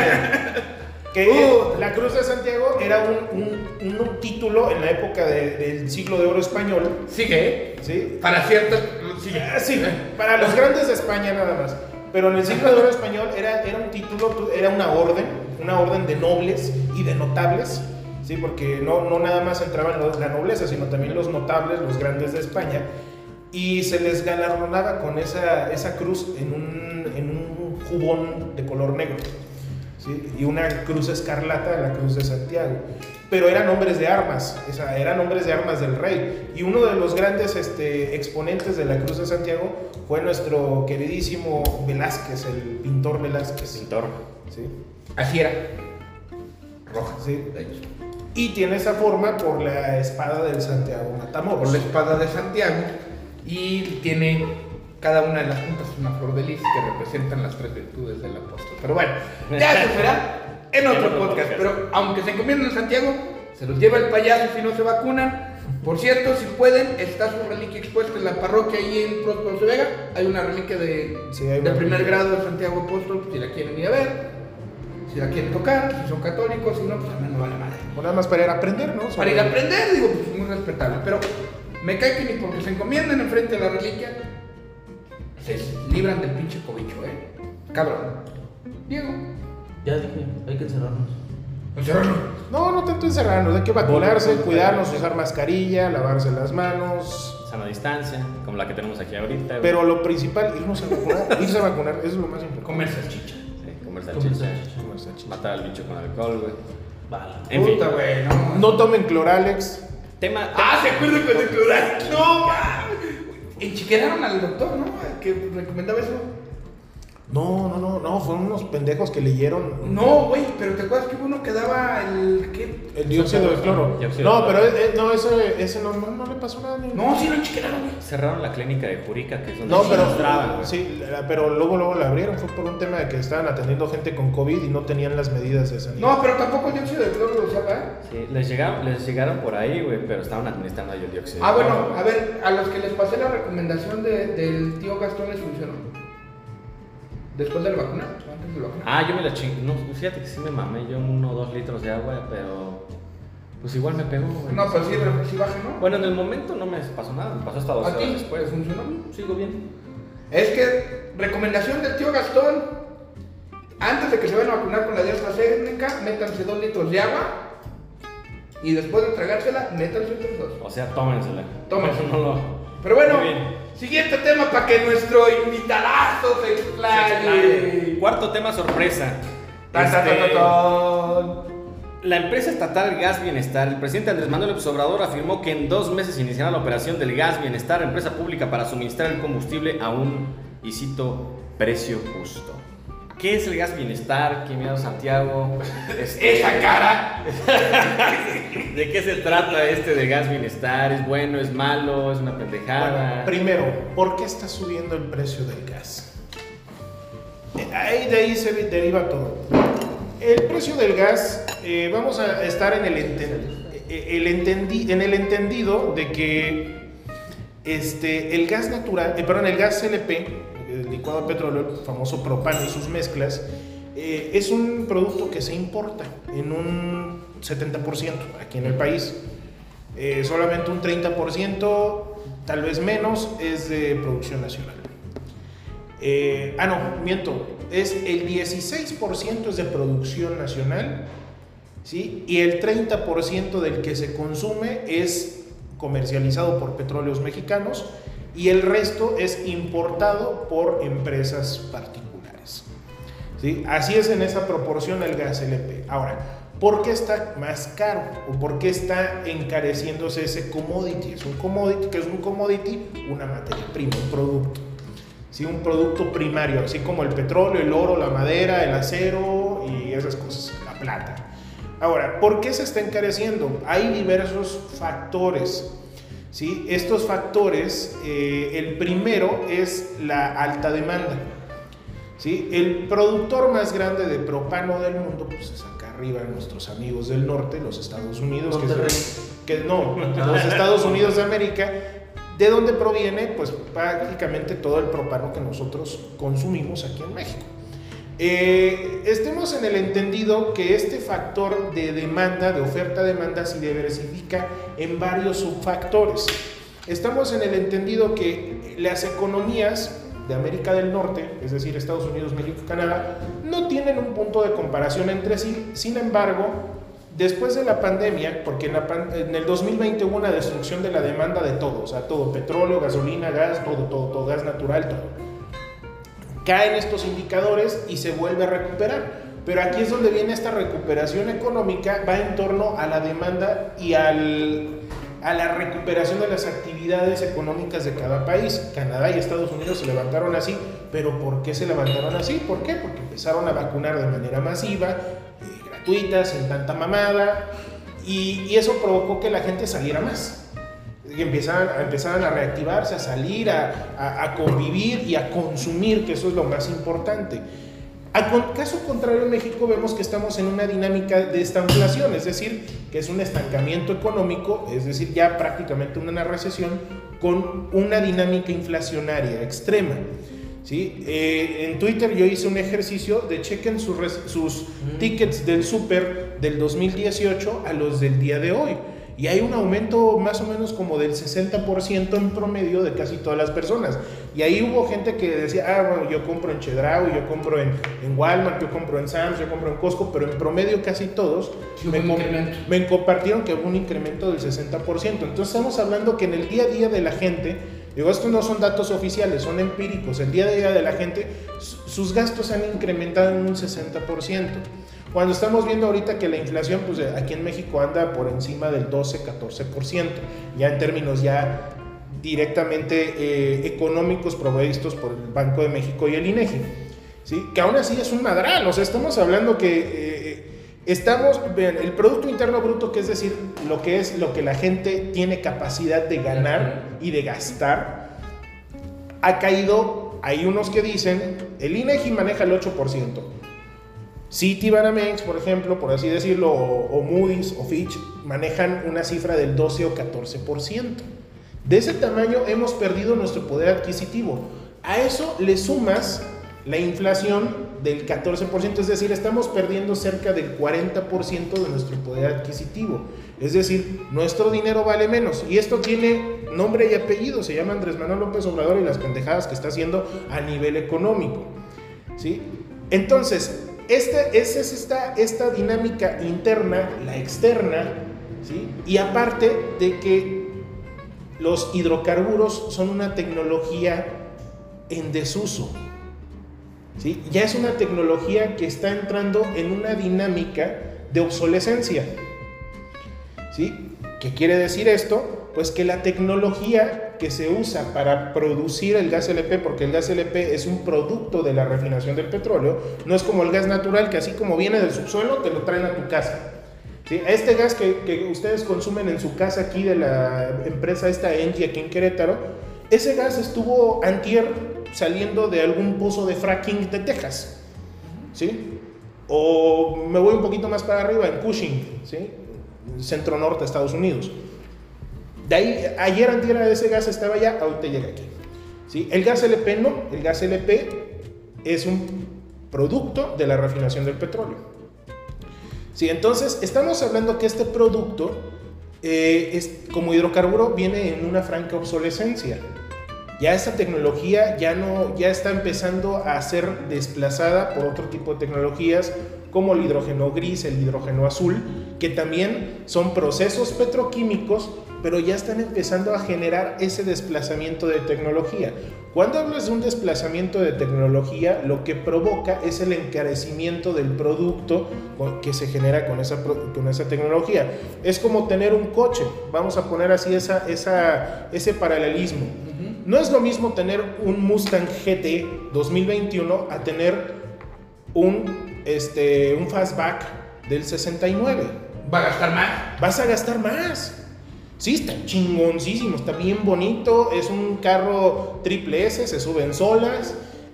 Que Uh. la Cruz de Santiago era un, un- un título en la época de- del siglo de oro español, Sigue, ¿eh? ¿sí? Para ciertas. Sigue. Ah, sí, para los grandes de España nada más. Pero en el siglo de oro español era, era un título, tú- era una orden, una orden de nobles y de notables, ¿sí? Porque no, no nada más entraban los- la nobleza, sino también los notables, los grandes de España, y se les galardonaba con esa, esa cruz en un, en un jubón de color negro, ¿sí? Y una cruz escarlata, la cruz de Santiago. Pero eran hombres de armas, o sea, eran hombres de armas del rey. Y uno de los grandes este, exponentes de la Cruz de Santiago fue nuestro queridísimo Velázquez, el pintor Velázquez. Pintor. ¿Sí? Así era. Roja. Sí. Y tiene esa forma por la espada del Santiago Matamoros. Por la espada de Santiago. Y tiene cada una de las puntas una flor de lis que representan las tres virtudes del apóstol. Pero bueno, ya eso será en otro podcast. Pero aunque se encomienden a Santiago, se los lleva el payaso si no se vacunan. Por cierto, si pueden, está su reliquia expuesta en la parroquia ahí en Próspero de Vega. Hay una reliquia de, Sí, hay de una primer reliquia. grado de Santiago Apóstol, si la quieren ir a ver. Si la quieren tocar, si son católicos, si no, pues también no vale madre. O nada más para ir a aprender, ¿no? Para ir a aprender, digo, pues muy respetable. Pero me cae que ni porque se encomiendan enfrente de la reliquia, se libran del pinche cobicho, ¿eh? Cabrón. Diego. Ya dije, hay que encerrarnos. Encerrarlo. No, no tanto encerrarnos, hay que vacunarse, cuidarnos, usar mascarilla, lavarse las manos. Sana distancia, como la que tenemos aquí ahorita, güey. Pero lo principal, irnos a vacunar, irse a vacunar, eso es lo más importante. Comer salchicha. Sí, comer Comer salchicha. salchicha. Comer salchicha. Matar al bicho con alcohol, güey. Vale. En fin. Puta, güey, no. No tomen cloralex. Tema. Ah, ¿se acuerdan con el cloral? No, mames. Enchiqueraron al doctor, ¿no? El que recomendaba eso. No, no, no, no, fueron unos pendejos que leyeron. No, güey, pero ¿te acuerdas que hubo uno que daba el. ¿Qué? El dióxido de cloro. Dióxido No, de pero cloro. eh, no, ese, ese no, no, no le pasó nada. Ni... No, sí lo chequearon, güey. Cerraron la clínica de Jurica, que es donde No, se pero, mostraban, güey. sí, la- pero luego, luego la abrieron. Fue por un tema de que estaban atendiendo gente con COVID y no tenían las medidas de sanidad. No, pero tampoco el dióxido de cloro lo usaba, ¿eh? Sí, les llegaron, les llegaron por ahí, güey, pero estaban administrando ahí el dióxido. Ah, de bueno, cloro. a ver, a los que les pasé la recomendación de, del tío Gastón les funcionó. Después de la vacuna, antes de la vacuna. Ah, yo me la chingué. No, fíjate que sí me mamé yo uno o dos litros de agua, pero pues igual me pegó, güey. No, pero sí, sí baja, ¿no? Bueno, en el momento no me pasó nada, me pasó hasta dos ¿A horas ti después. te funcionó? Sigo bien. Es que, recomendación del tío Gastón, antes de que se vayan a vacunar con la de AstraZeneca, métanse dos litros de agua y después de tragársela, métanse otros dos. O sea, tómensela. Tómensela. No, lo... Pero bueno, Muy bien. siguiente tema para que nuestro invitadazo se explaye. Cuarto tema sorpresa. Tan, tan, Este, tan, tan, tan. La empresa estatal Gas Bienestar, el presidente Andrés Manuel López Obrador afirmó que en dos meses iniciará la operación del Gas Bienestar, empresa pública para suministrar el combustible a un, y cito, precio justo. ¿Qué es el Gas Bienestar? ¿Qué miedo, Santiago? Este, Esa cara. ¿De qué se trata este de Gas Bienestar? ¿Es bueno? ¿Es malo? ¿Es una pendejada? Bueno, primero, ¿por qué está subiendo el precio del gas? Eh, Ahí, de ahí se deriva todo. El precio del gas, eh, vamos a estar en el, enten- eh, el entendi- en el entendido de que este, el gas natural, eh, perdón, el gas L P, el licuado de petróleo, el famoso propano y sus mezclas, eh, es un producto que se importa en un setenta por ciento aquí en el país. Eh, solamente un treinta por ciento, tal vez menos, es de producción nacional. Eh, ah, no, miento, es el dieciséis por ciento es de producción nacional, ¿sí? Y el treinta por ciento del que se consume es comercializado por petróleos mexicanos y el resto es importado por empresas particulares, ¿sí? Así es en esa proporción el gas L P. Ahora, ¿por qué está más caro? ¿O por qué está encareciéndose ese commodity? Es un commodity, ¿qué es un commodity? Una materia prima, un producto. ¿Sí? Un producto primario, así como el petróleo, el oro, la madera, el acero y esas cosas, la plata. Ahora, ¿por qué se está encareciendo? Hay diversos factores, ¿sí? Estos factores, eh, el primero es la alta demanda, ¿sí? El productor más grande de propano del mundo, pues es acá arriba, nuestros amigos del norte, los Estados Unidos, que, es, que no, los Estados Unidos de América. ¿De dónde proviene? Pues prácticamente todo el propano que nosotros consumimos aquí en México. Eh, estemos en el entendido que este factor de demanda, de oferta-demanda, se diversifica en varios subfactores. Estamos en el entendido que las economías de América del Norte, es decir, Estados Unidos, México y Canadá, no tienen un punto de comparación entre sí. Sin embargo, después de la pandemia, porque en, la pan, en el dos mil veinte hubo una destrucción de la demanda de todo, o sea, todo, petróleo, gasolina, gas, todo, todo, todo, gas natural, todo. Caen estos indicadores y se vuelve a recuperar. Pero aquí es donde viene esta recuperación económica, va en torno a la demanda y al, a la recuperación de las actividades económicas de cada país. Canadá y Estados Unidos se levantaron así, pero ¿por qué se levantaron así? ¿Por qué? Porque empezaron a vacunar de manera masiva, sin tanta mamada, y, y eso provocó que la gente saliera más, y empezaran, empezaran a reactivarse, a salir, a, a, a convivir y a consumir, que eso es lo más importante. A con, caso contrario, en México vemos que estamos en una dinámica de estanflación, es decir, que es un estancamiento económico, es decir, ya prácticamente una recesión con una dinámica inflacionaria extrema. ¿Sí? Eh, en Twitter yo hice un ejercicio de chequen sus, res, sus mm. tickets del súper del dos mil dieciocho a los del día de hoy. Y hay un aumento más o menos como del sesenta por ciento en promedio de casi todas las personas. Y ahí hubo gente que decía, ah, bueno, yo compro en Chedraui, yo compro en, en Walmart, yo compro en Sam's, yo compro en Costco, pero en promedio casi todos sí, me, com me compartieron que hubo un incremento del sesenta por ciento. Entonces estamos hablando que en el día a día de la gente, digo, estos no son datos oficiales, son empíricos, el día a día de la gente, sus gastos han incrementado en un sesenta por ciento. Cuando estamos viendo ahorita que la inflación, pues aquí en México anda por encima del doce, catorce por ciento, ya en términos ya directamente eh, económicos provistos por el Banco de México y el INEGI, ¿sí? Que aún así es un madral, o sea, estamos hablando que, eh, Estamos, vean, el Producto Interno Bruto, que es decir, lo que es lo que la gente tiene capacidad de ganar y de gastar, ha caído. Hay unos que dicen, el INEGI maneja el ocho por ciento. Citibanamex, por ejemplo, por así decirlo, o, o Moody's o Fitch, manejan una cifra del doce o catorce por ciento. De ese tamaño hemos perdido nuestro poder adquisitivo. A eso le sumas la inflación del catorce por ciento, es decir, estamos perdiendo cerca del cuarenta por ciento de nuestro poder adquisitivo. Es decir, nuestro dinero vale menos. Y esto tiene nombre y apellido, se llama Andrés Manuel López Obrador y las pendejadas que está haciendo a nivel económico, ¿sí? Entonces, Este, esa es esta, esta dinámica interna, la externa, ¿sí? Y aparte de que los hidrocarburos son una tecnología en desuso, ¿sí? Ya es una tecnología que está entrando en una dinámica de obsolescencia, ¿sí? ¿Qué quiere decir esto? Pues que la tecnología que se usa para producir el gas L P, porque el gas L P es un producto de la refinación del petróleo, no es como el gas natural que así como viene del subsuelo te lo traen a tu casa, ¿sí? Este gas que, que ustedes consumen en su casa aquí de la empresa esta Engie aquí en Querétaro, ese gas estuvo antier saliendo de algún pozo de fracking de Texas, ¿sí? O me voy un poquito más para arriba, en Cushing, ¿sí? Centro norte de Estados Unidos. De ahí, ayer antier ese gas estaba allá, ahorita llega aquí, ¿sí? El gas L P no, el gas L P es un producto de la refinación del petróleo, ¿sí? Entonces estamos hablando que este producto eh, es, como hidrocarburo viene en una franca obsolescencia. Ya esta tecnología ya, no, ya está empezando a ser desplazada por otro tipo de tecnologías como el hidrógeno gris, el hidrógeno azul, que también son procesos petroquímicos, pero ya están empezando a generar ese desplazamiento de tecnología. Cuando hablas de un desplazamiento de tecnología, lo que provoca es el encarecimiento del producto que se genera con esa, con esa tecnología. Es como tener un coche, vamos a poner así esa, esa, ese paralelismo. Uh-huh. No es lo mismo tener un Mustang G T dos mil veintiuno a tener un, este, un fastback del sesenta y nueve. ¿Va a gastar más? Vas a gastar más. Sí, está chingoncísimo, está bien bonito, es un carro triple S, se suben solas,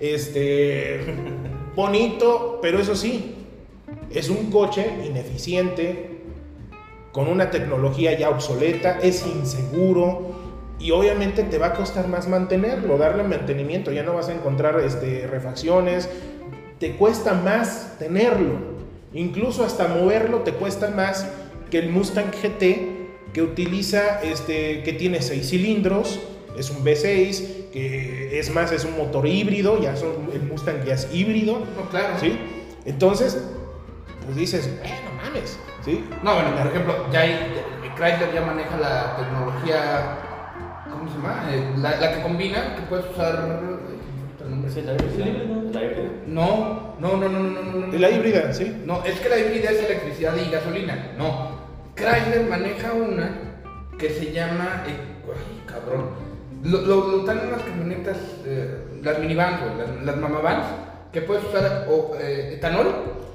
este, bonito, pero eso sí, es un coche ineficiente, con una tecnología ya obsoleta, es inseguro y obviamente te va a costar más mantenerlo, darle mantenimiento, ya no vas a encontrar este, refacciones, te cuesta más tenerlo, incluso hasta moverlo te cuesta más que el Mustang G T, que utiliza, este, que tiene seis cilindros, es un V seis, que es más, es un motor híbrido, ya son, el Mustang ya es híbrido, no, claro, ¿sí? Entonces, pues dices, eh, no mames, ¿sí? No, bueno, por ejemplo, ya hay, Chrysler ya maneja la tecnología, ¿cómo se llama? Eh, la, la que combina, que puedes usar... ¿Sí, la híbrida? ¿La híbrida? No, no, no, no, no, no, no. ¿La híbrida, sí? No, es que la híbrida es electricidad y gasolina, no. Chrysler maneja una que se llama, eh, ay, cabrón, lo, lo, lo están en las camionetas, eh, las minivans, las, las mamavans, que puedes usar o, eh, etanol.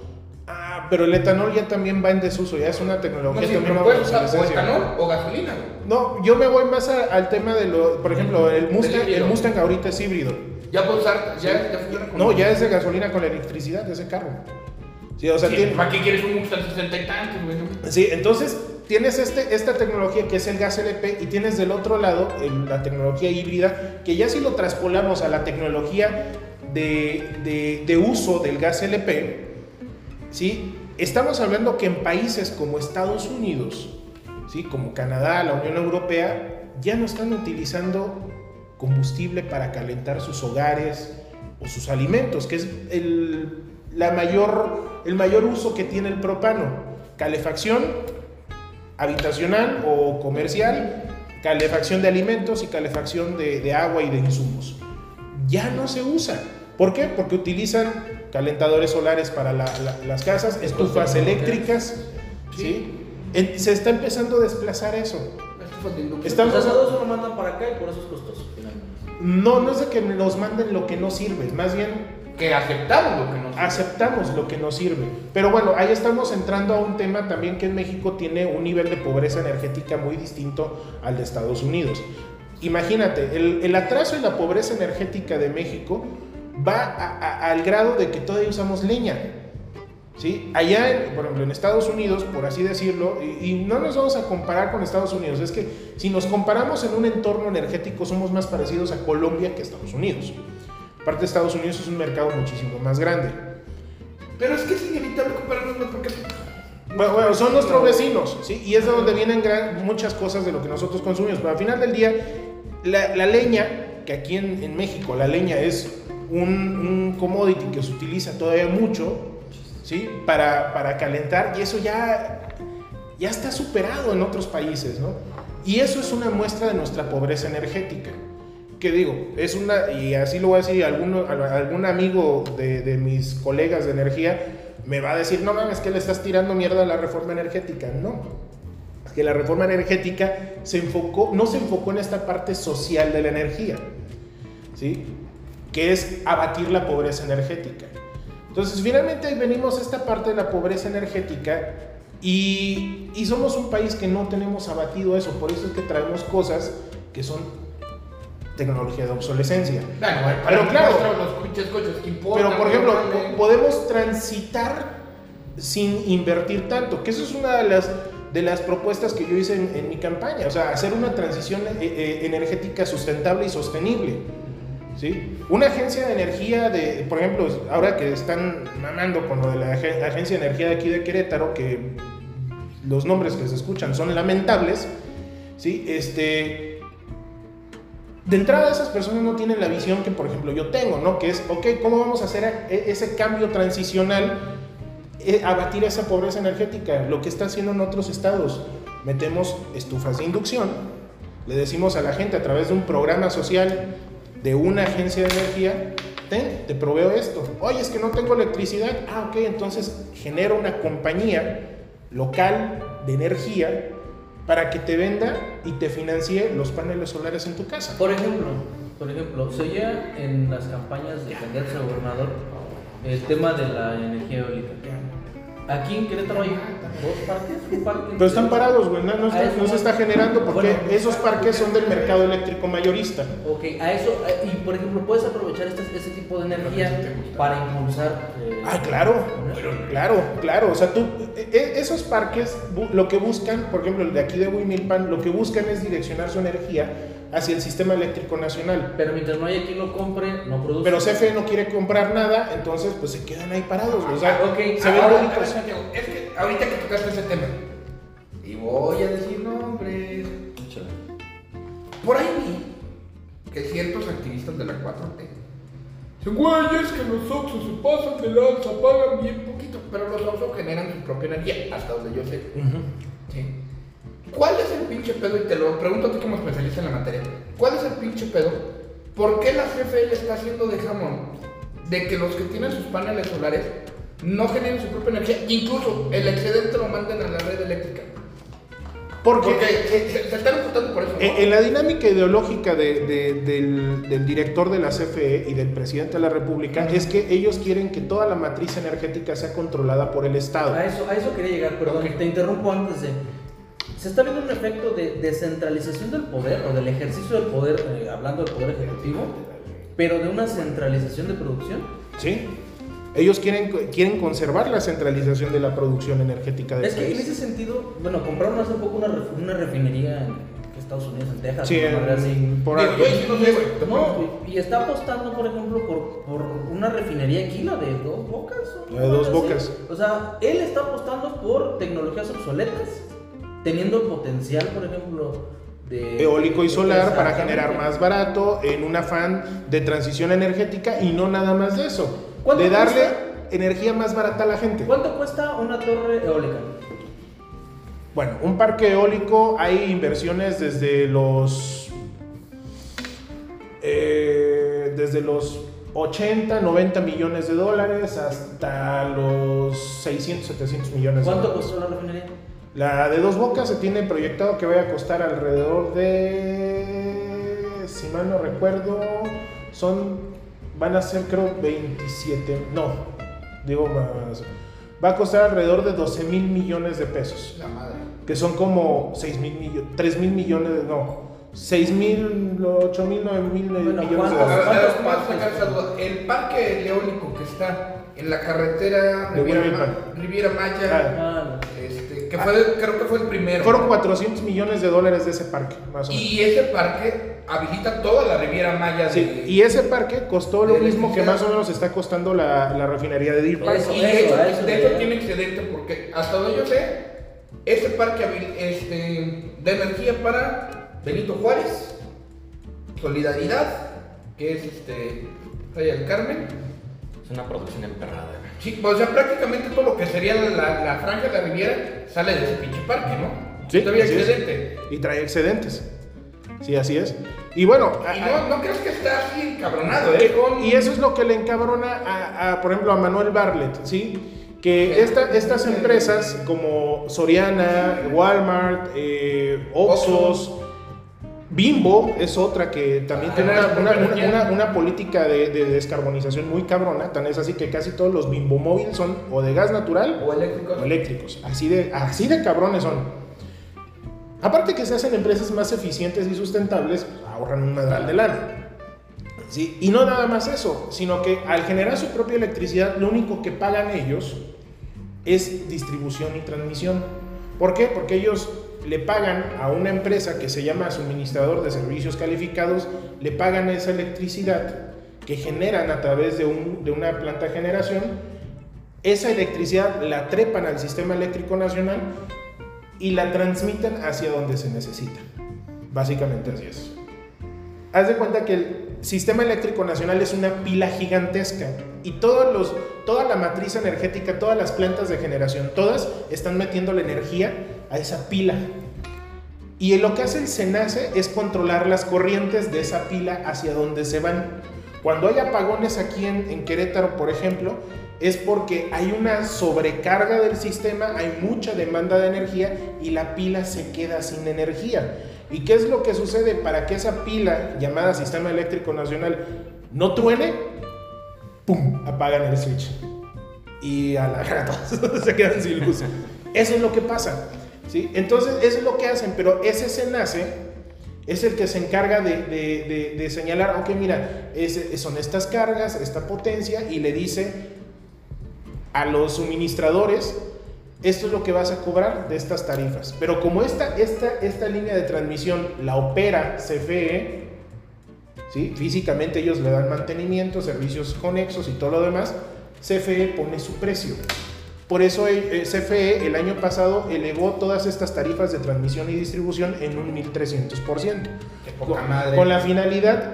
Ah, pero el etanol ya también va en desuso, ya es una tecnología No, sí, también. pero puedes usar o etanol o gasolina, güey. No, yo me voy más a, al tema de lo, por ejemplo, el Mustang, el Mustang ahorita es híbrido. Ya puedes usar, ya, ya funciona con... No, ya es de gasolina con la electricidad de ese carro. Sí, o sea, sí, tiene... ¿para qué quieres un Mustang sesenta y tantos, güey? Sí, entonces tienes este, esta tecnología que es el gas L P y tienes del otro lado el, la tecnología híbrida, que ya si lo traspolamos a la tecnología de, de, de uso del gas L P, ¿sí? Estamos hablando que en países como Estados Unidos, ¿sí? Como Canadá, la Unión Europea, ya no están utilizando combustible para calentar sus hogares o sus alimentos, que es el... La mayor, el mayor uso que tiene el propano, calefacción habitacional o comercial, calefacción de alimentos y calefacción de, de agua y de insumos. Ya no se usa. ¿Por qué? Porque utilizan calentadores solares para la, la, las casas, estufas eléctricas, ¿sí? ¿sí? Se está empezando a desplazar eso. Estamos... Los asados lo mandan para acá y por eso es costoso. No, no es de que nos manden lo que no sirve, más bien que aceptamos lo que nos sirve. Aceptamos lo que nos sirve. Pero bueno, ahí estamos entrando a un tema también que en México tiene un nivel de pobreza energética muy distinto al de Estados Unidos. Imagínate, el, el atraso y la pobreza energética de México va a, a, al grado de que todavía usamos leña. ¿Sí? Allá, en, por ejemplo, en Estados Unidos, por así decirlo, y, y no nos vamos a comparar con Estados Unidos, es que si nos comparamos en un entorno energético somos más parecidos a Colombia que a Estados Unidos. Aparte, Estados Unidos es un mercado muchísimo más grande. Pero es que es inevitable compararnos porque... Bueno, bueno, son nuestros vecinos, ¿sí? Y es de donde vienen gran, muchas cosas de lo que nosotros consumimos. Pero al final del día, la, la leña, que aquí en, en México la leña es un, un commodity que se utiliza todavía mucho, ¿sí? Para, para calentar, y eso ya, ya está superado en otros países, ¿no? Y eso es una muestra de nuestra pobreza energética. ¿Qué digo? Es una, y así lo voy a decir, alguno, algún amigo de, de mis colegas de energía me va a decir, no mames, que le estás tirando mierda a la reforma energética. No, es que la reforma energética se enfocó, no se enfocó en esta parte social de la energía, ¿sí? Que es abatir la pobreza energética. Entonces, finalmente venimos a esta parte de la pobreza energética y, y somos un país que no tenemos abatido eso, por eso es que traemos cosas que son tecnología de obsolescencia. Bueno, bueno, pero claro, los pinches coches que importan, pero por ejemplo, vale. podemos transitar sin invertir tanto, que eso es una de las, de las propuestas que yo hice en, en mi campaña, o sea, hacer una transición eh, eh, energética sustentable y sostenible. ¿Sí? Una agencia de energía, de, por ejemplo, ahora que están mamando con lo de la ag- agencia de energía de aquí de Querétaro, que los nombres que se escuchan son lamentables, ¿sí? Este, de entrada esas personas no tienen la visión que, por ejemplo, yo tengo, ¿no? Que es, ok, ¿cómo vamos a hacer ese cambio transicional, eh, abatir esa pobreza energética? Lo que está haciendo en otros estados, metemos estufas de inducción, le decimos a la gente a través de un programa social de una agencia de energía, ten, te proveo esto. Oye, es que no tengo electricidad. Ah, ok, entonces genero una compañía local de energía para que te venda y te financie los paneles solares en tu casa. Por ejemplo, por ejemplo, se oía en las campañas de candidatos a gobernador el tema de la energía eólica. Aquí en Querétaro hay dos parques, un parque. Pero están parados, güey, no, no, A está- eso no se voy. está generando porque Bueno, esos parques son del mercado eléctrico mayorista. Ok, a eso, eh, y por ejemplo, puedes aprovechar este, este tipo de energía para impulsar. eh, Ah, claro, ¿no? claro, claro. O sea, tú, e- e- esos parques bu- lo que buscan, por ejemplo, el de aquí de Huimilpan, lo que buscan es direccionar su energía hacia el sistema eléctrico nacional. Pero mientras no haya quien lo compre, no produce. Pero C F E no quiere comprar nada, entonces pues se quedan ahí parados. O sea, Ah, ok. se ven Ahora, bonitos. Santiago, es que ahorita que tocaste ese tema, y voy a decir nombres, por ahí vi que ciertos activistas de la cuatro T dicen, güey, es que los Oxxos se pasan de lanza, pagan bien poquito, pero los Oxxos generan su propia energía, hasta donde yo sé. Ujú. Sí. ¿Cuál es el pinche pedo? Y te lo pregunto a ti como especialista en la materia. ¿Cuál es el pinche pedo? ¿Por qué la C F E le está haciendo de jamón de que los que tienen sus paneles solares no generen su propia energía? Incluso el excedente lo manden a la red eléctrica. Porque, Porque eh, se, se están imputando por eso, ¿no? eh, en la dinámica ideológica de- de- del, del director de la C F E y del presidente de la República es que ellos quieren que toda la matriz energética sea controlada por el Estado. A eso, a eso quería llegar, perdón, Ok. te interrumpo antes de. Se está viendo un efecto de descentralización del poder o del ejercicio del poder, eh, hablando del poder ejecutivo, pero de una centralización de producción. ¿Sí? Ellos quieren, quieren conservar la centralización de la producción energética del Es que en país. ese sentido, bueno, compraron hace poco una, ref- una refinería en Estados Unidos, en Texas, Sí, una madre así. en- por Digo, ahí. yo ahí sí no sé, güey. te No, pongo- y está apostando, por ejemplo, por, por una refinería aquí, la de Dos Bocas. ¿o? La de Dos Algo así. Bocas. O sea, él está apostando por tecnologías obsoletas, teniendo el potencial, por ejemplo, de Eólico y solar para Exactamente. generar más barato en un afán de transición energética y no nada más de eso. ¿Cuánto De darle cuesta? energía más barata a la gente. ¿Cuánto cuesta una torre eólica? Bueno, un parque eólico hay inversiones desde los eh, desde los ochenta, noventa millones de dólares hasta los seiscientos, setecientos millones de ¿Cuánto dólares. costó la refinería? La de Dos Bocas se tiene proyectado que vaya a costar alrededor de, si mal no recuerdo, son van a ser creo veintisiete, no, digo más, va a costar alrededor de doce mil millones de pesos. La madre. Que son como seis mil millones, tres mil millones, no, seis mil, ocho mil, nueve mil Bueno, millones de ¿cuántos? A ver, dólares. a ver, ¿Cuántos vamos a sacar parques? esa duda. El parque eólico que está en la carretera De Riviera, Huimilpan. Ma- Riviera Maya, Ah, este, que fue, el- creo que fue el primero. Fueron cuatrocientos millones de dólares de ese parque, más o menos. Y ese parque habilita toda la Riviera Maya. Sí, de, y ese parque costó lo de mismo que electricidad. más o menos está costando la, la refinería de Deer Park. Eso. y de hecho, a eso de hecho quería. tiene excedente porque hasta donde yo sé, ese parque habil- este, de energía para Benito Juárez, Solidaridad, que es este, Playa del Carmen. Es una producción emperrada, güey. Sí, o sea, prácticamente todo lo que sería la, la franja de la Riviera sale de ese pinche parque, ¿no? Sí, Todavía así es. excedente. Y trae excedentes. Sí, así es. Y bueno, Y a- no, no crees que está así encabronado, ¿eh? Con... y eso es lo que le encabrona a, a, por ejemplo, a Manuel Bartlett, ¿sí? Que esta, estas empresas como Soriana, Walmart, eh, Oxxos, Bimbo es otra que también tiene una, una, una, una, una política de, de descarbonización muy cabrona, tan es así que casi todos los Bimbo móviles son o de gas natural O eléctricos. o eléctricos, así de, así de cabrones son. Aparte que se hacen empresas más eficientes y sustentables, pues, ahorran un madral de lana. ¿Sí? Y no nada más eso, sino que al generar su propia electricidad, lo único que pagan ellos es distribución y transmisión. ¿Por qué? Porque ellos le pagan a una empresa que se llama suministrador de servicios calificados, le pagan esa electricidad que generan a través de, un, de una planta de generación. Esa electricidad la trepan al sistema eléctrico nacional y la transmiten hacia donde se necesita. Básicamente así es. Haz de cuenta que el sistema eléctrico nacional es una pila gigantesca y todos los, toda la matriz energética, todas las plantas de generación, todas están metiendo la energía a esa pila. Y lo que hace el SENACE es controlar las corrientes de esa pila hacia donde se van. Cuando hay apagones aquí en, en Querétaro, por ejemplo, es porque hay una sobrecarga del sistema, hay mucha demanda de energía y la pila se queda sin energía. ¿Y qué es lo que sucede para que esa pila llamada Sistema Eléctrico Nacional no truene? ¡Pum! Apagan el switch. Y a la verga todos se quedan sin luz. Eso es lo que pasa, ¿sí? Entonces, eso es lo que hacen, pero ese SENACE es el que se encarga de, de, de, de señalar, ok, mira, es, son estas cargas, esta potencia, y le dice a los suministradores, esto es lo que vas a cobrar de estas tarifas. Pero como esta, esta, esta línea de transmisión la opera C F E, ¿sí? Físicamente ellos le dan mantenimiento, servicios conexos y todo lo demás, C F E pone su precio. Por eso eh, C F E el año pasado elevó todas estas tarifas de transmisión y distribución en un mil trescientos por ciento. Qué poca Con, madre. con la finalidad,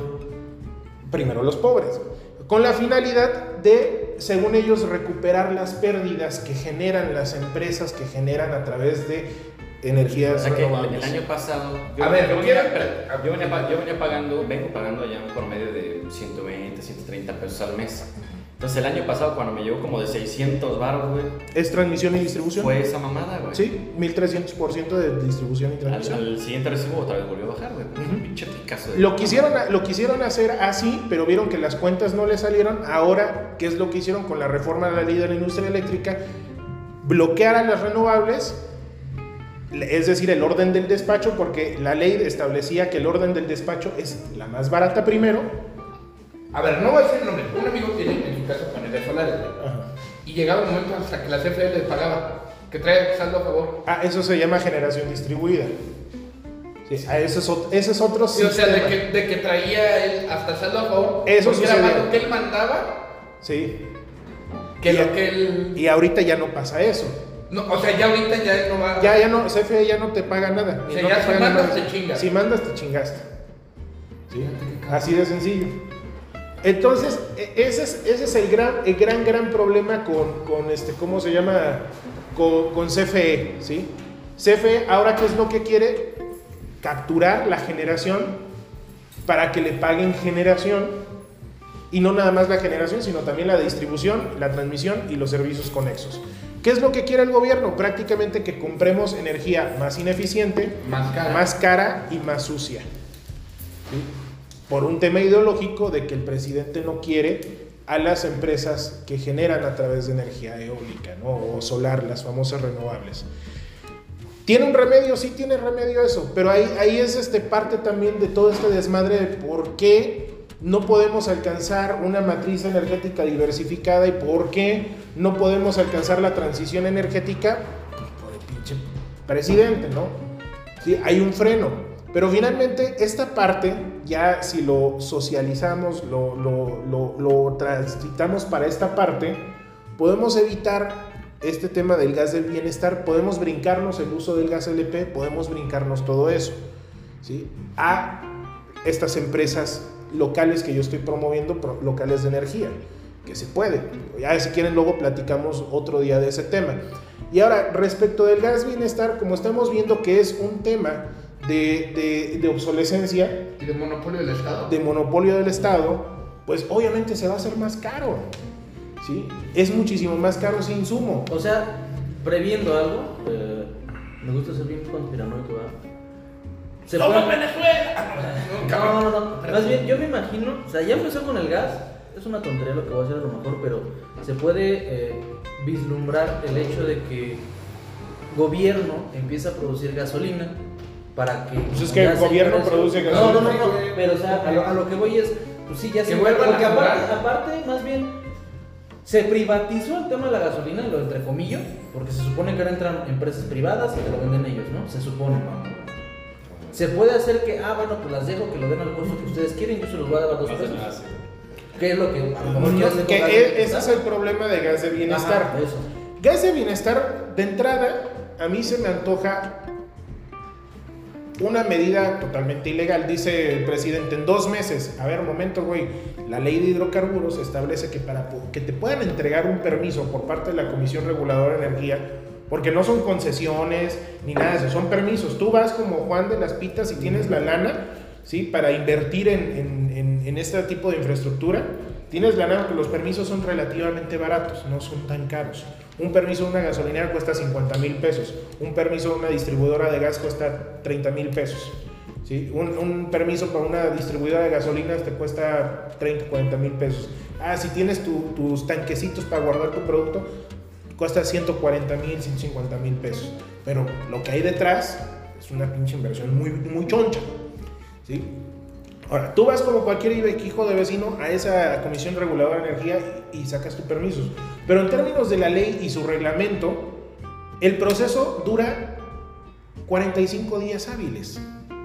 primero los pobres, con la finalidad de, según ellos, recuperar las pérdidas que generan las empresas que generan a través de O energías sea que el, renovables. el año pasado. A ver, yo, ¿lo venía, quieren? yo, venía, pa- yo venía pagando, vengo pagando ya un promedio de ciento veinte, ciento treinta pesos al mes. Entonces el año pasado, cuando me llegó como de seiscientos baros, güey, ¿Es transmisión y distribución? fue esa mamada, güey. Sí, mil trescientos por ciento de distribución y Al, transmisión. al siguiente recibo otra vez volvió a bajar, güey. Ujú. Un pinche picazo de. Lo quisieron, lo quisieron hacer así, pero vieron que las cuentas no les salieron. Ahora, ¿qué es lo que hicieron con la reforma de la ley de la industria eléctrica? Bloquear a las renovables, es decir, el orden del despacho, porque la ley establecía que el orden del despacho es la más barata primero. A ver, no voy a decir el nombre. Un amigo tiene en su casa paneles solares, güey. Ajá. Y llegaba un momento hasta que la C F E les pagaba, que trae saldo a favor. Ah, eso se llama generación distribuida. Sí, ah, eso es, ot- ese es otro Sí, o sea, de sistema. que, de que traía él hasta saldo a favor. Eso porque era sucedió. más lo que él mandaba Sí. que Y lo a- que él. Y ahorita ya no pasa eso. No, o sea, ya ahorita ya él no va. Ya, ya no, C F E ya no te paga nada. O sea, no ya te si paga mandas, nada. te chingas. Si mandas, te chingaste. ¿Sí? Así de sencillo. Entonces, e- ese es, ese es el gran, el gran, gran problema con, con este, ¿cómo se llama? Con, con C F E, ¿sí? C F E, ahora, ¿qué es lo que quiere? Capturar la generación para que le paguen generación, y no nada más la generación, sino también la distribución, la transmisión y los servicios conexos. ¿Qué es lo que quiere el gobierno? Prácticamente que compremos energía más ineficiente, Más cara. más cara y más sucia. ¿Sí? por un tema ideológico de que el presidente no quiere a las empresas que generan a través de energía eólica, ¿no? O solar, las famosas renovables. ¿Tiene un remedio? Sí tiene remedio eso, pero ahí, ahí es este, parte también de todo este desmadre de por qué no podemos alcanzar una matriz energética diversificada y por qué no podemos alcanzar la transición energética por el pinche presidente, ¿no? Sí, hay un freno. Pero finalmente esta parte, ya si lo socializamos, lo, lo, lo, lo transitamos para esta parte, podemos evitar este tema del gas del bienestar, podemos brincarnos el uso del gas L P, podemos brincarnos todo eso, ¿sí? A estas empresas locales que yo estoy promoviendo, locales de energía, que se puede. Ya si quieren luego platicamos otro día de ese tema. Y ahora, respecto del gas bienestar, como estamos viendo que es un tema De, de, de obsolescencia y de monopolio del Estado. De monopolio del Estado, pues obviamente se va a hacer más caro, ¿sí? Es muchísimo más caro ese insumo. O sea, previendo algo, eh, me gusta ser bien conspiranoico, ¿verdad? Se ¡Somos puede... Venezuela! No, no, no, más bien, yo me imagino, o sea, ya empezó con el gas, es una tontería lo que voy a hacer a lo mejor, pero se puede eh, vislumbrar el hecho de que gobierno empieza a producir gasolina para que... Pues es que el gobierno produce gasolina. No, no, no, no, pero o sea, a lo, a lo que voy es, pues sí, ya se... Porque aparte, aparte, más bien, se privatizó el tema de la gasolina, lo entre comillas, porque se supone que ahora entran empresas privadas y que lo venden ellos, ¿no? Se supone. Se puede hacer que, ah, bueno, pues las dejo que lo den al costo que ustedes quieren, yo se los voy a dar a dos pesos. ¿Qué es lo que a lo mejor no, hacer que con e, ese es el problema de gas de bienestar. Ajá, eso. Gas de bienestar, de entrada, a mí se me antoja una medida totalmente ilegal. Dice el presidente, en dos meses. A ver, un momento, güey. La ley de hidrocarburos establece que para que te puedan entregar un permiso por parte de la Comisión Reguladora de Energía, porque no son concesiones ni nada de eso, son permisos. Tú vas como Juan de las Pitas y tienes la lana, ¿sí? Para invertir en, en, en, en este tipo de infraestructura. Tienes la lana, porque los permisos son relativamente baratos, no son tan caros. Un permiso de una gasolinera cuesta cincuenta mil pesos. Un permiso de una distribuidora de gas cuesta treinta mil pesos. ¿Sí? Un, un permiso para una distribuidora de gasolinas te cuesta treinta, cuarenta mil pesos. Ah, si tienes tu, tus tanquecitos para guardar tu producto, cuesta ciento cuarenta mil, ciento cincuenta mil pesos. Pero lo que hay detrás es una pinche inversión muy, muy choncha, ¿sí? Ahora, tú vas como cualquier hijo de vecino a esa Comisión Reguladora de Energía y, y sacas tus permisos. Pero en términos de la ley y su reglamento, el proceso dura cuarenta y cinco días hábiles.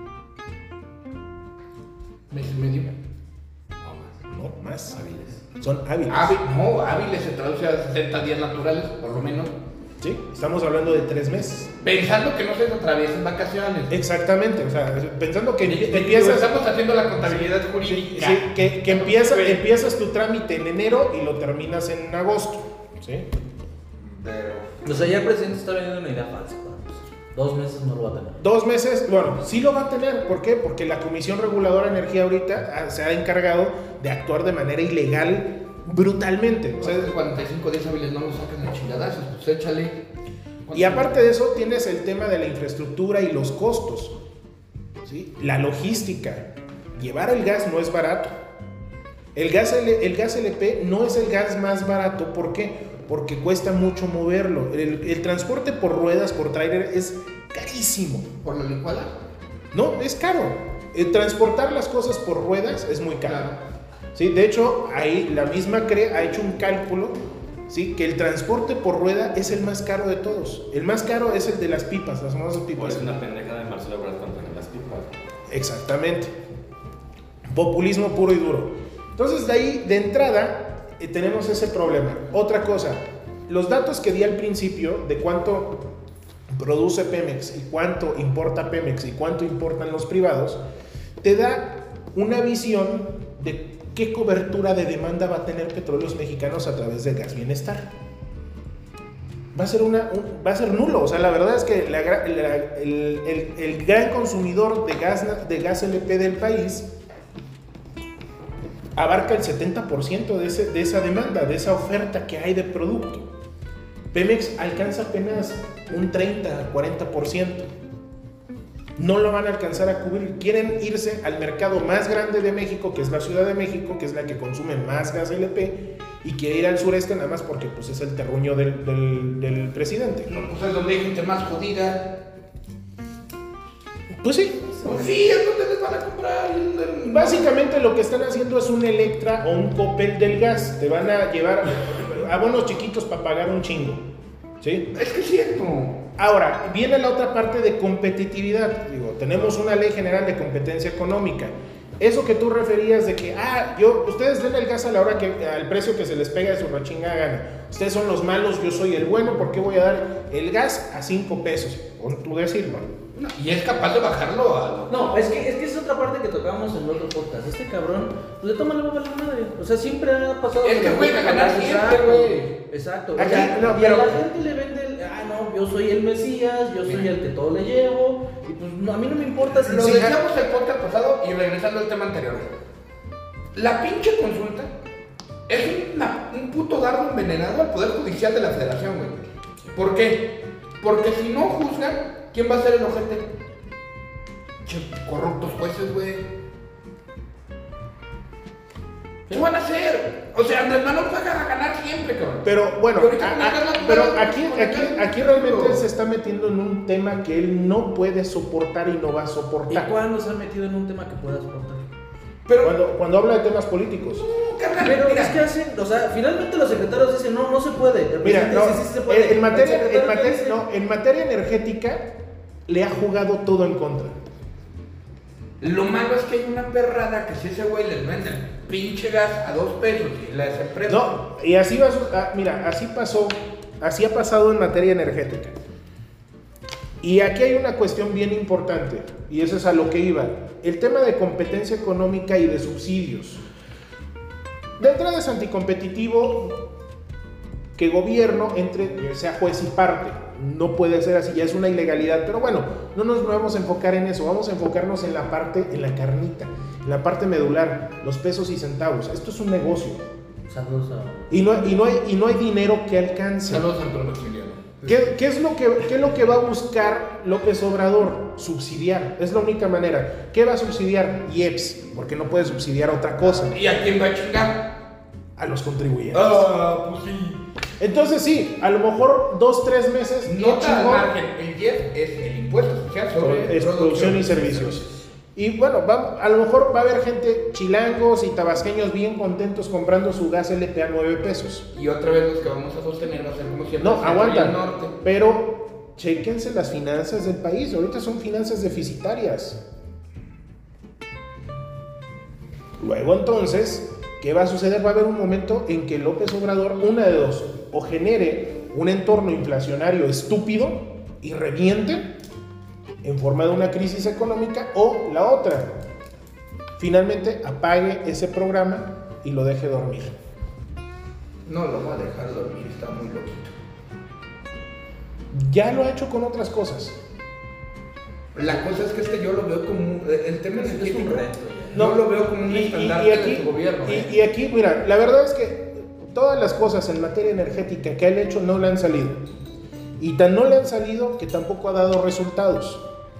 ¿Mes y medio? No, más. No, más. Hábiles. Son hábiles. Hábil, no, hábiles se traduce a sesenta días naturales, por lo menos. Sí, estamos hablando de tres meses. Pensando que no se atraviesen vacaciones. Exactamente, o sea, pensando que y, empiezas... Estamos haciendo la contabilidad jurídica. Sí, sí, que, que empieza, empiezas tu trámite en enero y lo terminas en agosto, ¿sí? Pero... O sea, ya el presidente está vendiendo una idea falsa. Dos meses no lo va a tener. Dos meses, bueno, sí lo va a tener. ¿Por qué? Porque la Comisión Reguladora de Energía ahorita se ha encargado de actuar de manera ilegal brutalmente. O sea, de cuarenta y cinco días hábiles no lo sacan a chingadazos, pues échale. Y aparte de eso, tienes el tema de la infraestructura y los costos, ¿sí? La logística. Llevar el gas no es barato. El gas, L, el gas L P no es el gas más barato. ¿Por qué? Porque cuesta mucho moverlo. El, el transporte por ruedas, por tráiler, es carísimo. ¿Por la licuada? No, es caro. El transportar las cosas por ruedas es muy caro. Claro. ¿Sí? De hecho, ahí la misma C R E ha hecho un cálculo, ¿sí? Que el transporte por rueda es el más caro de todos. El más caro es el de las pipas, las famosas pipas. Es una pendejada de Marcelo Ebrard contra las pipas. Exactamente. Populismo puro y duro. Entonces, de ahí, de entrada, eh, tenemos ese problema. Otra cosa, los datos que di al principio de cuánto produce Pemex y cuánto importa Pemex y cuánto importan los privados, te da una visión de qué cobertura de demanda va a tener Petróleos Mexicanos a través del gas bienestar. Va a ser, una, un, va a ser nulo. O sea, la verdad es que la, la, el, el, el gran consumidor de gas, de gas L P del país abarca el setenta por ciento de, ese, de esa demanda, de esa oferta que hay de producto. Pemex alcanza apenas un treinta, cuarenta por ciento. no lo van a alcanzar a cubrir. Quieren irse al mercado más grande de México, que es la Ciudad de México, que es la que consume más gas L P, y quiere ir al sureste nada más porque pues, es el terruño del, del, del presidente. No, pues es donde hay gente más jodida. Pues sí. Pues sí, es donde les van a comprar. Básicamente lo que están haciendo es un Electra o un Coppel del gas. Te van a llevar abonos chiquitos para pagar un chingo. ¿Sí? Es que es cierto. Ahora, viene la otra parte de competitividad. Digo, tenemos una ley general de competencia económica. Eso que tú referías de que, ah, yo, ustedes den el gas a la hora que, al precio que se les pega de su rechingada gana. Ustedes son los malos, yo soy el bueno, ¿por qué voy a dar el gas a cinco pesos? Con tu decirlo. No, y es capaz de bajarlo a... No, es que, es que es otra parte que tocamos en el otro podcast. Este cabrón, pues de toma la madre. O sea, siempre ha pasado. Es que juega a ganar siempre, güey. Exacto. Aquí, O sea, no, y pero- a la gente le vende el, ah, no, yo soy el Mesías, yo soy el que todo le llevo. Y pues no, a mí no me importa si Lo si- decíamos el podcast pasado y regresando al tema anterior. La pinche consulta es una- un puto dardo envenenado al Poder Judicial de la Federación, güey. ¿Por qué? Porque si no juzgan, ¿quién va a ser el ojete? Che, corruptos jueces, güey. ¿Qué van a hacer? O sea, Andrés Manuel va a ganar siempre, cabrón. Pero bueno, Y ahorita a- con a- el gas natural, pero con aquí, el aquí, gas aquí realmente natural. él se está metiendo en un tema que él no puede soportar y no va a ¿Y soportar. cuándo se ha metido en un tema que pueda soportar? Pero, Cuando, cuando habla de temas políticos. no, carnal, Pero mira, es que hacen, o sea, finalmente los secretarios dicen, no, no se puede. El Mira, presidente no, dice, sí, sí se puede. en, en materia, El secretario en, materia, dice, no, en materia energética le ha jugado todo en contra. lo malo es que hay una perrada que si ese güey les vende el pinche gas a dos pesos y las empresas... No, y así va, su- ah, mira, así pasó, así ha pasado en materia energética. Y aquí hay una cuestión bien importante, y eso es a lo que iba, el tema de competencia económica y de subsidios. De entrada es anticompetitivo que gobierno entre, sea juez y parte. No puede ser así, ya es una ilegalidad, pero bueno, no nos vamos a enfocar en eso, vamos a enfocarnos en la parte, en la carnita, en la parte medular, los pesos y centavos. Esto es un negocio. Saludos a... Y no, y no, hay, y no hay dinero que alcance. Saludos al Maximiliano. ¿Qué, qué es lo que, qué es lo que va a buscar López Obrador? Subsidiar. Es la única manera. ¿Qué va a subsidiar? I E P S, porque no puede subsidiar otra cosa. ¿Y a quién va a chingar? A los contribuyentes. Ah, pues sí. Entonces sí, a lo mejor dos, tres meses. qué Nota al chingón. margen, el I E P es el impuesto social sobre Es producción y servicios. Y bueno, va- a lo mejor va a haber gente, chilangos y tabasqueños bien contentos comprando su gas L P a nueve pesos. Y otra vez los que vamos a sostener va a ser como siempre. No, el centro y aguantan. el norte. Pero chéquense las finanzas del país. Ahorita son finanzas deficitarias. Luego entonces, ¿qué va a suceder? Va a haber un momento en que López Obrador, una de dos, o genere un entorno inflacionario estúpido y reviente en forma de una crisis económica, o la otra, finalmente apague ese programa y lo deje dormir. No lo va a dejar dormir, está muy loquito. Ya lo ha hecho con otras cosas. La cosa es que este yo lo veo como un- el tema Es energético. un reto. No lo veo como un Y- y- estandarte y aquí, de su gobierno. y- ¿eh? y aquí, mira, la verdad es que todas las cosas en materia energética que él ha hecho no le han salido. Y tan no le han salido que tampoco ha dado resultados.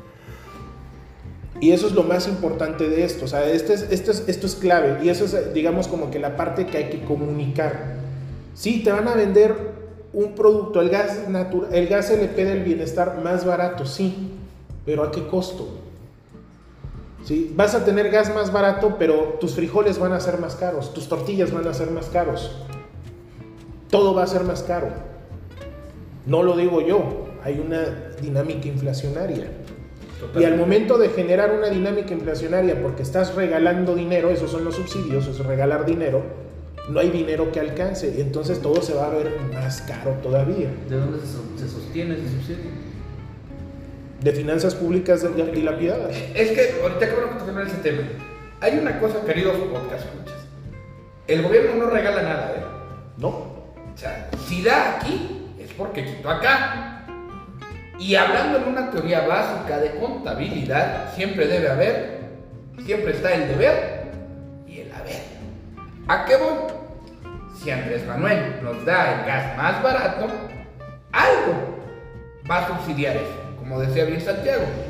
Y eso es lo más importante de esto. O sea, este es, esto, es, esto es clave. Y eso es, digamos, como que la parte que hay que comunicar. Sí, te van a vender un producto, el gas natural, el gas L P del bienestar más barato, sí. Pero ¿a qué costo? ¿Sí? Vas a tener gas más barato, pero tus frijoles van a ser más caros, tus tortillas van a ser más caros. Todo va a ser más caro. No lo digo yo, hay una dinámica inflacionaria. Y al momento de generar una dinámica inflacionaria porque estás regalando dinero, esos son los subsidios, eso es regalar dinero, no hay dinero que alcance, entonces todo se va a ver más caro todavía. ¿De dónde se, so- se sostiene ese subsidio? De finanzas públicas dilapidadas. Es que ahorita que bueno que tocar ese tema. Hay una cosa, queridos podcast escuchas. El gobierno no regala nada, ¿eh? ¿No? O sea, si da aquí, es porque quitó acá. Y hablando en una teoría básica de contabilidad, siempre debe haber, siempre está el deber y el haber. ¿A qué voy? Si Andrés Manuel nos da el gas más barato, algo va a subsidiar eso, como decía bien Santiago.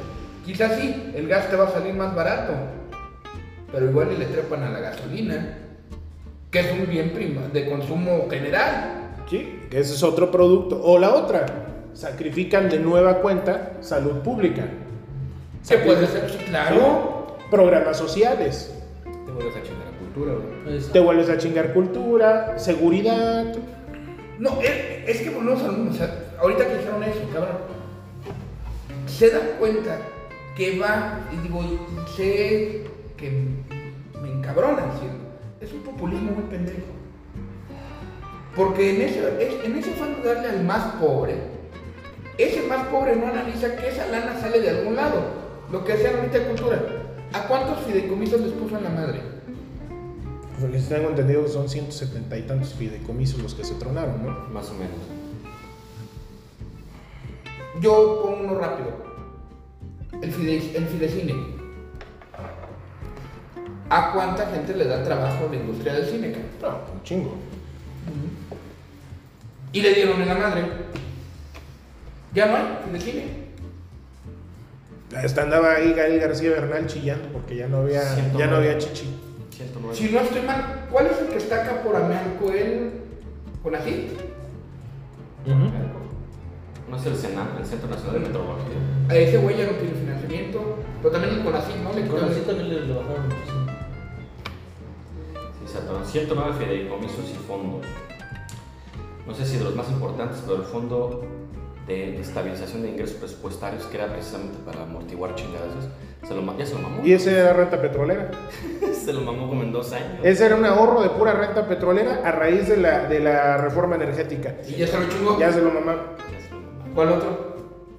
Quizás sí, el gas te va a salir más barato, pero igual y le trepan a la gasolina, que es un bien prima de consumo general. Sí, que ese es otro producto. O la otra, sacrifican de nueva cuenta salud pública. ¿Qué puede ser? Sí, claro. Programas sociales. Te vuelves a chingar la cultura, güey. Te vuelves a chingar cultura, seguridad. No, es, es que volvemos a lo mismo. O sea, ahorita que dijeron eso, cabrón, se dan cuenta que va, y digo, y sé que me encabrona decirlo, es un populismo muy pendejo. Porque en ese, en ese afán de darle al más pobre, ese más pobre no analiza que esa lana sale de algún lado. Lo que hacían ahorita de cultura. ¿A cuántos fideicomisos les puso en la madre? Pues tengo entendido que son ciento setenta y tantos fideicomisos los que se tronaron, ¿no? Más o menos. Yo pongo uno rápido. El, fide, el Fidecine. ¿A cuánta gente le da trabajo a la industria del cine? No, un chingo. Y le dieron en la madre. Ya no hay Fidecine. Hasta andaba ahí Gael García Bernal chillando porque ya no había, ya no había chichi. ciento nueve. Si no estoy mal, ¿cuál es el que está acá por Amealco? ¿El Conacyt? No es el SENA, el Centro Nacional de Metrología. A ese güey ya no tiene financiamiento. Pero también el Conacyt, ¿no? Le Con quitaron- así también le, le bajaron muchísimo. Sí, se atoran ciento nueve fideicomisos y fondos. No sé si de los más importantes, pero el Fondo de Estabilización de Ingresos Presupuestarios, que era precisamente para amortiguar chingadazos, se lo, ma- ya se lo mamó. Y ese era renta petrolera. Se lo mamó como en dos años. Ese era un ahorro de pura renta petrolera a raíz de la, de la reforma energética. ¿Y ya se lo chingó? Ya se lo mamaron. Ya se lo mamó. ¿Cuál otro?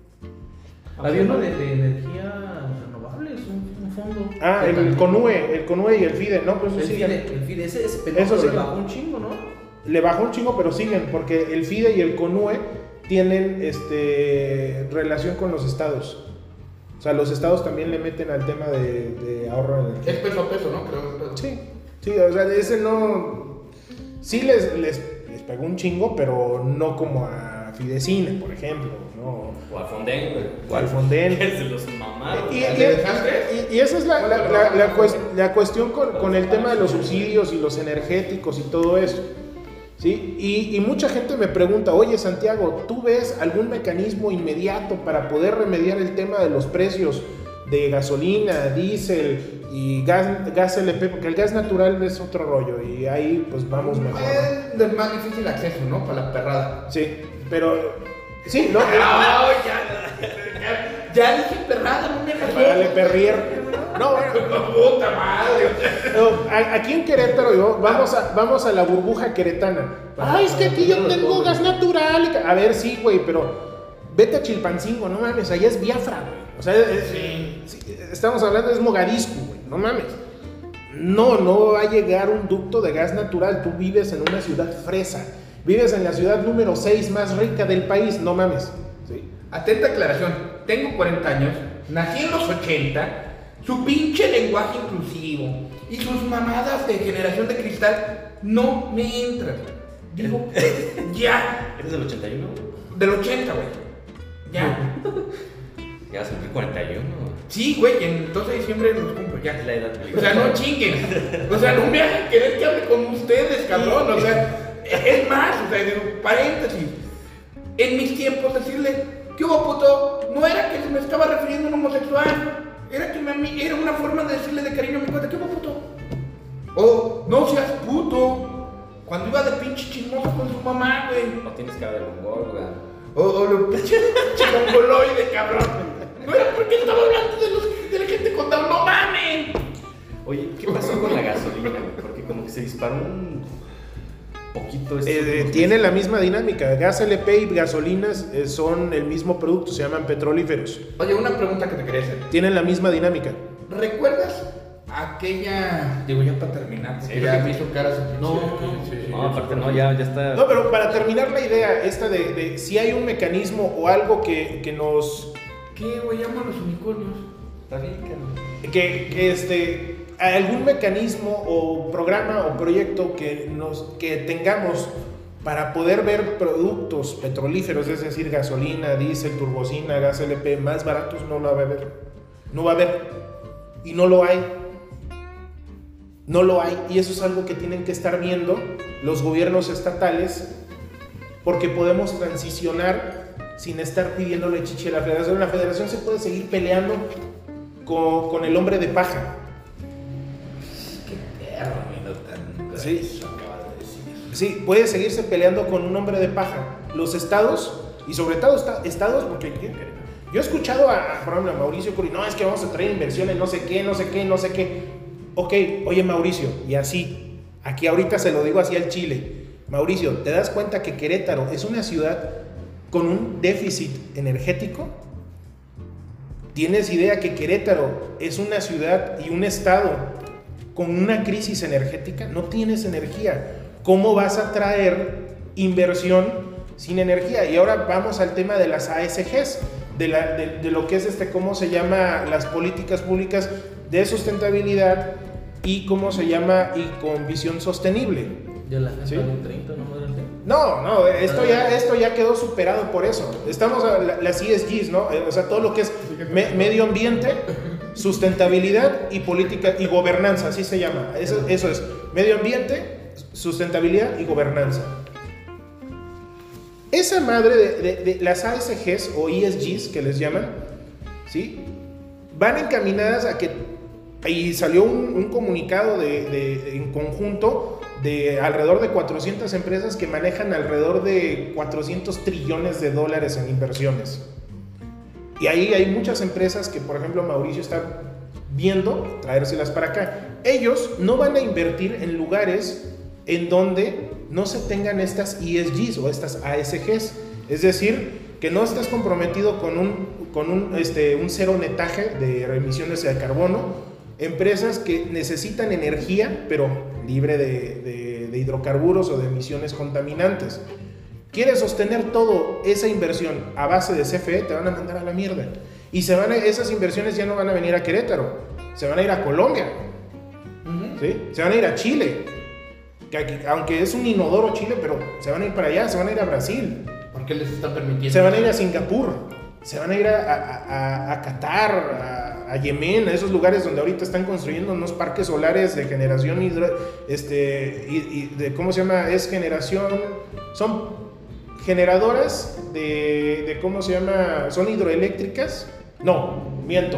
Había uno de, de energía renovables, un, un fondo. Ah, Que el también- CONUE, el CONUE y el FIDE. No, pues El eso FIDE, siguen. el FIDE, ese, ese Eso pendejo sí. le bajó un chingo, ¿no? Le bajó un chingo, pero siguen, porque el FIDE y el CONUE tienen este, relación con los estados. O sea, los estados también le meten al tema de, de ahorro de energía. Es peso a peso, ¿no? Creo. Sí, sí, o sea, ese no. Sí les, les, les pegó un chingo, pero no como a Fidecine, por ejemplo, ¿no? O al Fonden, güey. O al Fonden. Que se los mamaron. Y, y- ¿El de desastre? y- y esa es la, la, la, la cues- la cuestión con, con el tema de los subsidios y los energéticos y todo eso. ¿Sí? Y, y mucha gente me pregunta, oye Santiago, ¿tú ves algún mecanismo inmediato para poder remediar el tema de los precios de gasolina, diésel y gas, gas L P? Porque el gas natural es otro rollo y ahí pues vamos mejor, ¿no? Es de más difícil acceso, ¿no? Para la perrada. Sí, pero... Sí, no, ¡Ay, ya! Ya dije perrada, no me para le perrier. No, bueno, ¡Puta madre! no, a- aquí en Querétaro yo, vamos a, vamos a la burbuja queretana. Ay, es que aquí yo tengo gas natural. y ca- A ver, sí, güey, pero vete a Chilpancingo, no mames, allá es Biafra, güey. O sea, es- sí, estamos hablando, es Mogadiscu, güey, no mames. No, no va a llegar un ducto de gas natural. Tú vives en una ciudad fresa. Vives en la ciudad número seis más rica del país, no mames. ¿Sí? Atenta aclaración, tengo cuarenta años, nací en los ochenta, su pinche lenguaje inclusivo y sus mamadas de generación de cristal no me entran. Digo, ya, ¿Eres del ochenta y uno? del ochenta, güey. Ya. Ya vas a cumplir cuarenta y uno. Sí, güey, en doce de diciembre los cumplo, ya. Es la edad O peligrosa. sea, no chinguen. O sea, no me hagan querer que hable con ustedes, cabrón. O sea, es más, o sea, digo, paréntesis. En mis tiempos decirle, ¿qué hubo, puto? No era que se me estaba refiriendo a un homosexual. Era que me, era una forma de decirle de cariño a mi cuate, ¿qué hubo, puto? O, no seas puto. Cuando iba de pinche chismoso con su mamá, güey. No tienes cara de mongol, güey. O, o lo pinche mongoloide, cabrón. No era porque estaba hablando de, los, de la gente con Down, no mames. Oye, ¿qué pasó con la gasolina, güey? Porque como que se disparó un poquito esto. Eh, tiene la misma dinámica. Gas L P y gasolinas eh, son el mismo producto, se llaman petrolíferos. Oye, una pregunta que te quería hacer. Tienen la misma dinámica. ¿Recuerdas aquella. Digo, ya para terminar, porque Sí, ya porque- me hizo cara ese No, pinche- sí, sí, No, aparte no, ya, ya está. No, pero para terminar la idea, esta de, de si hay un mecanismo o algo que, que nos. ¿Qué, güey? Llaman los unicornios. Está bien, cabrón. Que, que este. Algún mecanismo o programa o proyecto que, nos, que tengamos para poder ver productos petrolíferos, es decir, gasolina, diésel, turbocina, gas L P más baratos, no lo va a haber. No va a haber. Y no lo hay. No lo hay. Y eso es algo que tienen que estar viendo los gobiernos estatales, porque podemos transicionar sin estar pidiéndole chichi a la federación. La federación se puede seguir peleando con, con el hombre de paja. Qué término tan Sí. grueso acaba de decir. Sí, puede seguirse peleando con un hombre de paja. Los estados, y sobre todo esta- estados, porque yo he escuchado a, por ejemplo, a Mauricio Curi, no, es que vamos a traer inversiones, no sé qué, no sé qué, no sé qué. Ok, oye Mauricio, y así, aquí ahorita se lo digo así al Chile. Mauricio, ¿te das cuenta que Querétaro es una ciudad con un déficit energético? ¿Tienes idea que Querétaro es una ciudad y un estado con una crisis energética? No tienes energía. ¿Cómo vas a traer inversión sin energía? Y ahora vamos al tema de las A S Gs, de, la, de, de lo que es este, ¿cómo se llama? Las políticas públicas de sustentabilidad y cómo se llama, y con visión sostenible. Ya la gente ¿Sí? en treinta, ¿no? Madre mía. No, no, esto ya, esto ya quedó superado por eso. Estamos a la- las E S Gs, ¿no? O sea, todo lo que es me- medio ambiente, sustentabilidad y política y gobernanza, así se llama. Eso, eso es, medio ambiente, sustentabilidad y gobernanza. Esa madre de, de- de las A S Gs o E S Gs que les llaman, ¿sí? Van encaminadas a que, y salió un, un comunicado de, de- en conjunto de alrededor de cuatrocientas empresas que manejan alrededor de cuatrocientos trillones de dólares en inversiones. Y ahí hay muchas empresas que, por ejemplo, Mauricio está viendo traérselas para acá. Ellos no van a invertir en lugares en donde no se tengan estas E S Gs o estas A S Gs. Es decir, que no estés comprometido con un, con un, este, un cero netaje de emisiones de carbono. Empresas que necesitan energía, pero libre de, de, de hidrocarburos o de emisiones contaminantes. ¿Quieres sostener toda esa inversión a base de C F E? Te van a mandar a la mierda. Y se van a, esas inversiones ya no van a venir a Querétaro, se van a ir a Colombia, ¿sí? Se van a ir a Chile, que aquí, aunque es un inodoro Chile, pero se van a ir para allá, se van a ir a Brasil, ¿Por qué les está permitiendo? se van a ir a Singapur, se van a ir a, a, a, a Qatar, a, a Yemen, a esos lugares donde ahorita están construyendo unos parques solares de generación hidro, este, y, y de, ¿cómo se llama? Es generación, son generadoras de, de, ¿cómo se llama? Son hidroeléctricas, no, miento,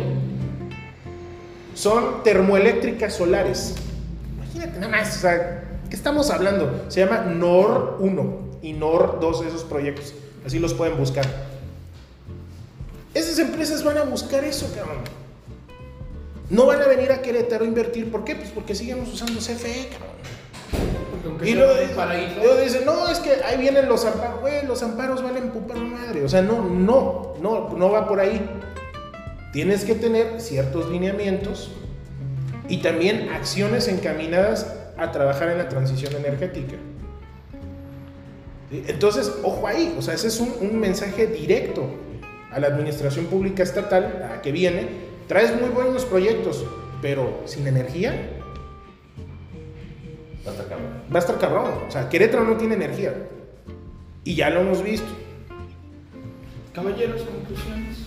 son termoeléctricas solares. Imagínate nada más, o sea, ¿qué estamos hablando? Se llama N O R uno y N O R dos, esos proyectos, así los pueden buscar. Esas empresas van a buscar eso, cabrón. No van a venir a Querétaro a invertir, ¿por qué? Pues porque sigamos usando C F E, cabrón. Aunque Y sea luego, un paraíso. luego dicen, no, es que ahí vienen los amparos, güey, los amparos valen pupar madre. O sea, no, no, no, no va por ahí. Tienes que tener ciertos lineamientos y también acciones encaminadas a trabajar en la transición energética. ¿Sí? Entonces, ojo ahí, o sea, ese es un, un mensaje directo a la administración pública estatal, a que viene. Traes muy buenos proyectos, pero sin energía Va a estar cabrón. va a estar cabrón. O sea, Querétaro no tiene energía. Y ya lo hemos visto. Caballeros, conclusiones.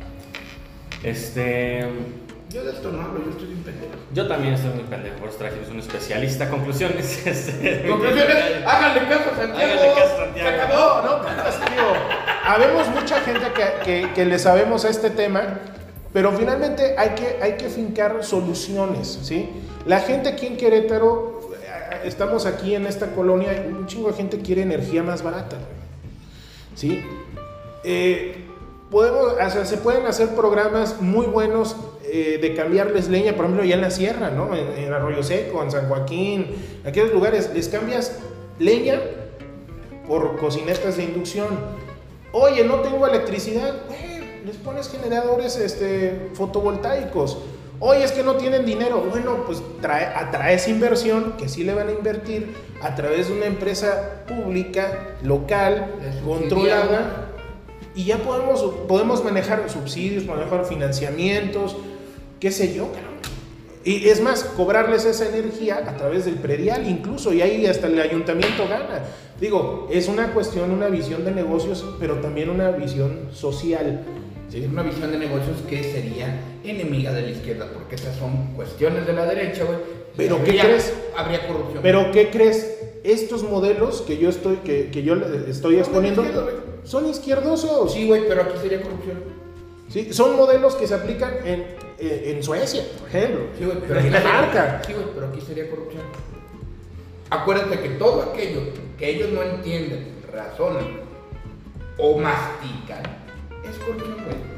Este. Yo de esto no hablo, yo estoy bien pendejo. Yo también estoy muy pendejo, por eso trajimos un especialista. Conclusiones. Este, Conclusiones, háganle caso a Santiago. Háganle caso a Santiago. Se acabó. No, no, pues, digo, habemos mucha gente que, que, que le sabemos a este tema, pero finalmente hay que, hay que fincar soluciones, ¿sí? La gente aquí en Querétaro, estamos aquí en esta colonia, un chingo de gente quiere energía más barata, ¿sí? Eh, podemos, o sea, se pueden hacer programas muy buenos eh, de cambiarles leña, por ejemplo, ya en la sierra, ¿no? En, en Arroyo Seco, en San Joaquín, en aquellos lugares, les cambias leña por cocinetas de inducción. Oye, no tengo electricidad, güey, les pones generadores este, fotovoltaicos. Oye, es que no tienen dinero. Bueno, pues trae, atraes inversión, que sí le van a invertir a través de una empresa pública, local, controlada, y ya podemos, podemos manejar subsidios, manejar financiamientos, qué sé yo. Y es más, cobrarles esa energía a través del predial incluso, y ahí hasta el ayuntamiento gana. Digo, es una cuestión, una visión de negocios, pero también una visión social, ¿sí? Una visión de negocios que sería enemiga de la izquierda, porque esas son cuestiones de la derecha, güey. ¿Pero habría, qué crees? Habría corrupción. ¿Pero qué crees? Estos modelos que yo estoy, que, que yo estoy exponiendo, son izquierdosos. Sí, güey, pero aquí sería corrupción. Sí, son modelos que se aplican en, en, en Suecia, por ejemplo. Sí, güey, pero en aquí Dinamarca. Sí, güey, pero aquí sería corrupción. Acuérdate que todo aquello que ellos no entienden, razonan o mastican, es corrupción, güey.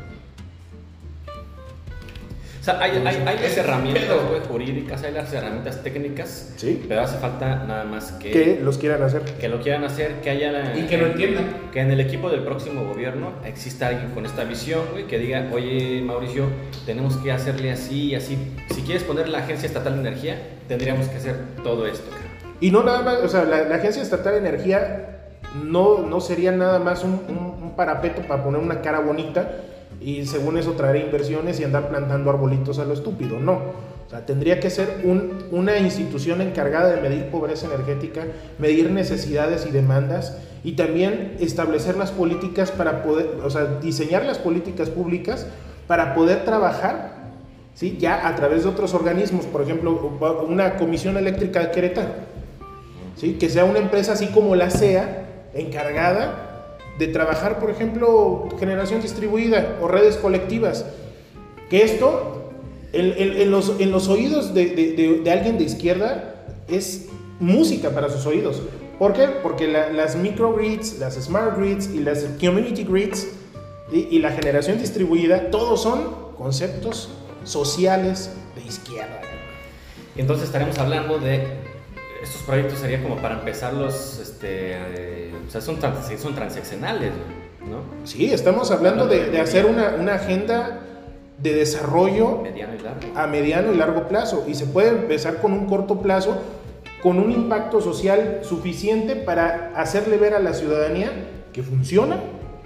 O sea, hay, hay, hay las Es herramientas, pedo. güey, jurídicas, hay las herramientas técnicas, Sí. pero hace falta nada más que, Que los quieran hacer. que lo quieran hacer, que haya la- Y que lo entiendan. que en el equipo del próximo gobierno exista alguien con esta visión, güey, que diga, oye, Mauricio, tenemos que hacerle así y así. Si quieres poner la Agencia Estatal de Energía, tendríamos que hacer todo esto, cabrón. Y no nada más, o sea, la, la Agencia Estatal de Energía no, no sería nada más un, un, un parapeto para poner una cara bonita y según eso traer inversiones y andar plantando arbolitos a lo estúpido, no. O sea, tendría que ser un, una institución encargada de medir pobreza energética, medir necesidades y demandas y también establecer las políticas para poder, o sea, diseñar las políticas públicas para poder trabajar, ¿sí? Ya a través de otros organismos, por ejemplo, una Comisión Eléctrica de Querétaro, ¿sí? Que sea una empresa así como la C E A, encargada de trabajar, por ejemplo, generación distribuida o redes colectivas. Que esto, en, en, en, los, en los oídos de, de, de, de alguien de izquierda, es música para sus oídos. ¿Por qué? Porque la, las microgrids, las smart grids y las community grids y, y la generación distribuida, todos son conceptos sociales de izquierda. Entonces estaremos hablando de estos proyectos, sería como para empezarlos, este, eh, o sea, son, trans, son transaccionales, ¿no? Sí, estamos hablando de, de hacer una, una agenda de desarrollo Mediano y largo. a mediano y largo plazo, y se puede empezar con un corto plazo, con un impacto social suficiente para hacerle ver a la ciudadanía que funciona,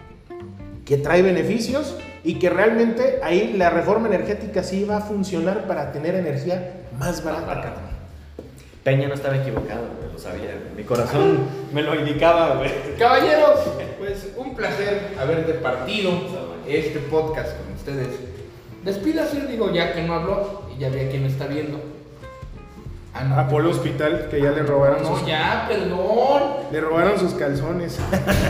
que trae beneficios y que realmente ahí la reforma energética sí va a funcionar para tener energía más barata. Peña no estaba equivocado, güey, lo sabía, güey. Mi corazón me lo indicaba, güey. Caballeros, pues un placer haber departido este podcast con ustedes. Despídase, digo, ya que no habló y ya ve quién me está viendo. Ah, no. Apolo Hospital, que ya le robaron No, sus, ya, perdón. le robaron sus calzones.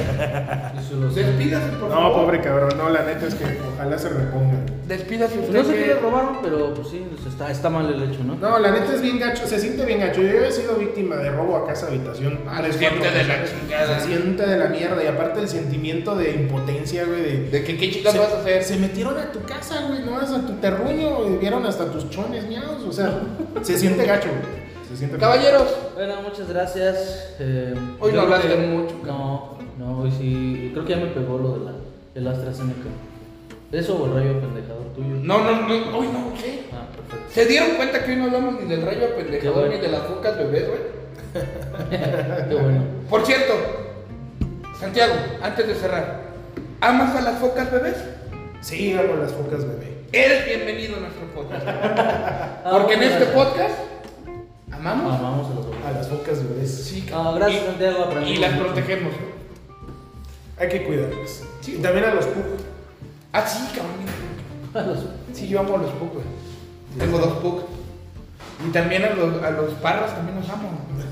Despídase, por No, favor. pobre cabrón, no, la neta es que ojalá se reponga. Despídase usted. No sé que- qué le robaron, pero pues sí, pues, está, está mal el hecho, ¿no? No, la neta es bien gacho, se siente bien gacho. Yo he sido víctima de robo a casa habitación. Ah, tres, se siente cuatro de la veces. chingada. Se siente de la mierda. Y aparte el sentimiento de impotencia, güey. De, ¿De que qué chicas se, vas a hacer? Se metieron a tu casa, güey, no a tu terruño, y vieron hasta tus chones miados. O sea, se siente gacho, güey. Se siente Caballeros, Bueno, muchas gracias. Eh, Hoy yo no creo hablaste que- mucho, No, no, hoy sí. Creo que ya me pegó lo de la, el AstraZeneca. ¿Eso o el rayo pendejador tuyo? no, no, no, hoy no sé. Ah, perfecto. ¿Se dieron cuenta que hoy no hablamos ni del rayo Qué apendejador bueno. ni de las focas bebés, güey? Qué bueno. Por cierto, Santiago, antes de cerrar, ¿amas a las focas bebés? Sí, amo las focas, bebé. Eres bienvenido a nuestro podcast. Ah, Porque en bueno, este gracias. podcast amamos. Amamos a los hombres. A las focas bebés. Sí, Ah, gracias, y- Santiago, aprendimos Y las mucho. protegemos. Hay que cuidarlas. Sí. Y también a los pug. Ah, sí, cabrón. A los- Sí, yo amo a los pug, güey. Tengo dos pug. Y también a los, a los parras también los amo.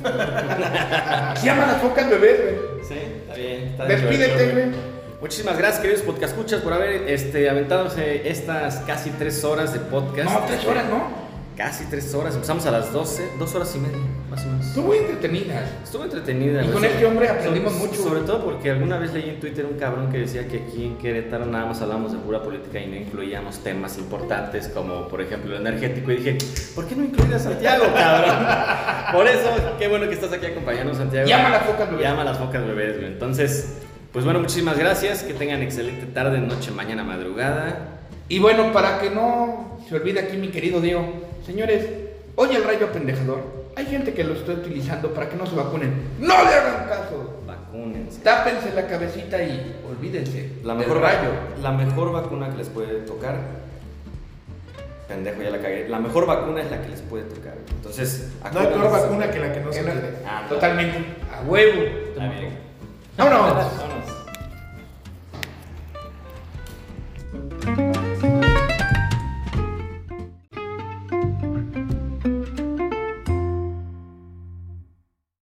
Sí, ama a las focas bebés, güey. Sí, está bien. Está dentro del Despídete, club, güey. Muchísimas gracias, queridos podcascuchas, por haber este, aventadose estas casi tres horas de podcast. No, tres horas, ¿no? Casi tres horas. Empezamos a las doce, dos horas y media, más o menos. Estuvo muy entretenida. Estuvo entretenida. Y güey. con Sobre- este hombre aprendimos sobre- mucho. Sobre todo porque alguna vez leí en Twitter un cabrón que decía que aquí en Querétaro nada más hablamos de pura política y no incluíamos temas importantes como, por ejemplo, el energético. Y dije, ¿por qué no incluir a Santiago, cabrón? Por eso, qué bueno que estás aquí acompañándonos, Santiago. Y ama a las focas bebés. Y ama a las focas bebés, güey. Entonces, pues bueno, muchísimas gracias. Que tengan excelente tarde, noche, mañana, madrugada. Y bueno, para que no se olvide aquí mi querido Diego, señores, oye el rayo apendejador. Hay gente que lo está utilizando para que no se vacunen. ¡No le hagan caso! Vacúnense. Tápense la cabecita y olvídense La del mejor, rayo. la mejor vacuna que les puede tocar. Pendejo, ya la cagué. La mejor vacuna es la que les puede tocar. Entonces, No hay peor acuérdense. vacuna que la que no se Que no- quiere. Ah, no. Totalmente. A huevo. Está bien. Vámonos. Vámonos.